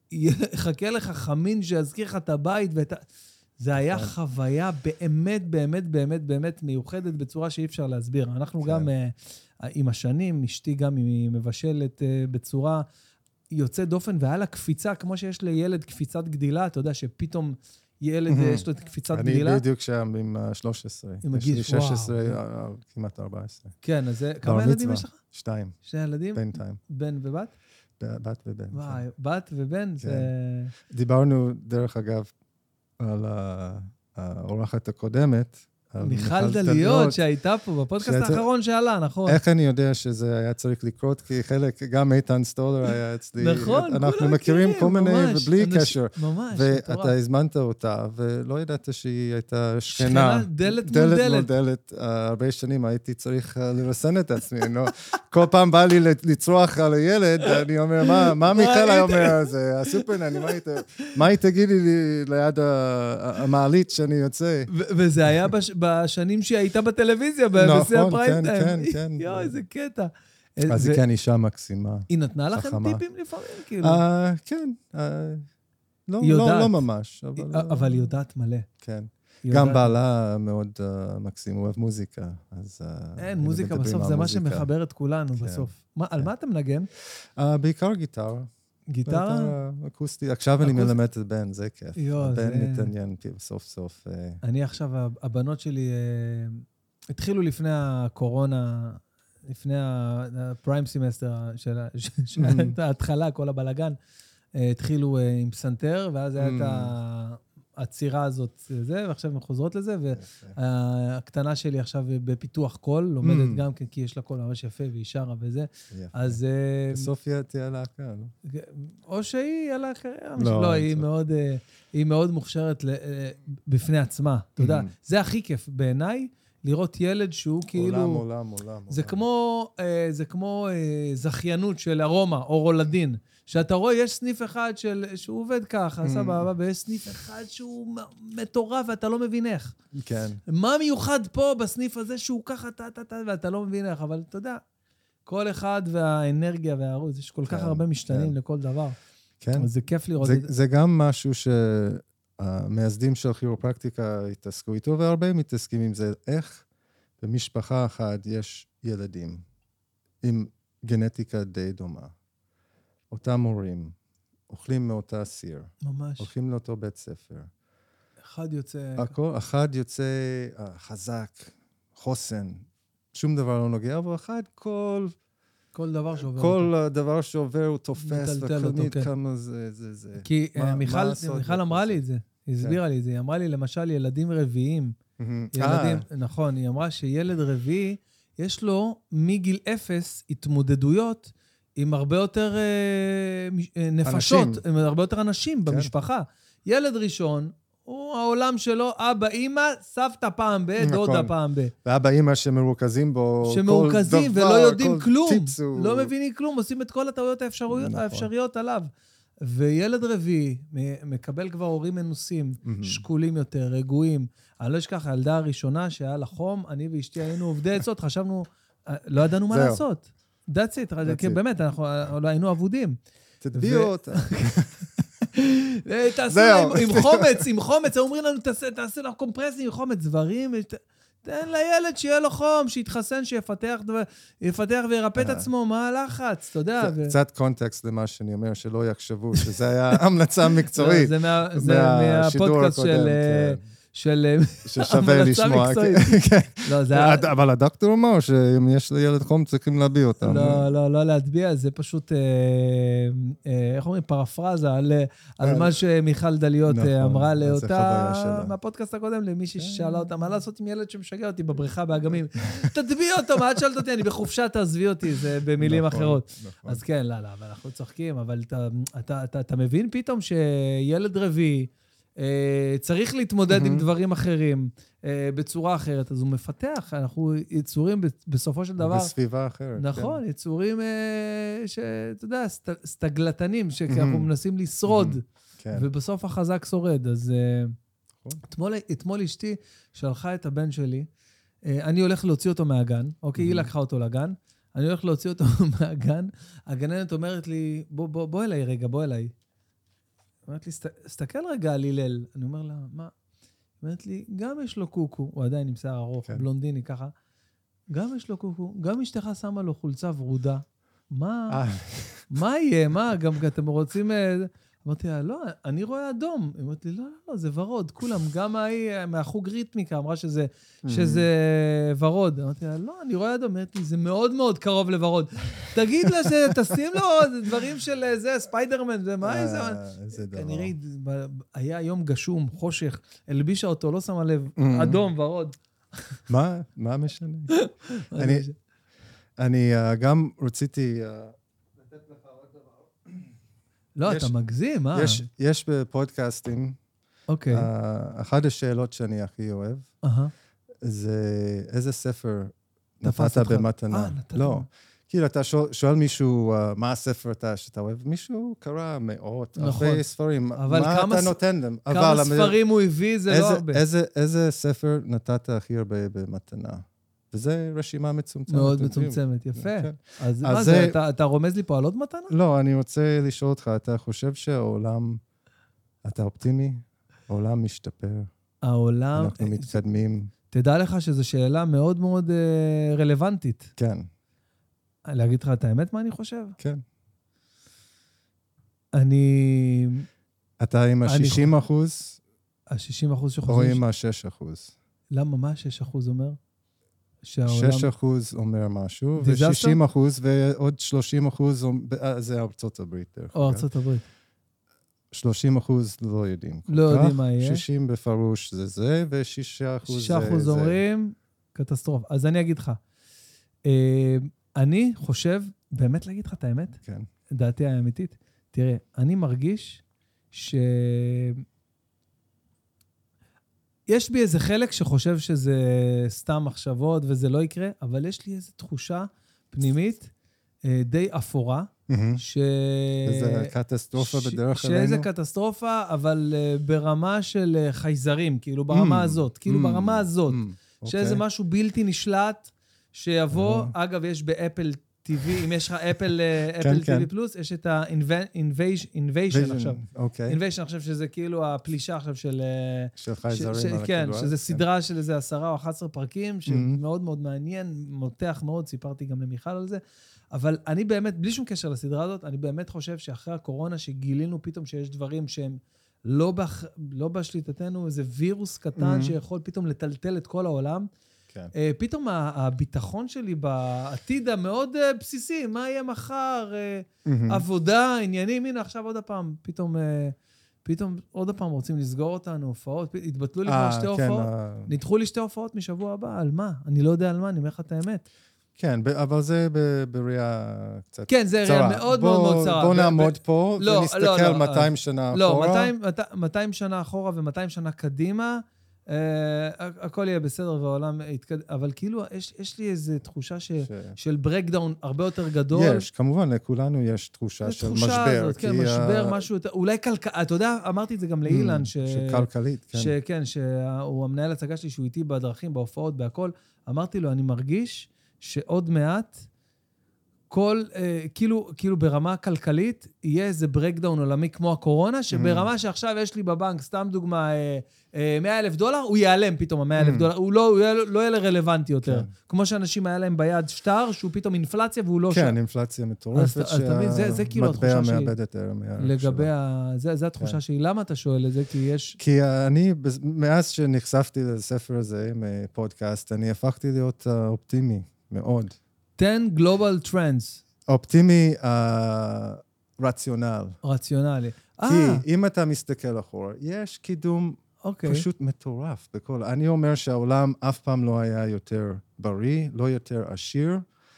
יחכה לך חמין שיזכיר לך את הבית, זה היה חוויה באמת, באמת, באמת, באמת מיוחדת בצורה שאי אפשר להסביר. אנחנו גם... עם השנים, אשתי גם היא מבשלת בצורה יוצאת דופן, והיה לה קפיצה, כמו שיש לילד קפיצת גדילה, אתה יודע שפתאום ילד יש לו את קפיצת גדילה. אני בדיוק שם עם שלוש עשרה. עם הגיל, שש עשרה, כמעט ארבע עשרה. כן, אז כמה ילדים יש לך? שתיים. שני ילדים? בינתיים. בן ובת? בת ובן. וואי, בת ובן זה... דיברנו, דרך אגב, על האורחת הקודמת, מיכל דליות שהייתה פה בפודקאסט האחרון שעלה, נכון. איך אני יודע שזה היה צריך לקרות? כי חלק, גם איתן סטולר היה אצלי. נכון, אנחנו מכירים כל מיני, ובלי קשר. ממש, ואתה הזמנת אותה, ולא ידעת שהיא הייתה שכנה. דלת מול דלת. דלת מול דלת. הרבה שנים הייתי צריך לרסן את עצמי. כל פעם בא לי לצרוח על הילד, אני אומר, מה מיכל היה אומר? זה הסופרנני, מה היא תגידי לי ליד המעלית שאני יוצא? וזה היה בשנים שהיא הייתה בטלוויזיה, בשיא הפריים טיים. כן, כן. יואו, איזה קטע. אז היא כן אישה מקסימה. היא נתנה לכם טיפים לפעמים, כאילו? כן. לא ממש. אבל היא יודעת מלא. כן. גם בעלה מאוד מקסים, הוא אוהב מוזיקה. אין, מוזיקה בסוף, זה מה שמחבר את כולנו בסוף. על מה אתה מנגן? בעיקר גיטרה. גיטרה? אקוסטי. עכשיו אני מלמד את בן, זה כיף. הבן מתעניין סוף סוף. אני עכשיו, הבנות שלי התחילו לפני הקורונה, לפני הפריים סמסטר של ההתחלה, כל הבלגן, התחילו עם פסנתר, ואז הייתה הצירה הזאת, זה, ועכשיו הן חוזרות לזה, והקטנה שלי עכשיו בפיתוח קול, לומדת גם כי יש לה קול ממש יפה, והיא שרה וזה. אז... בסוף תהיה להקה, לא? או שהיא הלהקה, לא, היא מאוד מוכשרת בפני עצמה, אתה יודע. זה הכי כיף בעיניי, לראות ילד שהוא כאילו... עולם, עולם, עולם. זה כמו זכיינות של ארומה, או רולדין. שאתה רואה, יש סניף אחד של, שהוא עובד ככה, סבבה, ויש סניף אחד שהוא מטורף, ואתה לא מבין איך. כן. מה מיוחד פה בסניף הזה שהוא ככה, טה, טה, טה, ואתה לא מבין איך, אבל אתה יודע, כל אחד והאנרגיה והערוץ, יש כל כך הרבה משתנים לכל דבר. כן. אז זה כיף לראות את זה. זה גם משהו המייסדים של כירופרקטיקה התעסקו איתו, והרבה מתעסקים עם זה, איך במשפחה אחת יש ילדים עם גנטיקה די דומה. אותם הורים, אוכלים מאותה סיר. ממש. הולכים לאותו בית ספר. אחד יוצא... הכל, אחד יוצא חזק, חוסן, שום דבר לא נוגע, אבל אחד כל... כל דבר שעובר כל אותו. דבר שעובר הוא תופס, וקלנית כן. כמה זה, זה, זה. כי מה, מיכל, מה מיכל אמרה לי את זה, היא הסבירה לי את זה, היא אמרה לי, למשל, ילדים רביעיים, ילדים, נכון, היא אמרה שילד רביעי, יש לו מגיל אפס התמודדויות עם הרבה יותר אה, נפשות, אנשים. עם הרבה יותר אנשים כן. במשפחה. ילד ראשון, הוא העולם שלו, אבא, אמא, סבתא פעם ב, דודה פעם ב. ואבא, אמא שמרוכזים בו, שמרוכזים ולא יודעים כלום. טיפסו. לא מבינים כלום, עושים את כל הטעויות האפשריות, נכון. האפשריות עליו. וילד רביעי מקבל כבר הורים מנוסים, mm-hmm. שקולים יותר, רגועים. אני לא אשכח, הילדה הראשונה שהיה לה חום, אני ואשתי היינו עובדי עצות, חשבנו, לא ידענו מה לעשות. That's it, That's it. באמת, אנחנו היינו עבודים. תדביעו אותה. תעשו עם חומץ, עם חומץ, אומרים לנו, תעשו לך קומפרסים עם חומץ, דברים, תן לילד שיהיה לו חום, שיתחסן, שיפתח וירפא את עצמו, מה הלחץ, אתה יודע. קצת קונטקסט למה שאני אומר, שלא יחשבו, שזה היה המלצה מקצועית. זה מהפודקאסט של... של ששווה לשמוע. אבל הדוקטור אמר שאם יש לילד חום צריכים להביע אותם. לא, לא, לא להטביע, זה פשוט, איך אומרים, פרפרזה על מה שמיכל דליות אמרה לאותה, מהפודקאסט הקודם, למישהי ששאלה אותה, מה לעשות עם ילד שמשגע אותי בבריכה באגמים? תטביע אותו, מה את שואלת אותי? אני בחופשה, תעזבי אותי, זה במילים אחרות. אז כן, לא, לא, אנחנו צוחקים, אבל אתה מבין פתאום שילד רביעי, צריך להתמודד עם דברים אחרים, בצורה אחרת, אז הוא מפתח, אנחנו יצורים בסופו של דבר... בסביבה אחרת. נכון, יצורים שאתה יודע, סטגלטנים, שאנחנו מנסים לשרוד, ובסוף החזק שורד, אז אתמול אשתי שלחה את הבן שלי, אני הולך להוציא אותו מהגן, אוקיי, היא לקחה אותו לגן, אני הולך להוציא אותו מהגן, הגננת אומרת לי, בוא אליי רגע, בוא אליי. אומרת לי, סתכל רגע על הלל. אני אומר לה, מה? אומרת לי, גם יש לו קוקו, הוא עדיין עם שיער ארוך, כן. בלונדיני ככה, גם יש לו קוקו, גם אשתך שמה לו חולצה ורודה. מה? מה יהיה? מה? גם אתם רוצים... אמרתי לה, לא, אני רואה אדום. אמרתי לי, לא, לא, לא, זה ורוד. כולם, גם ההיא מהחוג ריתמיקה אמרה שזה, שזה ורוד. אמרתי לה, לא, אני רואה אדום. אמרתי לי, זה מאוד מאוד קרוב לוורוד. תגיד לה שתשים לו דברים של זה, ספיידרמן, זה מה איזה... כנראה, היה יום גשום, חושך, הלבישה אותו, לא שמה לב, אדום, ורוד. מה? מה משנה? אני גם רציתי... לא, אתה מגזים, מה? יש, יש בפודקאסטים, אוקיי. uh, אחת השאלות שאני הכי אוהב, uh-huh. זה איזה ספר נתת במתנה. אה, נתת. לא. כאילו, אתה שואל, שואל מישהו, uh, מה הספר אתה, שאתה אוהב? מישהו קרא מאות, נכון. הרבה ספרים. אבל מה כמה, אתה נותן להם? כמה אבל, ספרים הוא הביא, זה איזה, לא הרבה. איזה, איזה ספר נתת הכי הרבה במתנה? וזה רשימה מצומצמת. מאוד מצומצמת, יפה. כן. אז מה זה, אתה, אתה רומז לי פה על עוד מתנה? לא, אני רוצה לשאול אותך, אתה חושב שהעולם, אתה אופטימי? העולם משתפר? העולם... אנחנו מתקדמים? תדע לך שזו שאלה מאוד מאוד uh, רלוונטית. כן. להגיד לך את האמת מה אני חושב? כן. אני... אתה עם ה-שישים אחוז? ה-שישים אחוז שחוזרים... או עם ה-שש אחוז? למה? מה ה-שש אחוז אומר? שש אחוז אומר משהו, ו-שישים אחוז, ועוד שלושים אחוז, זה ארצות הברית. או ארצות הברית. שלושים אחוז לא יודעים. לא יודעים מה יהיה. שישים בפירוש זה זה, ושישה אחוז זה זה. שישה אחוז אומרים, קטסטרופה. אז אני אגיד לך, אני חושב, באמת להגיד לך את האמת, כן. דעתי האמיתית, תראה, אני מרגיש ש... יש בי איזה חלק שחושב שזה סתם מחשבות וזה לא יקרה, אבל יש לי איזו תחושה פנימית די אפורה, ש... איזה קטסטרופה בדרך אלינו? שאיזה קטסטרופה, אבל ברמה של חייזרים, כאילו ברמה הזאת, כאילו ברמה הזאת, שאיזה משהו בלתי נשלט, שיבוא, אגב, יש באפל טיווי, אם יש לך אפל טיווי פלוס, יש את ה-Invasion עכשיו. אוקיי. Invasion, אני חושב שזה כאילו הפלישה עכשיו של... של חייזרים על כן, שזה סדרה של איזה עשרה או אחת עשרה פרקים, שמאוד מאוד מעניין, מותח מאוד, סיפרתי גם למיכל על זה. אבל אני באמת, בלי שום קשר לסדרה הזאת, אני באמת חושב שאחרי הקורונה, שגילינו פתאום שיש דברים שהם לא, בח... לא בשליטתנו, איזה וירוס קטן mm-hmm. שיכול פתאום לטלטל את כל העולם. כן. Uh, פתאום הביטחון שלי בעתיד המאוד uh, בסיסי, מה יהיה מחר, uh, mm-hmm. עבודה, עניינים, הנה עכשיו עוד הפעם, פתאום, uh, פתאום עוד הפעם רוצים לסגור אותנו, הופעות, התבטלו לי כבר שתי הופעות, כן, נדחו לי שתי הופעות משבוע הבא, על מה? אני לא יודע על מה, אני אומר לך את האמת. כן, אבל זה בראייה קצת כן, זה ראייה מאוד מאוד מאוד צרה. בוא נעמוד פה ונסתכל מאתיים שנה אחורה. לא, מאתיים שנה אחורה ו-מאתיים שנה קדימה, הכל יהיה בסדר והעולם יתקדם, אבל כאילו יש לי איזו תחושה של ברקדאון הרבה יותר גדול. יש, כמובן, לכולנו יש תחושה של משבר. כן, משבר, משהו יותר, אולי כלכלית, אתה יודע, אמרתי את זה גם לאילן, שכלכלית, כן. כן, שהוא המנהל הצגה שלי, שהוא איתי בדרכים, בהופעות, בהכל, אמרתי לו, אני מרגיש שעוד מעט, כל, אה, כאילו, כאילו ברמה כלכלית, יהיה איזה ברקדאון עולמי כמו הקורונה, שברמה שעכשיו יש לי בבנק, סתם דוגמה, אה, אה, מאה אלף דולר, הוא ייעלם פתאום, מאה אלף דולר, הוא לא, הוא יהיה, לא יהיה רלוונטי יותר. כן. כמו שאנשים היה להם ביד שטר, שהוא פתאום אינפלציה והוא לא כן, שם. כן, אינפלציה מטורפת, שהמטבע מאבד את הערך. לגבי, ה... זה, זה התחושה כן. שלי. למה אתה שואל את זה? כי יש... כי אני, מאז שנחשפתי לספר הזה, מפודקאסט, אני הפכתי להיות אופטימי מאוד. ten global trends. אופטימי uh, רציונל. רציונלי. כי 아. אם אתה מסתכל אחורה, יש קידום okay. פשוט מטורף בכל. אני אומר שהעולם אף פעם לא היה יותר בריא, לא יותר עשיר,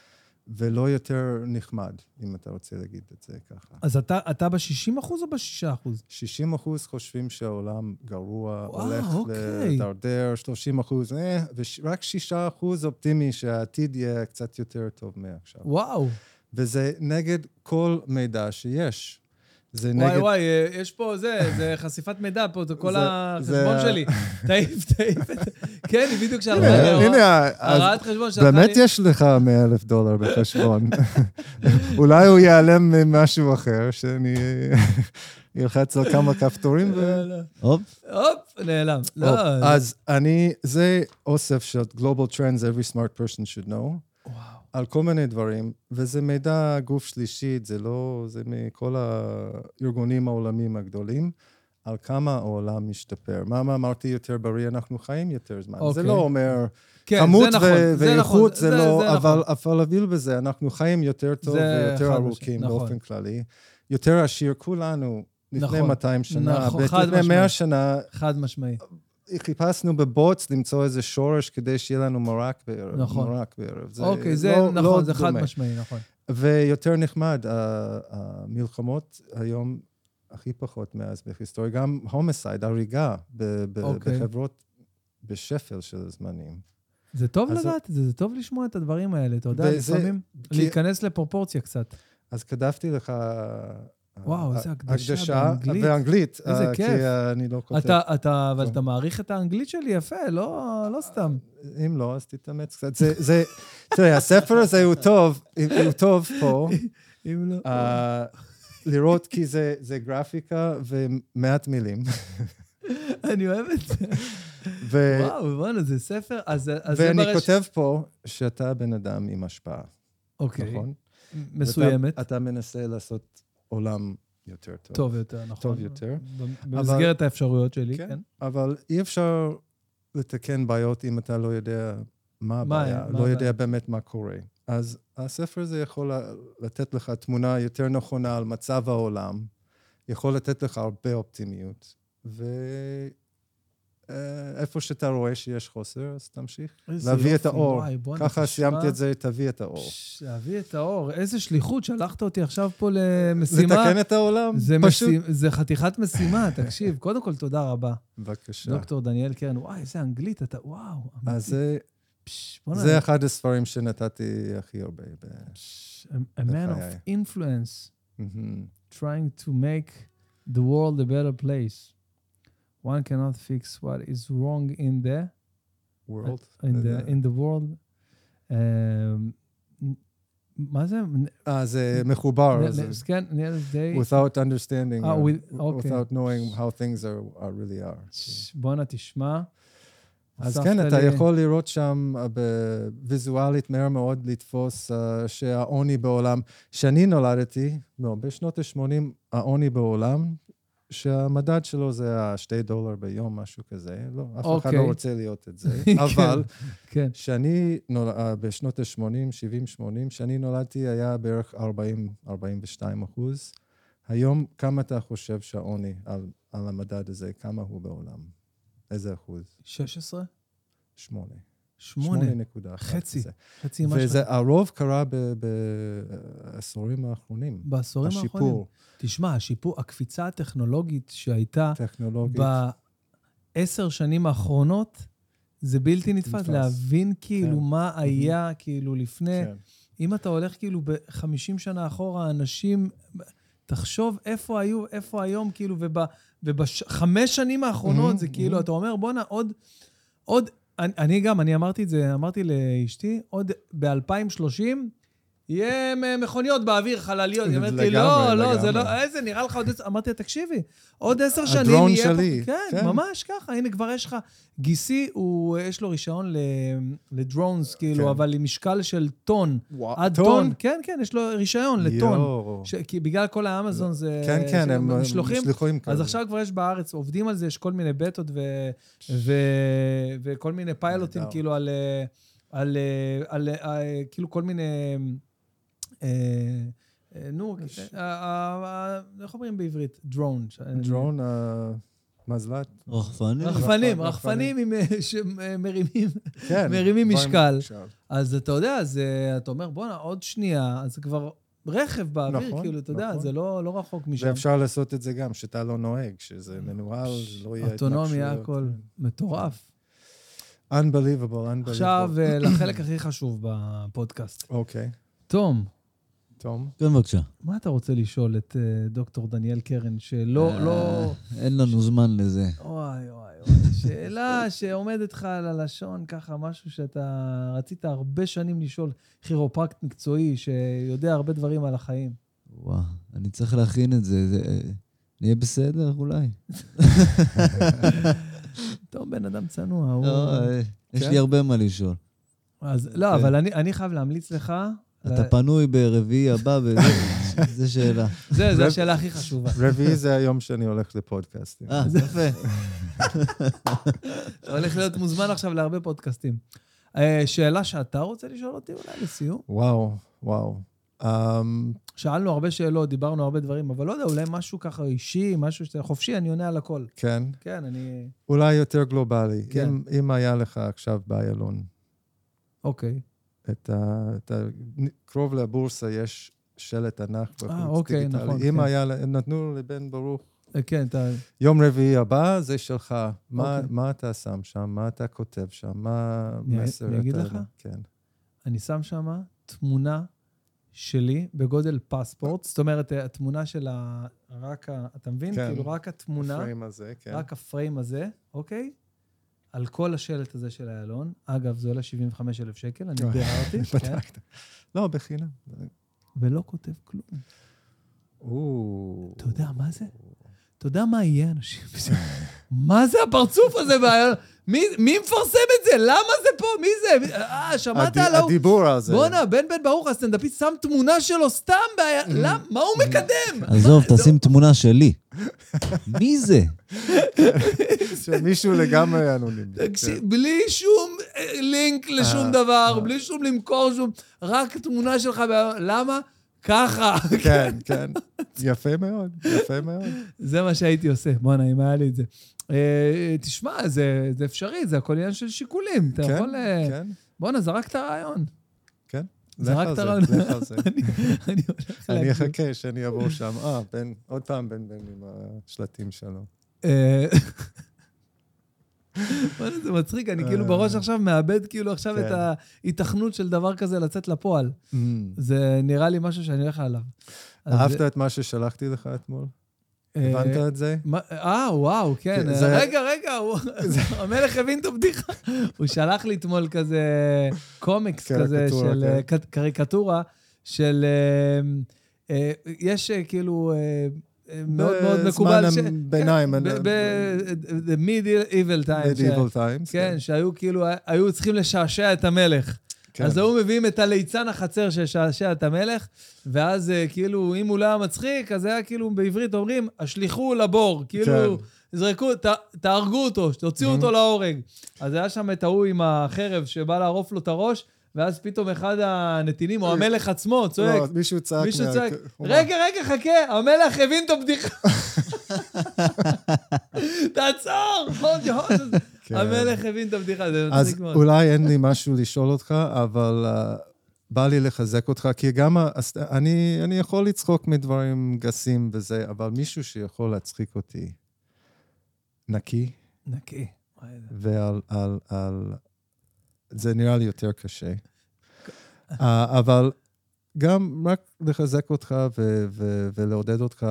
ולא יותר נחמד, אם אתה רוצה להגיד את זה ככה. אז אתה, אתה ב-שישים אחוז או ב-שישה אחוז? שישים אחוז חושבים שהעולם גרוע, וואו, הולך אוקיי. לדרדר, שלושים אחוז, אה, ורק שישה אחוז אופטימי שהעתיד יהיה קצת יותר טוב מעכשיו. וואו. וזה נגד כל מידע שיש. זה וואי נגד... וואי, יש פה זה, זה חשיפת מידע פה, זה כל החשבון שלי. תעיף, תעיף. כן, היא בדיוק שאלת. הנה, הרעת חשבון שלך. באמת יש לך מאה אלף דולר בחשבון. אולי הוא ייעלם ממשהו אחר, שאני ילחץ על כמה כפתורים ו... הופ. הופ, נעלם. אז אני, זה אוסף של Global Trends Every Smart Person Should Know. וואו. על כל מיני דברים, וזה מידע גוף שלישית, זה לא, זה מכל הארגונים העולמיים הגדולים, על כמה העולם משתפר. מה, מה אמרתי יותר בריא, אנחנו חיים יותר זמן. Okay. זה לא אומר, כן, כמות זה נכון, ו- זה ואיכות נכון, זה, זה לא, זה אבל, נכון. אבל אביל בזה, אנחנו חיים יותר טוב ויותר ארוכים נכון. באופן כללי. יותר עשיר, כולנו, לפני נכון. מאתיים שנה, נכון, לפני מאה שנה, חד משמעי. חיפשנו בבוץ למצוא איזה שורש כדי שיהיה לנו מרק בערב. נכון. מרק בערב. זה אוקיי, זה לא, נכון, לא זה דומה. חד משמעי, נכון. ויותר נחמד, המלחמות היום הכי פחות מאז בהיסטוריה, גם הומסייד, הריגה ב- ב- אוקיי. בחברות בשפל של זמנים. זה טוב אז לדעת, זה, זה טוב לשמוע את הדברים האלה, אתה יודע, וזה- לפעמים כי- להיכנס לפרופורציה קצת. אז כתבתי לך... וואו, איזה הקדשה הקדשה באנגלית. באנגלית. איזה אה, כיף. כי אה, אני לא כותב. אתה, אתה, אבל טוב. אתה מעריך את האנגלית שלי יפה, לא, לא סתם. אם לא, אז תתאמץ קצת. זה, זה, תראה, הספר הזה הוא טוב, הוא טוב פה. אם לא... אה, לראות כי זה, זה גרפיקה ומעט מילים. אני אוהב את זה. ו... וואו, בוא'נה, זה ספר, אז, אז זה ואני ברש... כותב פה שאתה בן אדם עם השפעה, אוקיי, נכון? מסוימת. ואתה, אתה מנסה לעשות עולם יותר טוב. טוב יותר, נכון. טוב יותר. במסגרת אבל... האפשרויות שלי, כן. כן. אבל אי אפשר לתקן בעיות אם אתה לא יודע מה הבעיה, מה לא יודע הבעיה? באמת מה קורה. אז הספר הזה יכול לתת לך תמונה יותר נכונה על מצב העולם, יכול לתת לך הרבה אופטימיות, ואיפה שאתה רואה שיש חוסר, אז תמשיך. להביא יופי, את האור. וואי, בוא ככה נשמע. סיימתי את זה, תביא את האור. פש, להביא את האור. איזה שליחות, שלחת אותי עכשיו פה למשימה. לתקן את העולם, זה, פשוט. משימה, זה חתיכת משימה, תקשיב. קודם כל, תודה רבה. בבקשה. דוקטור דניאל קרן, וואי, איזה אנגלית, אתה, וואו. אמיתי. אז זה, פש, בוא זה אחד הספרים שנתתי הכי הרבה. ב... פש, a, a man בחיי. of influence, מהמם. trying to make the world a better place. One cannot fix what is wrong in the World. in the in the world. Um, מה זה? אה, זה מחובר. כן, nearest day. Without understanding, אה, אוקיי. without knowing how things are, are really are. בוא נא תשמע. אז כן, אתה יכול לראות שם בוויזואלית מהר מאוד לתפוס שהעוני בעולם, שאני נולדתי, לא, בשנות ה-שמונים, העוני בעולם, שהמדד שלו זה השתי דולר ביום, משהו כזה. לא, אף אחד לא רוצה להיות את זה. אבל שאני, בשנות ה-שמונים, שבעים שמונים, שאני נולדתי היה בערך ארבעים ארבעים ושתיים אחוז. היום, כמה אתה חושב שהעוני על המדד הזה, כמה הוא בעולם? איזה אחוז? שש עשרה? שמונה. שמונה נקודה. חצי. חצי משהו. וזה, הרוב קרה בעשורים האחרונים. בעשורים האחרונים. השיפור. תשמע, השיפור, הקפיצה הטכנולוגית שהייתה... טכנולוגית. בעשר שנים האחרונות, זה בלתי נתפס. להבין כאילו מה היה כאילו לפני... אם אתה הולך כאילו ב-חמישים שנה אחורה, אנשים... תחשוב איפה היו, איפה היום, כאילו, ובחמש שנים האחרונות, זה כאילו, אתה אומר, בוא'נה, עוד, עוד, אני גם, אני אמרתי את זה, אמרתי לאשתי, עוד ב-אלפיים ושלושים, יהיה מכוניות באוויר, חלליות. היא אמרתי, לא, לא, זה לא, איזה, נראה לך עוד עשר, אמרתי, תקשיבי, עוד עשר שנים יהיה... הדרון שלי. כן, ממש ככה, הנה כבר יש לך, גיסי, יש לו רישיון לדרונס, כאילו, אבל עם משקל של טון. עד טון? כן, כן, יש לו רישיון לטון. כי בגלל כל האמזון זה... כן, כן, הם משלוחים כאלה. אז עכשיו כבר יש בארץ, עובדים על זה, יש כל מיני בטות וכל מיני פיילוטים, כאילו, על, כאילו, כל מיני... נו, איך אומרים בעברית? דרון. דרון, מזל"ט. רחפנים. רחפנים, רחפנים מרימים משקל. אז אתה יודע, אתה אומר, בוא'נה, עוד שנייה, אז זה כבר רכב באוויר, כאילו, אתה יודע, זה לא רחוק משם. ואפשר לעשות את זה גם, שאתה לא נוהג, שזה מנוהל, לא יהיה... אוטונומיה, הכל מטורף. Unbelievable, unbelievable. עכשיו, לחלק הכי חשוב בפודקאסט. אוקיי. תום. תום. כן, בבקשה. מה אתה רוצה לשאול את דוקטור דניאל קרן, שלא, לא... אין לנו זמן לזה. וואי, וואי, וואי. שאלה שעומדת לך על הלשון, ככה, משהו שאתה רצית הרבה שנים לשאול, כירופרקט מקצועי, שיודע הרבה דברים על החיים. וואו, אני צריך להכין את זה. נהיה בסדר, אולי. טוב, בן אדם צנוע. יש לי הרבה מה לשאול. אז לא, אבל אני חייב להמליץ לך... אתה פנוי ברביעי הבא, וזו שאלה. זו השאלה הכי חשובה. רביעי זה היום שאני הולך לפודקאסטים. אה, יפה. אתה הולך להיות מוזמן עכשיו להרבה פודקאסטים. שאלה שאתה רוצה לשאול אותי אולי לסיום? וואו, וואו. שאלנו הרבה שאלות, דיברנו הרבה דברים, אבל לא יודע, אולי משהו ככה אישי, משהו שאתה חופשי, אני עונה על הכל. כן. כן, אני... אולי יותר גלובלי. אם היה לך עכשיו באיילון. אוקיי. את ה... את ה... קרוב לבורסה יש שלט ענק בחוץ אוקיי, דיגיטלי. נכון, אם כן. היה, נתנו לבן ברוך. כן, אתה... יום רביעי הבא זה שלך. מה, אוקיי. מה אתה שם שם? מה אתה כותב שם? מה מסר? אני אגיד לך? כן. אני שם שם תמונה שלי בגודל פספורט, זאת אומרת, התמונה של ה... רק ה... אתה מבין? כן. כאילו, רק התמונה. הפריים הזה, כן. רק הפריים הזה, אוקיי? על כל השלט הזה של איילון. אגב, זה עולה שבעים וחמישה אלף שקל, אני ביררתי. כן. לא, בחינם. ולא כותב כלום. אתה יודע מה זה? אתה יודע מה יהיה, אנשים? מה זה הפרצוף הזה באיילון? מי מפרסם את זה? למה זה פה? מי זה? אה, שמעת עליו? הדיבור הזה. בוא'נה, בן בן ברוך, הסטנדאפיסט שם תמונה שלו סתם באיילון. למה? מה הוא מקדם? עזוב, תשים תמונה שלי. מי זה? שמישהו לגמרי אנונימי. בלי שום לינק לשום דבר, בלי שום למכור שום, רק תמונה שלך באיילון. למה? ככה. כן, כן. יפה מאוד, יפה מאוד. זה מה שהייתי עושה. בוא'נה, אם היה לי את זה. תשמע, זה אפשרי, זה הכל עניין של שיקולים. אתה יכול... בוא'נה, זרק את הרעיון. כן. זרק את הרעיון. לך על זה. אני אחכה שאני אעבור שם. אה, עוד פעם בן בן עם השלטים שלו. זה מצחיק, אני כאילו בראש עכשיו מאבד כאילו עכשיו את ההיתכנות של דבר כזה לצאת לפועל. זה נראה לי משהו שאני הולך עליו. אהבת את מה ששלחתי לך אתמול? הבנת את זה? אה, וואו, כן. רגע, רגע, המלך הבין את הבדיחה. הוא שלח לי אתמול כזה קומיקס כזה של קריקטורה, של... יש כאילו... מאוד מאוד מקובל. בזמן ביניים. ב-medieval times. medieval times. כן, שהיו כאילו, היו צריכים לשעשע את המלך. אז היו מביאים את הליצן החצר ששעשע את המלך, ואז כאילו, אם הוא לא היה מצחיק, אז היה כאילו בעברית אומרים, השליחו לבור, כאילו, זרקו, תהרגו אותו, תוציאו אותו להורג. אז היה שם את ההוא עם החרב שבא לערוף לו את הראש, ואז פתאום אחד הנתינים, או המלך עצמו, צועק. לא, מישהו צעק. מישהו צועק. רגע, רגע, חכה, המלך הבין את הבדיחה. תעצור! המלך הבין את הבדיחה. אז אולי אין לי משהו לשאול אותך, אבל בא לי לחזק אותך, כי גם אני יכול לצחוק מדברים גסים וזה, אבל מישהו שיכול להצחיק אותי, נקי. נקי. ועל... זה נראה לי יותר קשה. אבל גם רק לחזק אותך ולעודד אותך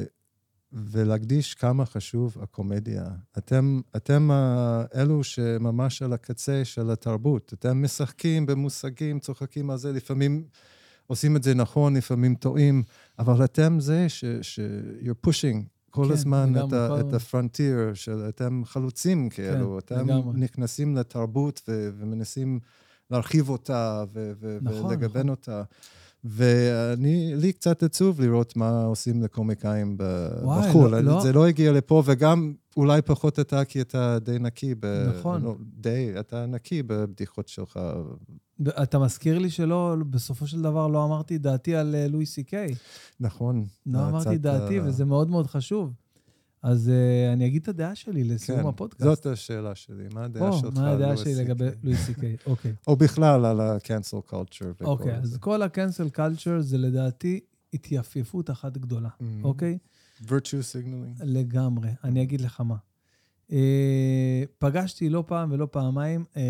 ולהקדיש כמה חשוב הקומדיה. אתם, אתם אלו שממש על הקצה של התרבות. אתם משחקים במושגים, צוחקים על זה, לפעמים עושים את זה נכון, לפעמים טועים, אבל אתם זה ש... you're pushing כל הזמן את הפרונטיר, שאתם חלוצים כאלו, אתם נכנסים לתרבות ומנסים להרחיב אותה ולגוון אותה. ואני, לי קצת עצוב לראות מה עושים לקומיקאים בחו"ל. זה לא הגיע לפה, וגם אולי פחות אתה, כי אתה די נקי. נכון. די, אתה נקי בבדיחות שלך. אתה מזכיר לי שלא, בסופו של דבר לא אמרתי דעתי על לואי סי קיי. נכון. לא אמרתי דעתי, וזה מאוד מאוד חשוב. אז uh, אני אגיד את הדעה שלי לסיום כן, הפודקאסט. זאת השאלה שלי. מה הדעה או, שלך? מה הדעה שלי לגבי לואי סי קיי? אוקיי. או בכלל על ה-cancel culture. אוקיי, אז זה. כל ה-cancel culture זה לדעתי התייפייפות אחת גדולה. Mm-hmm. אוקיי? virtue signaling. לגמרי. אני אגיד לך מה. Uh, פגשתי לא פעם ולא פעמיים uh,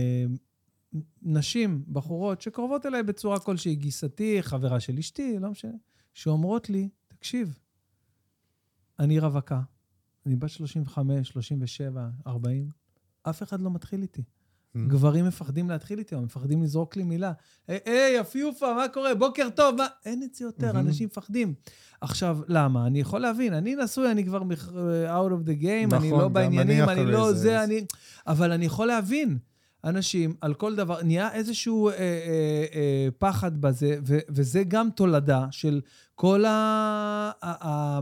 נשים, בחורות, שקרובות אליי בצורה כלשהי, גיסתי, חברה של אשתי, לא משנה, שאומרות לי, תקשיב, אני רווקה. אני בת שלושים וחמש, שלושים ושבע, ארבעים, אף אחד לא מתחיל איתי. Mm-hmm. גברים מפחדים להתחיל איתי, או מפחדים לזרוק לי מילה. היי, hey, יפיופה, מה קורה? בוקר טוב, מה? אין את זה יותר, mm-hmm. אנשים מפחדים. עכשיו, למה? אני יכול להבין, אני נשוי, אני כבר out of the game, נכון, אני לא בעניינים, אני, אני לא זה, זה, אני... אבל אני יכול להבין, אנשים, על כל דבר, נהיה איזשהו אה, אה, אה, פחד בזה, ו, וזה גם תולדה של כל ה... ה, ה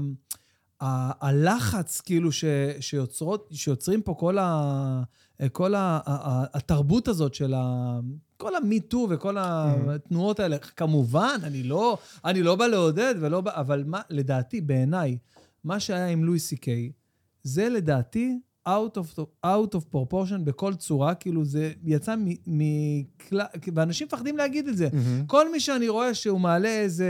הלחץ כאילו ש, שיוצרות, שיוצרים פה כל, ה, כל ה, התרבות הזאת של ה, כל המיטו וכל התנועות האלה. כמובן, אני לא, אני לא בא לעודד, ולא בא, אבל מה, לדעתי, בעיניי, מה שהיה עם לואי סי קיי, זה לדעתי out of, out of proportion בכל צורה, כאילו זה יצא מכלל, ואנשים מפחדים להגיד את זה. Mm-hmm. כל מי שאני רואה שהוא מעלה איזה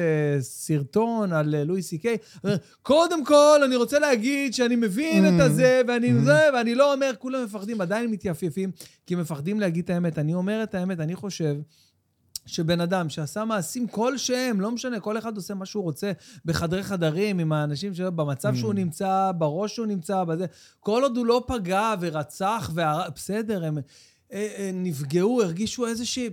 סרטון על לואי סי קיי, קודם כל אני רוצה להגיד שאני מבין mm-hmm. את הזה, ואני mm-hmm. זה, ואני לא אומר, כולם מפחדים, עדיין מתייפייפים, כי מפחדים להגיד את האמת. אני אומר את האמת, אני חושב, שבן אדם שעשה מעשים כלשהם, לא משנה, כל אחד עושה מה שהוא רוצה בחדרי חדרים, עם האנשים שלו, במצב שהוא נמצא, בראש שהוא נמצא, בזה. כל עוד הוא לא פגע ורצח, והר... בסדר, הם נפגעו, הרגישו איזושהי...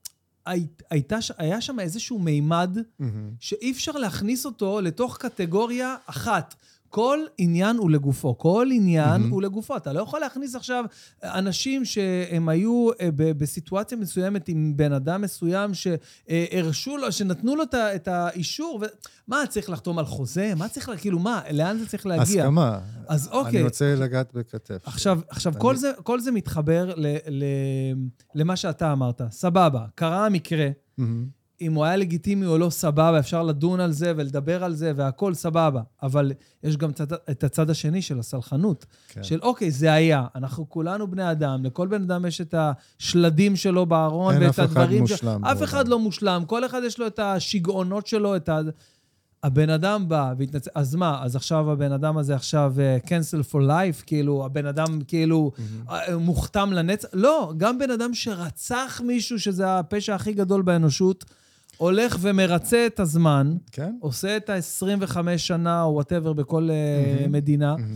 הייתה, היה שם איזשהו מימד, שאי אפשר להכניס אותו לתוך קטגוריה אחת. כל עניין הוא לגופו, כל עניין mm-hmm. הוא לגופו. אתה לא יכול להכניס עכשיו אנשים שהם היו בסיטואציה מסוימת עם בן אדם מסוים שהרשו לו, שנתנו לו את האישור, ומה, צריך לחתום על חוזה? מה צריך, כאילו, מה? לאן זה צריך להגיע? הסכמה. אז אוקיי. אני רוצה לגעת בכתף. עכשיו, עכשיו אני... כל זה, כל זה מתחבר ל, ל, למה שאתה אמרת. סבבה, קרה המקרה, mm-hmm. אם הוא היה לגיטימי או לא סבבה, אפשר לדון על זה ולדבר על זה, והכל סבבה. אבל יש גם את הצד השני של הסלחנות, כן. של אוקיי, זה היה. אנחנו כולנו בני אדם, לכל בן אדם יש את השלדים שלו בארון, ואת הדברים... ש... אף אחד לא מושלם, כל אחד יש לו את השגעונות שלו, את ה... הבן אדם בא והתנצל, אז מה? אז עכשיו הבן אדם הזה עכשיו uh, cancel for life, כאילו, הבן אדם כאילו mm-hmm. uh, מוכתם לנצח. לא, גם בן אדם שרצח מישהו, שזה הפשע הכי גדול באנושות, הולך ומרצה את הזמן, כן? עושה את ה-עשרים וחמש שנה או whatever בכל mm-hmm. מדינה, mm-hmm.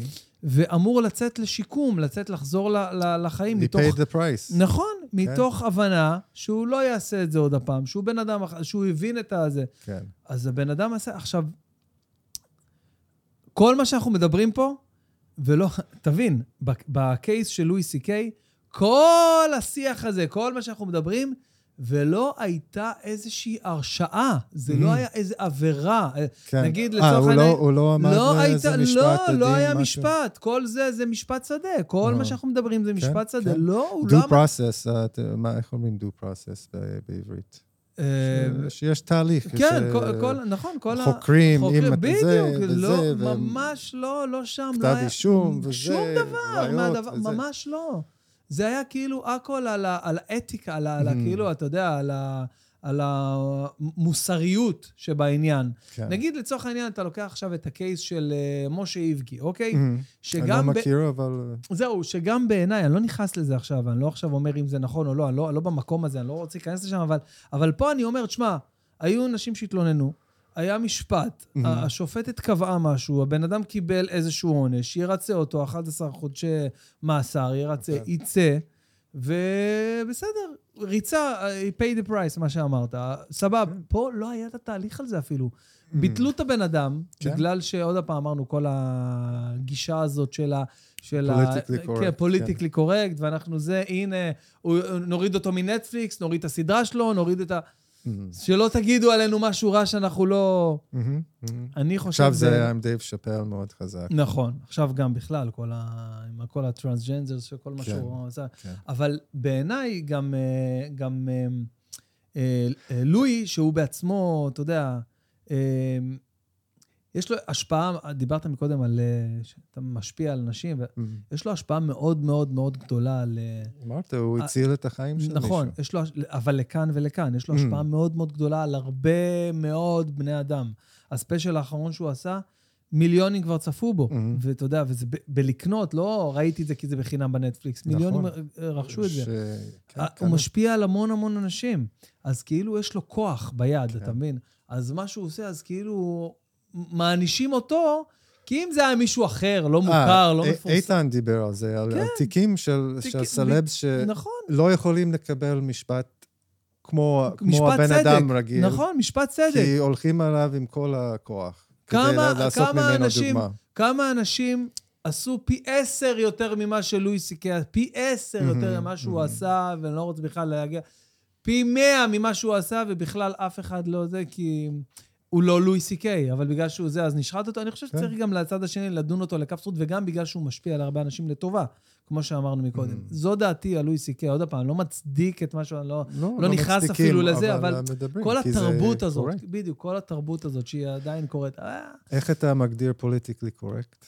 ואמור לצאת לשיקום, לצאת לחזור לחיים. He paid the price. נכון, מתוך הבנה שהוא לא יעשה את זה עוד הפעם, שהוא בן אדם, שהוא הבין את הזה. כן. אז הבן אדם עשה, עכשיו, כל מה שאנחנו מדברים פה, ולא, תבין, בקייס של לואי סי קיי, כל השיח הזה, כל מה שאנחנו מדברים, ולא הייתה איזושהי הרשעה, זה לא היה איזו עבירה. נגיד, לצורך העניין... הוא לא אמר איזה משפט, לא, לא היה משפט. כל זה, זה משפט שדה. כל מה שאנחנו מדברים זה משפט שדה. לא, הוא לא אמר... due process, איך אומרים due process בעברית? שיש תהליך. כן, נכון, כל ה... חוקרים, אם את זה, וזה. ממש לא, לא שם. כתב אישום, וזה. שום דבר, ממש לא. זה היה כאילו הכל על, על האתיקה, על, על, כאילו, אתה יודע, על, על המוסריות שבעניין. כן. נגיד, לצורך העניין, אתה לוקח עכשיו את הקייס של uh, משה איבגי, אוקיי? אני לא מכיר, ב... אבל... זהו, שגם בעיניי, אני לא נכנס לזה עכשיו, אני לא עכשיו אומר אם זה נכון או לא, אני לא, לא במקום הזה, אני לא רוצה להיכנס לשם, אבל, אבל פה אני אומר, תשמע, היו אנשים שהתלוננו, היה משפט, mm-hmm. השופטת קבעה משהו, הבן אדם קיבל איזשהו עונש, ירצה אותו, אחד עשר חודשי מאסר, ירצה, okay. יצא, ובסדר, ריצה, he paid the price, מה שאמרת, סבב, okay. פה לא היה את התהליך על זה אפילו. Mm-hmm. ביטלו את הבן אדם, okay. בגלל שעוד הפעם אמרנו, כל הגישה הזאת של ה... של פוליטיקלי קורקט. כן, פוליטיקלי קורקט, ואנחנו זה, הנה, נוריד אותו מנטפליקס, נוריד את הסדרה שלו, נוריד את ה... שלא תגידו עלינו משהו רע שאנחנו לא... אני חושב... עכשיו זה היה עם דייב שאפל מאוד חזק. נכון, עכשיו גם בכלל, עם כל הטרנסג'נדרס, שכל מה שהוא עושה. אבל בעיניי גם לואי, שהוא בעצמו, אתה יודע, יש לו השפעה, דיברת מקודם על, שאתה משפיע על נשים, ויש לו השפעה מאוד מאוד מאוד גדולה על... אמרת, הוא הציל את החיים של מישהו. נכון, אבל לכאן ולכאן, יש לו השפעה מאוד מאוד גדולה על הרבה מאוד בני אדם. הספיישל האחרון שהוא עשה, מיליונים כבר צפו בו, ואתה יודע, וזה בלקנות, לא ראיתי את זה כי זה בחינם בנטפליקס, מיליונים רכשו את זה. הוא משפיע על המון המון אנשים, אז כאילו יש לו כוח ביד, אתה מבין? אז מה שהוא עושה, אז כאילו... מענישים אותו, כי אם זה היה מישהו אחר, לא מוכר, לא מפורסם. איתן דיבר על זה, על תיקים של סלבס שלא יכולים לקבל משפט כמו הבן אדם רגיל. נכון, משפט צדק. כי הולכים עליו עם כל הכוח, כדי לעשות ממנו דוגמה. כמה אנשים עשו פי עשר יותר ממה שלואי סי קיי, פי עשר יותר ממה שהוא עשה, ואני לא רוצה בכלל להגיע, פי מאה ממה שהוא עשה, ובכלל אף אחד לא זה, כי... הוא לא לואי סי קיי, אבל בגלל שהוא זה, אז נשחט אותו. אני חושב שצריך גם לצד השני לדון אותו לקפסות, וגם בגלל שהוא משפיע על הרבה אנשים לטובה, כמו שאמרנו מקודם. זו דעתי על לואי סי קיי, עוד הפעם, לא מצדיק את משהו, לא נכנס אפילו לזה, אבל כל התרבות הזאת, בדיוק, כל התרבות הזאת שהיא עדיין קורית. איך אתה מגדיר פוליטיקלי קורקט?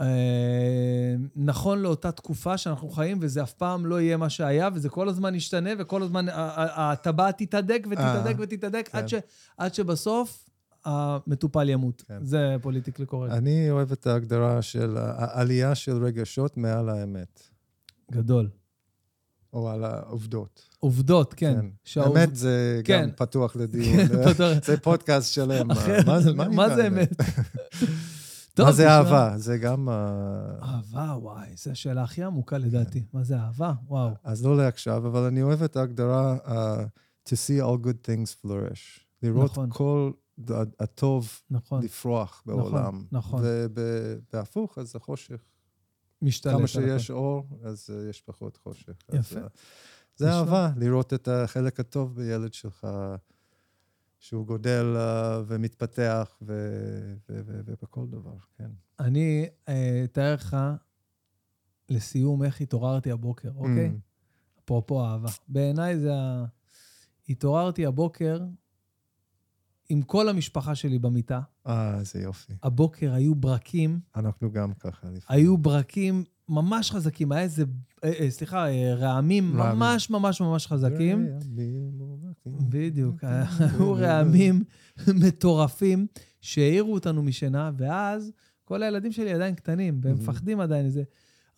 נכון לאותה תקופה שאנחנו חיים, וזה אף פעם לא יהיה מה שהיה, וזה כל הזמן ישתנה, וכל הזמן הטבעת תתהדק ותתהדק ותתהדק, עד שבסוף המטופל ימות. כן. זה פוליטיקלי קורקט. אני אוהב את ההגדרה של העלייה של רגשות מעל האמת. גדול. או על העובדות. עובדות, כן. כן. שהעובד... אמת זה כן. גם פתוח לדיון. זה פודקאסט שלם. מה זה, מה מה זה אמת? טוב, מה זה אהבה? זה גם... אהבה, וואי, זו השאלה הכי עמוקה לדעתי. מה זה אהבה? וואו. אז לא לעכשיו, אבל אני אוהב את ההגדרה uh, to see all good things flourish. לראות נכון. כל... הטוב נכון, לפרוח בעולם. נכון, נכון. ובהפוך, אז החושך. משתלט. כמה שיש אור, אז יש פחות חושך. יפה. זה אהבה, לראות את החלק הטוב בילד שלך, שהוא גודל ומתפתח ובכל דבר, כן. אני אתאר לך לסיום איך התעוררתי הבוקר, אוקיי? אפרופו אהבה. בעיניי זה... התעוררתי הבוקר... עם כל המשפחה שלי במיטה. אה, זה יופי. הבוקר היו ברקים. אנחנו גם ככה. היו ברקים ממש חזקים. היה איזה, אה, סליחה, רעמים ממש ממש ממש חזקים. בדיוק. היו רעמים מטורפים שהעירו אותנו משינה, ואז כל הילדים שלי עדיין קטנים, והם מפחדים עדיין איזה.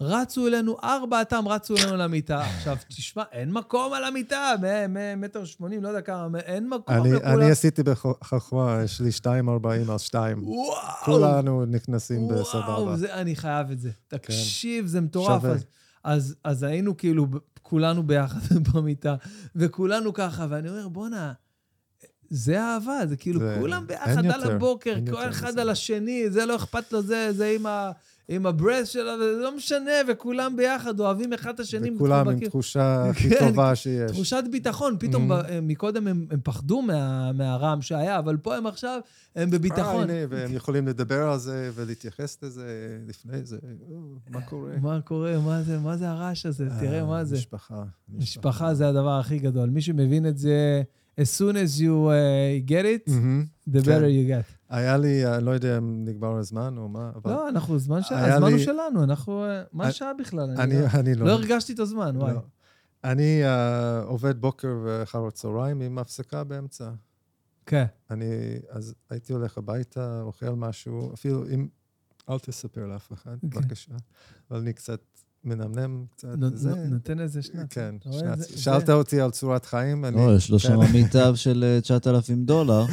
רצו אלינו, ארבעתם רצו אלינו למיטה. עכשיו, תשמע, אין מקום על המיטה, מטר שמונים, לא יודע כמה, אין מקום לכולם. אני עשיתי בחוכמה, יש לי שתיים ארבעים על שתיים. וואו! כולנו נכנסים בסבבה. וואו, אני חייב את זה. תקשיב, זה מטורף. אז, אז היינו כאילו, כולנו ביחד במיטה, וכולנו ככה, ואני אומר, בונה, זה אהבה, זה כאילו, זה... כולם ביחד על הבוקר, כל אחד על השני, זה לא אכפת לו, זה, זה עם ה... עם הברס שלה, זה לא משנה, וכולם ביחד אוהבים אחד את השני. וכולם עם תחושה הכי טובה שיש. תחושת ביטחון, פתאום מקודם הם פחדו מהרעם שהיה, אבל פה הם עכשיו, הם בביטחון. והם יכולים לדבר על זה ולהתייחס לזה לפני זה. מה קורה? מה קורה? מה זה הרעש הזה? תראה מה זה. משפחה. משפחה זה הדבר הכי גדול. מי שמבין את זה, as soon as you get it, the better you get. היה לי, לא יודע אם נגמר הזמן או מה, אבל... לא, אנחנו, הזמן הוא שלנו, אנחנו... מה השעה בכלל? אני לא... לא הרגשתי את הזמן, וואי. אני עובד בוקר ואחר הצהריים עם הפסקה באמצע. כן. אני, אז הייתי הולך הביתה, אוכל משהו, אפילו אם... אל תספר לאף אחד, בבקשה. אבל אני קצת מנמנם, קצת... נותן איזה שנת. כן, שנת. שאלת אותי על צורת חיים, אני... לא, יש לו שם מיטב של תשעת אלפים דולר.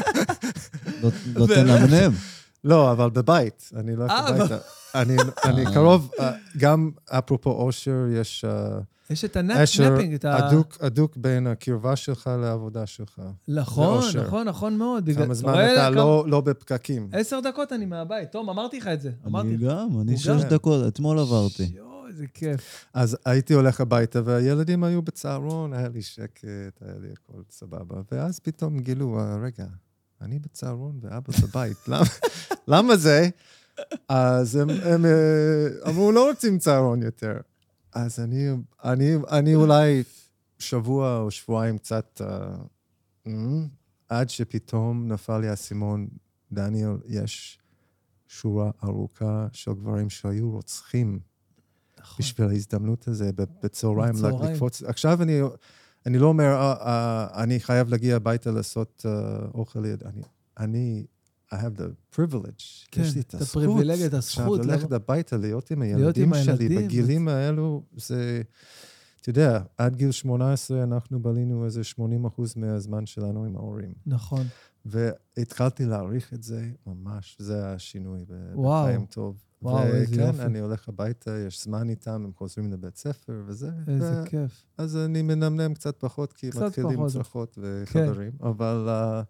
לא תנמנם. לא, אבל בבית. אני לא הולך הביתה. אני קרוב, גם אפרופו אושר, יש... יש את הנאפינג, הדוק בין הקרבה שלך לעבודה שלך. נכון, נכון, נכון מאוד. כמה זמן אתה לא בפקקים. עשר דקות אני מהבית. תום, אמרתי לך את זה. אני גם, אני שש דקות, אתמול עברתי. יואו, איזה כיף. אז הייתי הולך הביתה, והילדים היו בצהרון, היה לי שקט, היה לי הכל סבבה. ואז פתאום גילו, רגע, אני בצהרון ואבא בבית. למה זה? אז הם אמרו, לא רוצים צהרון יותר. אז אני, אני, אני אולי שבוע או שבועיים קצת, uh, עד שפתאום נפל לי הסימון, דניאל, יש שורה ארוכה של גברים שהיו רוצחים נכון. בשביל ההזדמנות הזה, בצהריים לקפוץ. עכשיו אני, אני לא אומר, uh, uh, אני חייב להגיע הביתה לעשות uh, אוכל, אני, אני, I have the privilege. כן, יש לי את הזכות. את הפריבילגיה, את הזכות. עכשיו, ללכת הביתה, להיות עם הילדים שלי, בגילים האלו, זה, אתה יודע, עד גיל שמונה עשרה אנחנו בלינו איזה שמונים אחוז מהזמן שלנו עם ההורים. נכון. והתחלתי להעריך את זה ממש, זה השינוי בחיים טוב. וואו, איזה יופי. וכן, אני הולך הביתה, יש זמן איתם, הם חוזרים לבית ספר וזה. איזה כיף. אז אני מנמנם קצת פחות, כי מתחילים צרכות וחברים, אבל...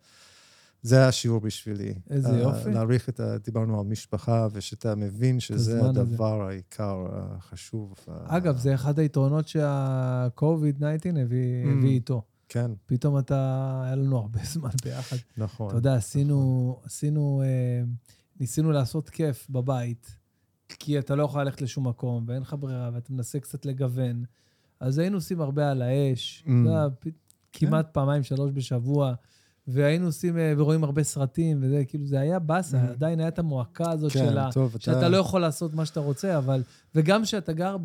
זה השיעור בשבילי. איזה יופי. להעריך את ה... דיברנו על משפחה, ושאתה מבין שזה הדבר העיקר החשוב. אגב, זה אחד היתרונות שה-קוביד תשע עשרה הביא איתו. כן. פתאום אתה... היה לנו הרבה זמן ביחד. נכון. אתה יודע, עשינו... עשינו... ניסינו לעשות כיף בבית, כי אתה לא יכול ללכת לשום מקום, ואין לך ברירה, ואתה מנסה קצת לגוון. אז היינו עושים הרבה על האש, כמעט פעמיים, שלוש בשבוע, והיינו עושים ורואים הרבה סרטים, וזה כאילו, זה היה בסה, עדיין הייתה המועקה הזאת שלה, שאתה לא יכול לעשות מה שאתה רוצה, אבל, וגם שאתה גר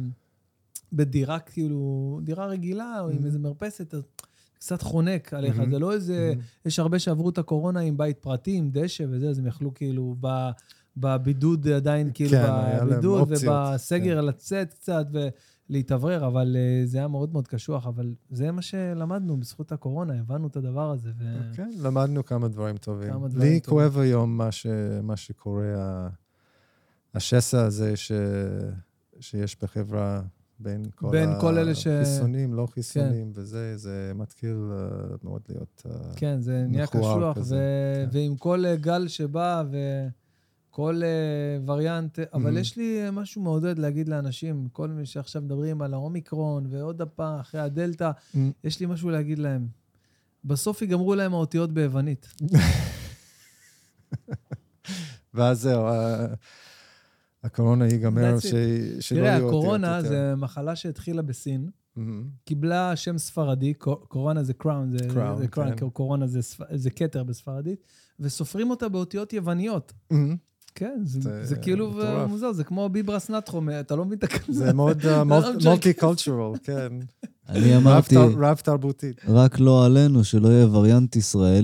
בדירה, כאילו, דירה רגילה, או עם איזה מרפסת, קצת חונק עליך, זה לא איזה, יש הרבה שעברו את הקורונה עם בית פרטי, עם דשא וזה, אז הם יכלו כאילו, בבידוד עדיין, כאילו, בבידוד, ובסגר לצאת קצת, להתעברר, אבל uh, זה היה מאוד מאוד קשוח, אבל זה מה שלמדנו בזכות הקורונה, הבנו את הדבר הזה. ו... כן, למדנו כמה דברים טובים. כמה דברים לי טובים. כואב היום מה, ש... מה שקורה, השסע הזה ש... שיש בחברה בין כל, בין כל אלה ש... חיסונים, לא חיסונים, כן. וזה זה מתחיל uh, מאוד להיות uh, כן, זה נהיה קשוח, ו... כן. ועם כל גל שבא, ו... כל uh, וריאנט, אבל mm-hmm. יש לי משהו מעודד להגיד לאנשים, כל מי שעכשיו מדברים על האומיקרון, ועוד הפעם אחרי הדלטה, mm-hmm. יש לי משהו להגיד להם. בסוף יגמרו להם האותיות ביוונית. ואז זהו, הקורונה ייגמר ש... שלא תראה, הקורונה זה מחלה שהתחילה בסין, mm-hmm. קיבלה שם ספרדי, קורונה זה קראון, זה, קראון, זה קראון, כן. קורונה זה, זה כתר בספרדית, וסופרים אותה באותיות יווניות. Mm-hmm. כן, זה, זה, זה כאילו מוזר, זה כמו ביברס נטחום, אתה לא מבין את הכזה. זה מאוד מולטי-קולטורל, כן. אני אמרתי, רב תרבותית. רק לא עלינו שלא יהיה וריאנט ישראלי.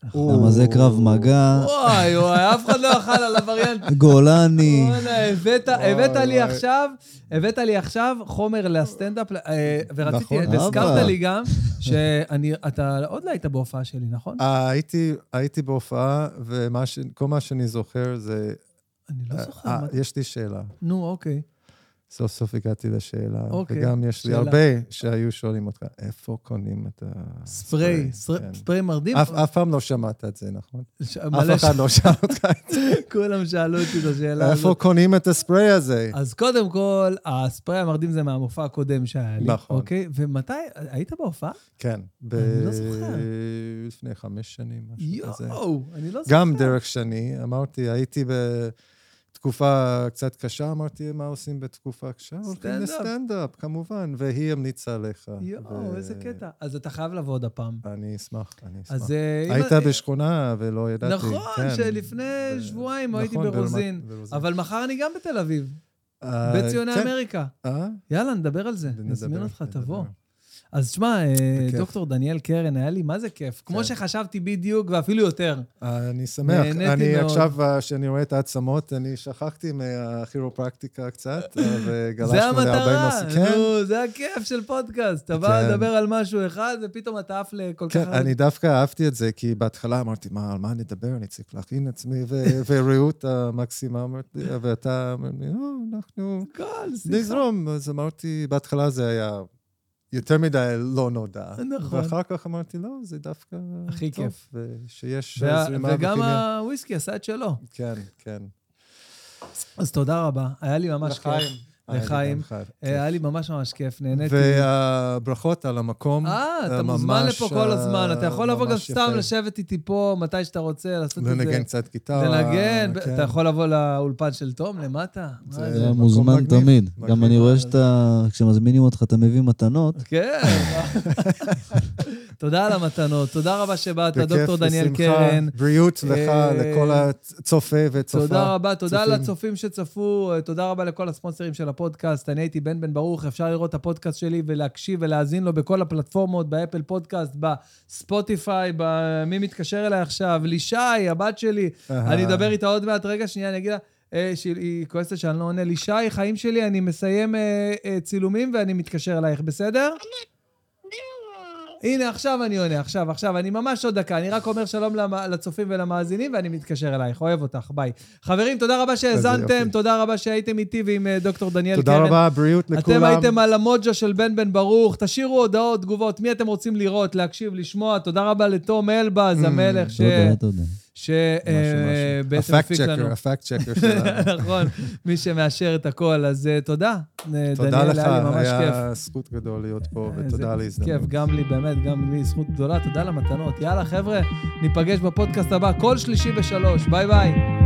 למה זה קרב מגע. וואי, וואי, אף אחד לא אכל על הווריאנט. גולני. הבאת לי עכשיו, הבאת לי עכשיו חומר לסטנדאפ, ורציתי, הזכרת לי גם, שאתה עוד לא היית בהופעה שלי, נכון? הייתי בהופעה, וכל מה שאני זוכר זה... אני לא זוכר. יש לי שאלה. נו, אוקיי. סוף סוף הגעתי לשאלה, וגם יש לי הרבה שהיו שואלים אותך, איפה קונים את הספרי? ספרי מרדים? אף פעם לא שמעת את זה, נכון? אף אחד לא שאל אותך את זה. כולם שאלו אותי את השאלה הזאת. איפה קונים את הספרי הזה? אז קודם כל, הספרי המרדים זה מהמופע הקודם שהיה לי. נכון. אוקיי? ומתי, היית בהופעה? כן. אני לא זוכר. לפני חמש שנים, משהו כזה. יואו, אני לא זוכר. גם דרך שני, אמרתי, הייתי ב... תקופה קצת קשה, אמרתי, מה עושים בתקופה קשה? הולכים לסטנדאפ, כמובן, והיא המליצה לך. יואו, איזה קטע. אז אתה חייב לבוא עוד הפעם. אני אשמח, אני אשמח. אז... היית בשכונה ולא ידעתי. נכון, שלפני שבועיים הייתי ברוזין. אבל מחר אני גם בתל אביב. בציוני אמריקה. יאללה, נדבר על זה. נזמין אותך, תבוא. אז תשמע, דוקטור דניאל קרן, היה לי מה זה כיף. כמו שחשבתי בדיוק, ואפילו יותר. אני שמח. אני עכשיו, כשאני רואה את העצמות, אני שכחתי מהכירופרקטיקה קצת, וגלשנו להרבה נושאים. זה המטרה, זה הכיף של פודקאסט. אתה בא לדבר על משהו אחד, ופתאום אתה עף לכל כך... כן, אני דווקא אהבתי את זה, כי בהתחלה אמרתי, מה, על מה אני אדבר? אני צריך להכין עצמי, וראות המקסימה, ואתה אומר לי, אנחנו נזרום. אז אמרתי, בהתחלה זה היה... יותר מדי לא נודע. נכון. ואחר כך אמרתי, לא, זה דווקא הכי טוב. כיף. ושיש ו- זרימה וגם בכימיה. הוויסקי עשה את שלו. כן, כן. אז תודה רבה. היה לי ממש כיף. לחיים. לחיים. היה לי ממש ממש כיף, נהניתי. והברכות על המקום. אה, אתה מוזמן לפה כל הזמן. אתה יכול לבוא גם סתם לשבת איתי פה, מתי שאתה רוצה, לעשות את זה. לנגן קצת גיטרה. לנגן, אתה יכול לבוא לאולפן של תום, למטה. זה מוזמן תמיד. גם אני רואה שאתה, כשמזמינים אותך, אתה מביא מתנות. כן. תודה על המתנות. תודה רבה שבאת, דוקטור דניאל קרן. בריאות לך, לכל הצופה וצופה. תודה רבה, תודה לצופים שצפו, תודה רבה לכל הספונסרים של הפודקאסט. אני הייתי בן בן ברוך, אפשר לראות את הפודקאסט שלי ולהקשיב ולהאזין לו בכל הפלטפורמות, באפל פודקאסט, בספוטיפיי, מי מתקשר אליי עכשיו? לישי, הבת שלי. אני אדבר איתה עוד מעט, רגע, שנייה, אני אגיד לה, היא כועסת שאני לא עונה. לישי, חיים שלי, אני מסיים צילומים ואני מתקשר אלייך, בסדר? הנה, עכשיו אני עונה, עכשיו, עכשיו, אני ממש עוד דקה, אני רק אומר שלום לצופים ולמאזינים, ואני מתקשר אלייך, אוהב אותך, ביי. חברים, תודה רבה שהזנתם, תודה רבה שהייתם איתי ועם דוקטור דניאל קרן. תודה רבה, בריאות לכולם. אתם הייתם על המוג'ה של בן בן ברוך, תשאירו הודעות, תגובות, מי אתם רוצים לראות, להקשיב, לשמוע, תודה רבה לתום אלבז, המלך, ש... תודה, תודה. שבעצם הפיק לנו. הפאקט צ'קר שלנו. נכון, מי שמאשר את הכל, אז תודה. תודה לך, היה זכות גדול להיות פה, ותודה על ההזדמנות. כיף, גם לי, באמת, גם לי זכות גדולה, תודה למתנות. יאללה, חבר'ה, ניפגש בפודקאסט הבא, כל שלישי בשלוש, ביי ביי.